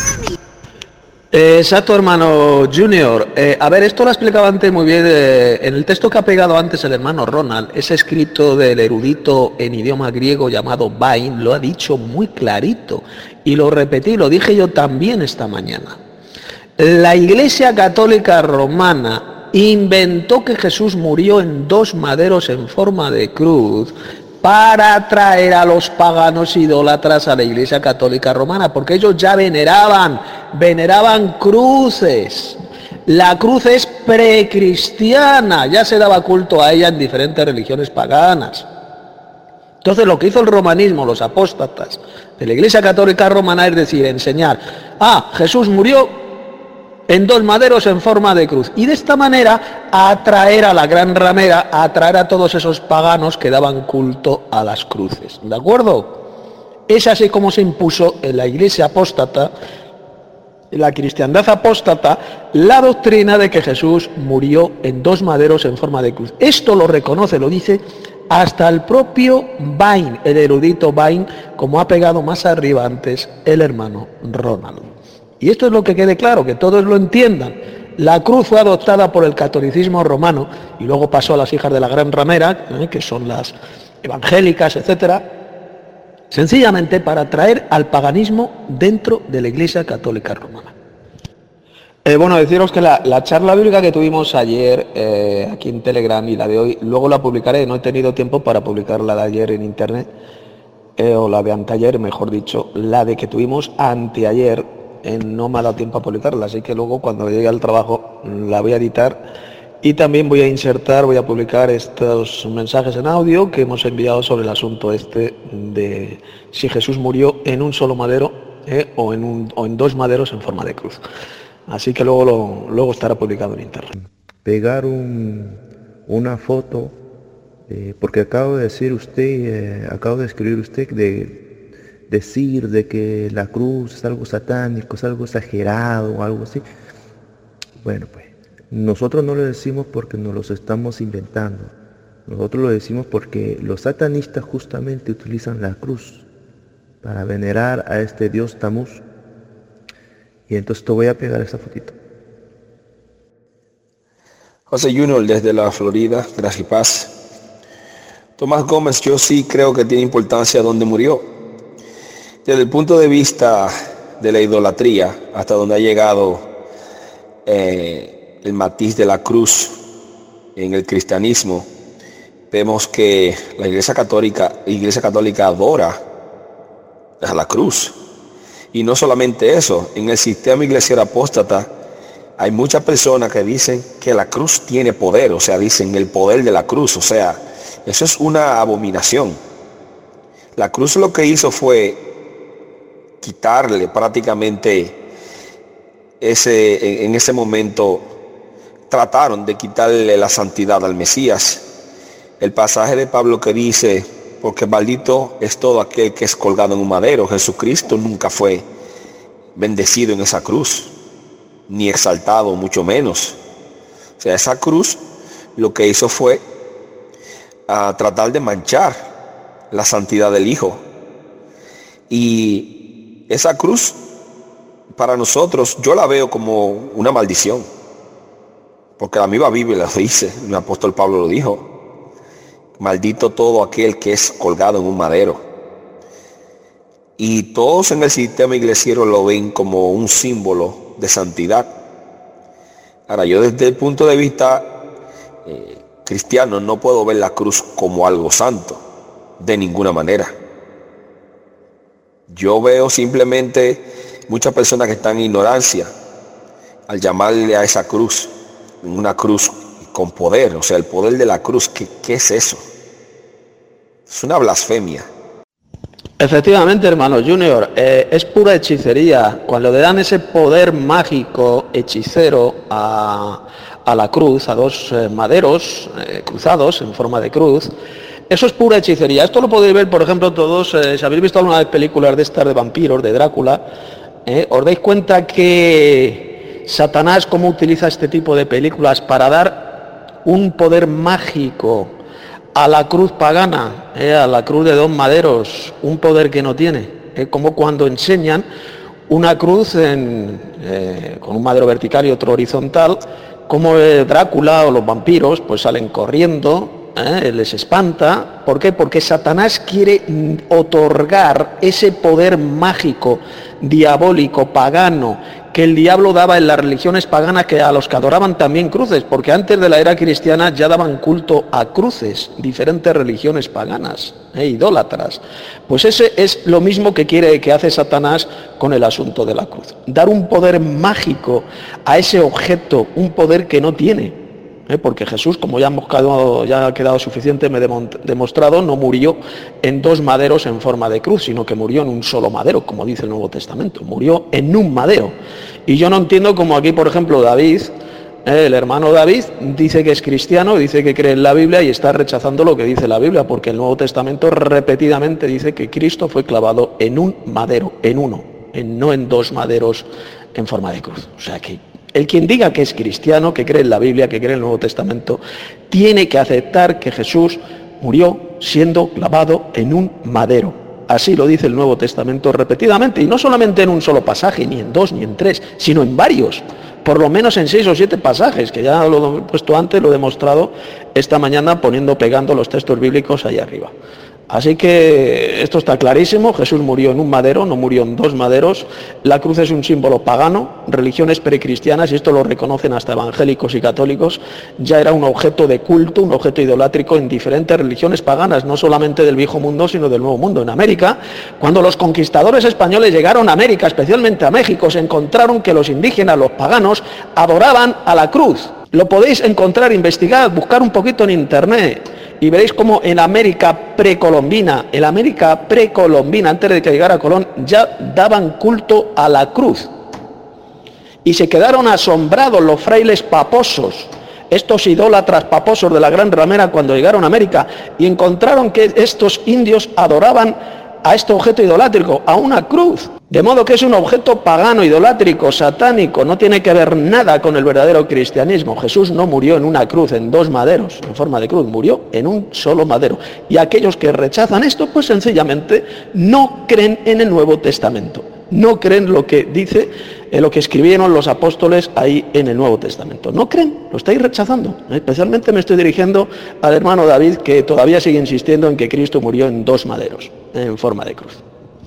Exacto, hermano Junior. Eh, a ver, esto lo explicaba antes muy bien eh, en el texto que ha pegado antes el hermano Ronald. Ese escrito del erudito en idioma griego llamado Bain lo ha dicho muy clarito y lo repetí, lo dije yo también esta mañana. La Iglesia Católica Romana inventó que Jesús murió en dos maderos en forma de cruz para atraer a los paganos idólatras a la Iglesia Católica Romana, porque ellos ya veneraban, veneraban cruces. La cruz es precristiana, ya se daba culto a ella en diferentes religiones paganas. Entonces lo que hizo el romanismo, los apóstatas de la Iglesia Católica Romana, es decir, enseñar, ah, Jesús murió en dos maderos en forma de cruz, y de esta manera atraer a la gran ramera, atraer a todos esos paganos que daban culto a las cruces, ¿de acuerdo? Es así como se impuso en la Iglesia apóstata, en la cristiandad apóstata, la doctrina de que Jesús murió en dos maderos en forma de cruz. Esto lo reconoce, lo dice hasta el propio Bain, el erudito Bain, como ha pegado más arriba antes el hermano Ronald. Y esto es lo que quede claro, que todos lo entiendan. La cruz fue adoptada por el catolicismo romano y luego pasó a las hijas de la gran ramera, ¿eh? que son las evangélicas, etcétera, sencillamente para traer al paganismo dentro de la Iglesia Católica Romana. Eh, bueno, deciros que la, la charla bíblica que tuvimos ayer eh, aquí en Telegram y la de hoy, luego la publicaré, no he tenido tiempo para publicar la de ayer en internet, eh, o la de anteayer, mejor dicho, la de que tuvimos anteayer. Eh, no me ha dado tiempo a publicarla, así que luego cuando llegue al trabajo la voy a editar y también voy a insertar, voy a publicar estos mensajes en audio que hemos enviado sobre el asunto este de si Jesús murió en un solo madero eh, o, en un, o en dos maderos en forma de cruz. Así que luego, lo, luego estará publicado en internet. Pegar un, una foto, eh, porque acabo de decir usted, eh, acabo de escribir usted de decir de que la cruz es algo satánico, es algo exagerado o algo así. Bueno, pues nosotros no lo decimos porque nos los estamos inventando. Nosotros lo decimos porque los satanistas justamente utilizan la cruz para venerar a este dios Tamuz. Y entonces te voy a pegar esa fotito. José Junior desde la Florida, gracias y paz. Tomás Gómez, yo sí creo que tiene importancia donde murió. Desde el punto de vista de la idolatría, hasta donde ha llegado eh, el matiz de la cruz en el cristianismo, vemos que la Iglesia Católica, la Iglesia Católica adora a la cruz. Y no solamente eso, en el sistema iglesial apóstata hay muchas personas que dicen que la cruz tiene poder, o sea, dicen el poder de la cruz, o sea, eso es una abominación. La cruz lo que hizo fue quitarle prácticamente ese, en ese momento trataron de quitarle la santidad al Mesías. El pasaje de Pablo que dice porque maldito es todo aquel que es colgado en un madero. Jesucristo nunca fue bendecido en esa cruz, ni exaltado, mucho menos. O sea, esa cruz lo que hizo fue a tratar de manchar la santidad del Hijo. Y esa cruz, para nosotros, yo la veo como una maldición, porque la misma Biblia lo dice, el apóstol Pablo lo dijo: maldito todo aquel que es colgado en un madero. Y todos en el sistema iglesiero lo ven como un símbolo de santidad. Ahora, yo desde el punto de vista eh, cristiano no puedo ver la cruz como algo santo, de ninguna manera. Yo veo simplemente muchas personas que están en ignorancia al llamarle a esa cruz una cruz con poder. O sea, el poder de la cruz, ¿qué, qué es eso? Es una blasfemia. Efectivamente, hermano Junior, eh, es pura hechicería. Cuando le dan ese poder mágico hechicero a, a la cruz, a dos eh, maderos eh, cruzados en forma de cruz, eso es pura hechicería. Esto lo podéis ver, por ejemplo, todos, eh, si habéis visto alguna vez películas de estas de vampiros, de Drácula, eh, os dais cuenta que Satanás cómo utiliza este tipo de películas para dar un poder mágico a la cruz pagana, eh, a la cruz de dos maderos, un poder que no tiene, eh, como cuando enseñan una cruz en, eh, con un madero vertical y otro horizontal, como eh, Drácula o los vampiros pues salen corriendo, eh, les espanta. ¿Por qué? Porque Satanás quiere otorgar ese poder mágico, diabólico, pagano, que el diablo daba en las religiones paganas, que a los que adoraban también cruces, porque antes de la era cristiana ya daban culto a cruces, diferentes religiones paganas, eh, idólatras. Pues ese es lo mismo que quiere, que hace Satanás con el asunto de la cruz, dar un poder mágico a ese objeto, un poder que no tiene. ¿Eh? Porque Jesús, como ya hemos quedado, ya ha quedado suficientemente demostrado, no murió en dos maderos en forma de cruz, sino que murió en un solo madero, como dice el Nuevo Testamento, murió en un madero. Y yo no entiendo cómo aquí, por ejemplo, David, eh, el hermano David, dice que es cristiano, dice que cree en la Biblia y está rechazando lo que dice la Biblia, porque el Nuevo Testamento repetidamente dice que Cristo fue clavado en un madero, en uno, en, no en dos maderos en forma de cruz. O sea que el quien diga que es cristiano, que cree en la Biblia, que cree en el Nuevo Testamento, tiene que aceptar que Jesús murió siendo clavado en un madero. Así lo dice el Nuevo Testamento repetidamente, y no solamente en un solo pasaje, ni en dos, ni en tres, sino en varios, por lo menos en seis o siete pasajes, que ya lo he puesto antes, lo he demostrado esta mañana poniendo, pegando los textos bíblicos ahí arriba. Así que esto está clarísimo: Jesús murió en un madero, no murió en dos maderos. La cruz es un símbolo pagano, religiones precristianas, y esto lo reconocen hasta evangélicos y católicos, ya era un objeto de culto, un objeto idolátrico en diferentes religiones paganas, no solamente del viejo mundo, sino del nuevo mundo. En América, cuando los conquistadores españoles llegaron a América, especialmente a México, se encontraron que los indígenas, los paganos, adoraban a la cruz. Lo podéis encontrar, investigar, buscar un poquito en internet, y veréis cómo en América precolombina, en América precolombina, antes de que llegara Colón, ya daban culto a la cruz. Y se quedaron asombrados los frailes paposos, estos idólatras paposos de la Gran Ramera, cuando llegaron a América, y encontraron que estos indios adoraban a este objeto idolátrico, a una cruz. De modo que es un objeto pagano, idolátrico, satánico, no tiene que ver nada con el verdadero cristianismo. Jesús no murió en una cruz, en dos maderos, en forma de cruz, murió en un solo madero. Y aquellos que rechazan esto, pues sencillamente no creen en el Nuevo Testamento, no creen lo que dice, eh, lo que escribieron los apóstoles ahí en el Nuevo Testamento. No creen, lo estáis rechazando. Especialmente me estoy dirigiendo al hermano David, que todavía sigue insistiendo en que Cristo murió en dos maderos, en forma de cruz.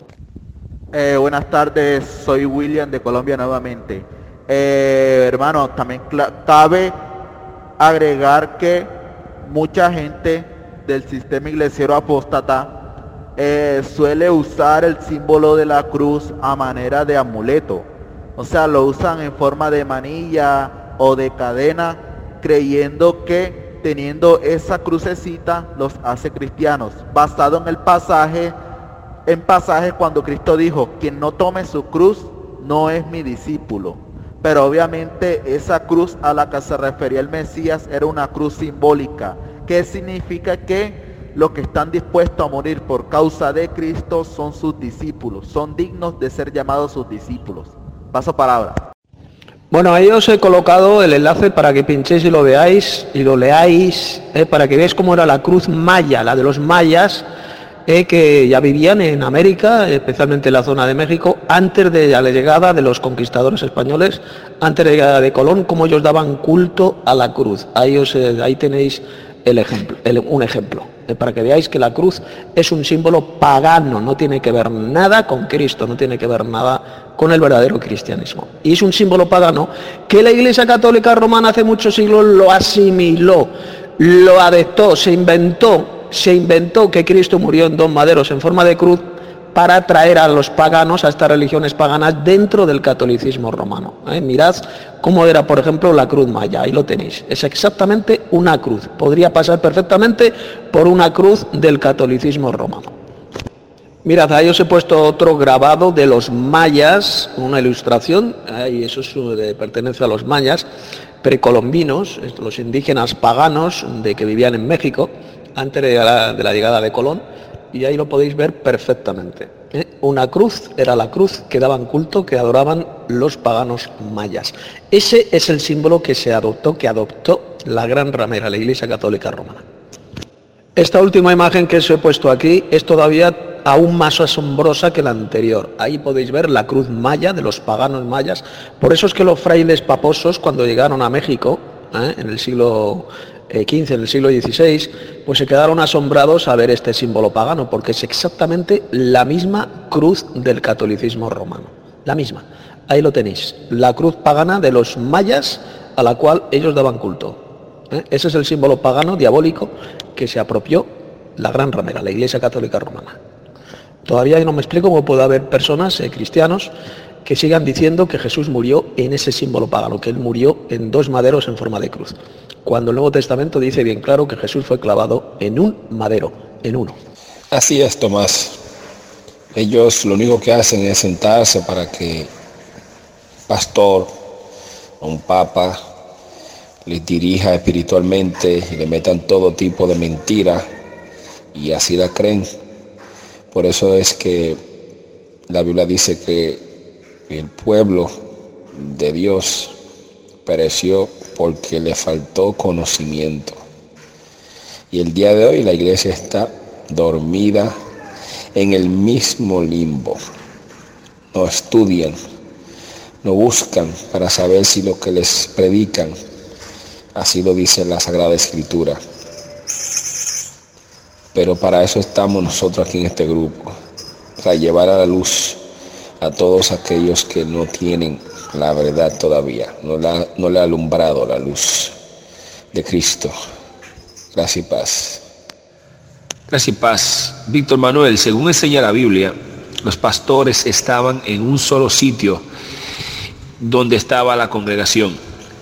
Eh, buenas tardes, soy William de Colombia nuevamente. Eh, hermano, también cabe agregar que mucha gente del sistema iglesiero apóstata eh, suele usar el símbolo de la cruz a manera de amuleto. O sea, lo usan en forma de manilla o de cadena, creyendo que teniendo esa crucecita los hace cristianos, basado en el pasaje En pasajes cuando Cristo dijo: quien no tome su cruz no es mi discípulo. Pero obviamente esa cruz a la que se refería el Mesías era una cruz simbólica, que significa que los que están dispuestos a morir por causa de Cristo son sus discípulos, son dignos de ser llamados sus discípulos. Paso palabra. Bueno, ahí os he colocado el enlace para que pinchéis y lo veáis y lo leáis, eh, para que veáis cómo era la cruz maya, la de los mayas, eh, que ya vivían en América, especialmente en la zona de México, antes de la llegada de los conquistadores españoles, antes de la llegada de Colón, cómo ellos daban culto a la cruz. Ahí, os, eh, ahí tenéis el ejemplo, el, un ejemplo, eh, para que veáis que la cruz es un símbolo pagano, no tiene que ver nada con Cristo, no tiene que ver nada con el verdadero cristianismo. Y es un símbolo pagano que la Iglesia Católica Romana hace muchos siglos lo asimiló, lo adoptó, se inventó, se inventó que Cristo murió en dos maderos en forma de cruz para traer a los paganos, a estas religiones paganas, dentro del catolicismo romano. ¿eh? Mirad cómo era, por ejemplo, la cruz maya, ahí lo tenéis. Es exactamente una cruz, podría pasar perfectamente por una cruz del catolicismo romano. Mirad, ahí os he puesto otro grabado de los mayas, una ilustración, y eso es, de, pertenece a los mayas precolombinos, los indígenas paganos de que vivían en México, antes de la, de la llegada de Colón, y ahí lo podéis ver perfectamente. ¿eh? Una cruz era la cruz que daban culto, que adoraban los paganos mayas. Ese es el símbolo que se adoptó, que adoptó la gran ramera, la Iglesia Católica Romana. Esta última imagen que os he puesto aquí es todavía aún más asombrosa que la anterior. Ahí podéis ver la cruz maya de los paganos mayas. Por eso es que los frailes paposos, cuando llegaron a México, ¿eh? en el siglo quince, en el siglo dieciséis, pues se quedaron asombrados a ver este símbolo pagano, porque es exactamente la misma cruz del catolicismo romano. La misma. Ahí lo tenéis. La cruz pagana de los mayas a la cual ellos daban culto. ¿eh? Ese es el símbolo pagano, diabólico, que se apropió la gran ramera, la Iglesia Católica Romana. Todavía no me explico cómo puede haber personas, eh, cristianos, que sigan diciendo que Jesús murió en ese símbolo pagano, que él murió en dos maderos en forma de cruz, cuando el Nuevo Testamento dice bien claro que Jesús fue clavado en un madero, en uno. Así es, Tomás. Ellos lo único que hacen es sentarse para que pastor o un papa les dirija espiritualmente y le metan todo tipo de mentira y así la creen. Por eso es que la Biblia dice que el pueblo de Dios pereció porque le faltó conocimiento. Y el día de hoy la iglesia está dormida en el mismo limbo. No estudian, no buscan para saber si lo que les predican, así lo dice la Sagrada Escritura. Pero para eso estamos nosotros aquí en este grupo, para llevar a la luz a todos aquellos que no tienen la verdad todavía, no la, no le ha alumbrado la luz de Cristo. Gracias y paz. Gracias y paz. Víctor Manuel, según enseña la Biblia, los pastores estaban en un solo sitio donde estaba la congregación,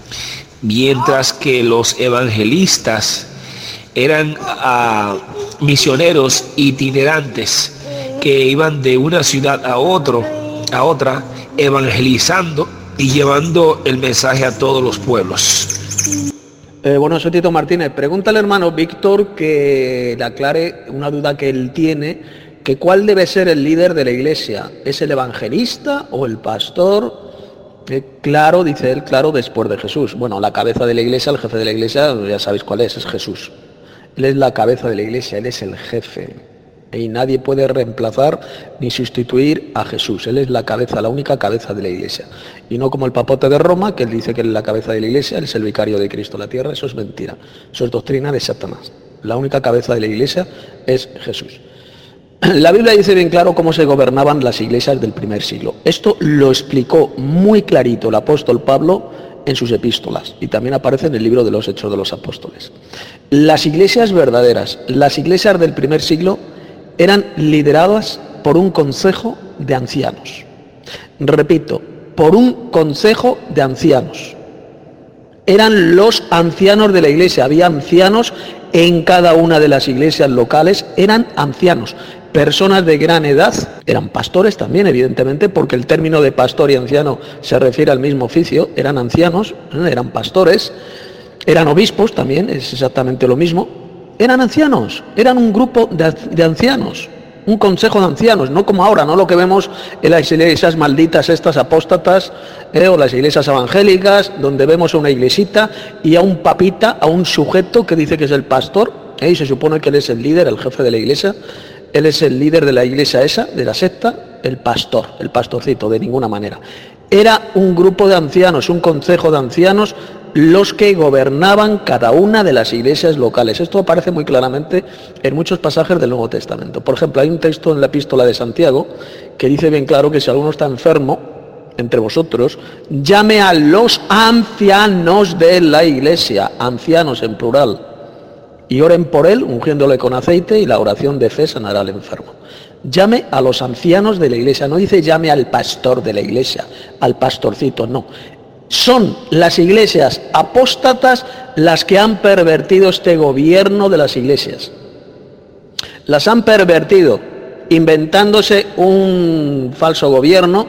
mientras que los evangelistas eran uh, misioneros itinerantes que iban de una ciudad a otro, a otra, evangelizando y llevando el mensaje a todos los pueblos. Eh, bueno, soy Tito Martínez. Pregunta al hermano Víctor que le aclare una duda que él tiene, que cuál debe ser el líder de la iglesia. ¿Es el evangelista o el pastor? Eh, claro, dice él, claro, después de Jesús. Bueno, la cabeza de la iglesia, el jefe de la iglesia, ya sabéis cuál es, es Jesús. Él es la cabeza de la iglesia, él es el jefe. Y nadie puede reemplazar ni sustituir a Jesús. Él es la cabeza, la única cabeza de la iglesia. Y no como el papote de Roma, que él dice que él es la cabeza de la iglesia, él es el vicario de Cristo en la tierra. Eso es mentira. Eso es doctrina de Satanás. La única cabeza de la iglesia es Jesús. La Biblia dice bien claro cómo se gobernaban las iglesias del primer siglo. Esto lo explicó muy clarito el apóstol Pablo en sus epístolas y también aparece en el libro de los Hechos de los Apóstoles. Las iglesias verdaderas, las iglesias del primer siglo, eran lideradas por un consejo de ancianos. Repito, por un consejo de ancianos. Eran los ancianos de la iglesia. Había ancianos en cada una de las iglesias locales. Eran ancianos, personas de gran edad. Eran pastores también, evidentemente, porque el término de pastor y anciano se refiere al mismo oficio. Eran ancianos, eran pastores, eran obispos también, es exactamente lo mismo. Eran ancianos, eran un grupo de, de ancianos, un consejo de ancianos, no como ahora, no lo que vemos en las iglesias malditas estas apóstatas, eh, o las iglesias evangélicas, donde vemos a una iglesita y a un papita, a un sujeto que dice que es el pastor, eh, y se supone que él es el líder, el jefe de la iglesia, él es el líder de la iglesia esa, de la secta, el pastor, el pastorcito, de ninguna manera. Era un grupo de ancianos, un consejo de ancianos, los que gobernaban cada una de las iglesias locales. Esto aparece muy claramente en muchos pasajes del Nuevo Testamento. Por ejemplo, hay un texto en la epístola de Santiago que dice bien claro que si alguno está enfermo entre vosotros, llame a los ancianos de la iglesia, ancianos en plural, y oren por él, ungiéndole con aceite, y la oración de fe sanará al enfermo. Llame a los ancianos de la iglesia, no dice llame al pastor de la iglesia, al pastorcito, no. Son las iglesias apóstatas las que han pervertido este gobierno de las iglesias. Las han pervertido inventándose un falso gobierno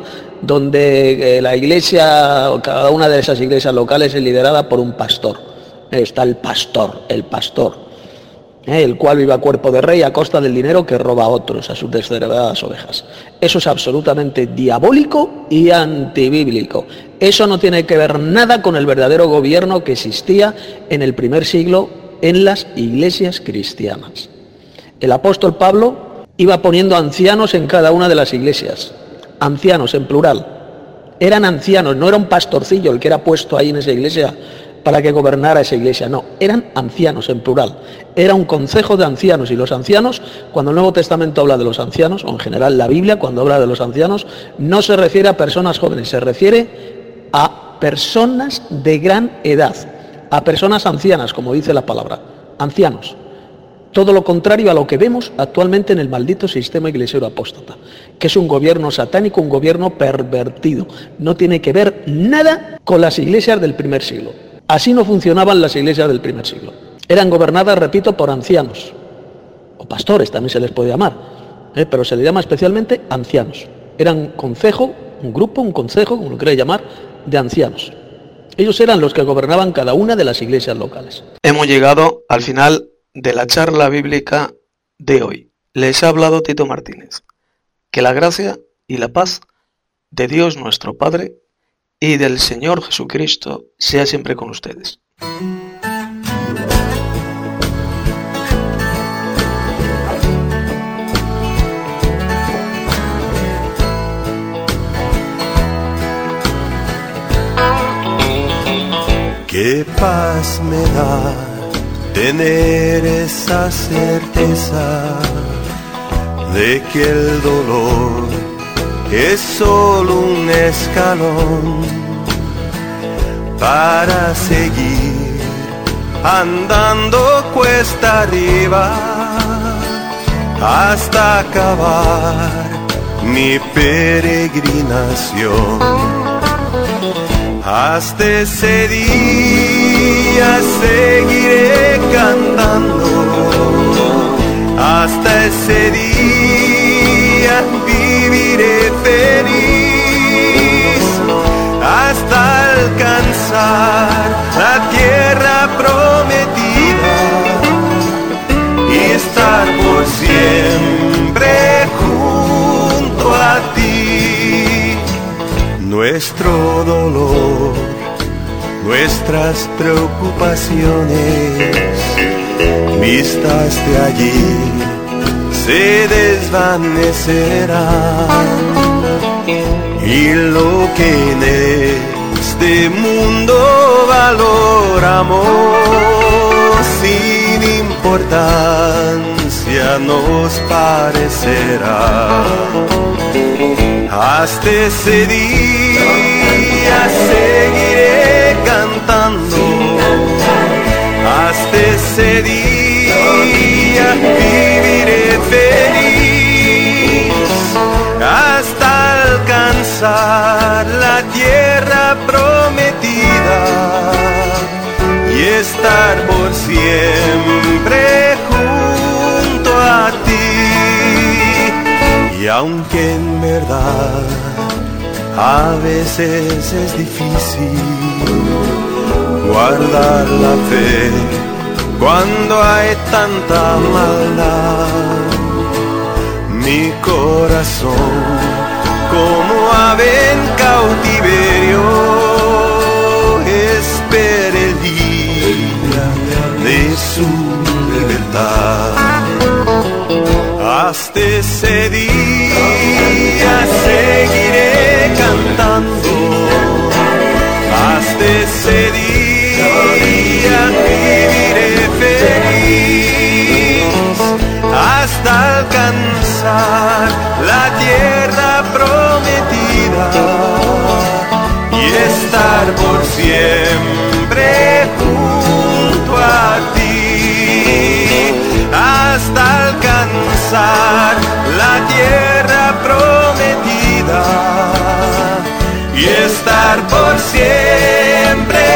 donde la iglesia, cada una de esas iglesias locales es liderada por un pastor. Está el pastor, el pastor. el cual vive a cuerpo de rey a costa del dinero que roba a otros, a sus descerebradas ovejas. Eso es absolutamente diabólico y antibíblico. Eso no tiene que ver nada con el verdadero gobierno que existía en el primer siglo en las iglesias cristianas. El apóstol Pablo iba poniendo ancianos en cada una de las iglesias, ancianos en plural. Eran ancianos, no era un pastorcillo el que era puesto ahí en esa iglesia para que gobernara esa iglesia, no, eran ancianos en plural, era un consejo de ancianos, y los ancianos, cuando el Nuevo Testamento habla de los ancianos, o en general la Biblia cuando habla de los ancianos, no se refiere a personas jóvenes, se refiere a personas de gran edad, a personas ancianas, como dice la palabra, ancianos. Todo lo contrario a lo que vemos actualmente en el maldito sistema iglesiero apóstata, que es un gobierno satánico, un gobierno pervertido, no tiene que ver nada con las iglesias del primer siglo. Así no funcionaban las iglesias del primer siglo. Eran gobernadas, repito, por ancianos, o pastores también se les puede llamar, ¿eh? pero se les llama especialmente ancianos. Eran consejo, un grupo, un consejo, como lo queréis llamar, de ancianos. Ellos eran los que gobernaban cada una de las iglesias locales. Hemos llegado al final de la charla bíblica de hoy. Les ha hablado Tito Martínez. Que la gracia y la paz de Dios nuestro Padre y del Señor Jesucristo sea siempre con ustedes. Qué paz me da tener esa certeza de que el dolor es solo un escalón para seguir andando cuesta arriba hasta acabar mi peregrinación. Hasta ese día seguiré cantando, hasta ese día viviré feliz, hasta alcanzar la tierra prometida y estar por siempre junto a ti. Nuestro dolor, nuestras preocupaciones, vistas de allí, se desvanecerán, y lo que en este mundo valoramos sin importancia nos parecerá. Hasta ese día seguiré cantando, hasta ese día viviré feliz, hasta alcanzar la tierra prometida y estar por siempre junto a ti. Y aunque en verdad a veces es difícil guardar la fe cuando hay tanta maldad. Mi corazón como ave en cautiverio espera el día de su libertad. Hasta ese día seguiré cantando, hasta ese día viviré feliz, hasta alcanzar la tierra prometida y estar por siempre junto a ti, hasta alcanzar la tierra prometida y estar por siempre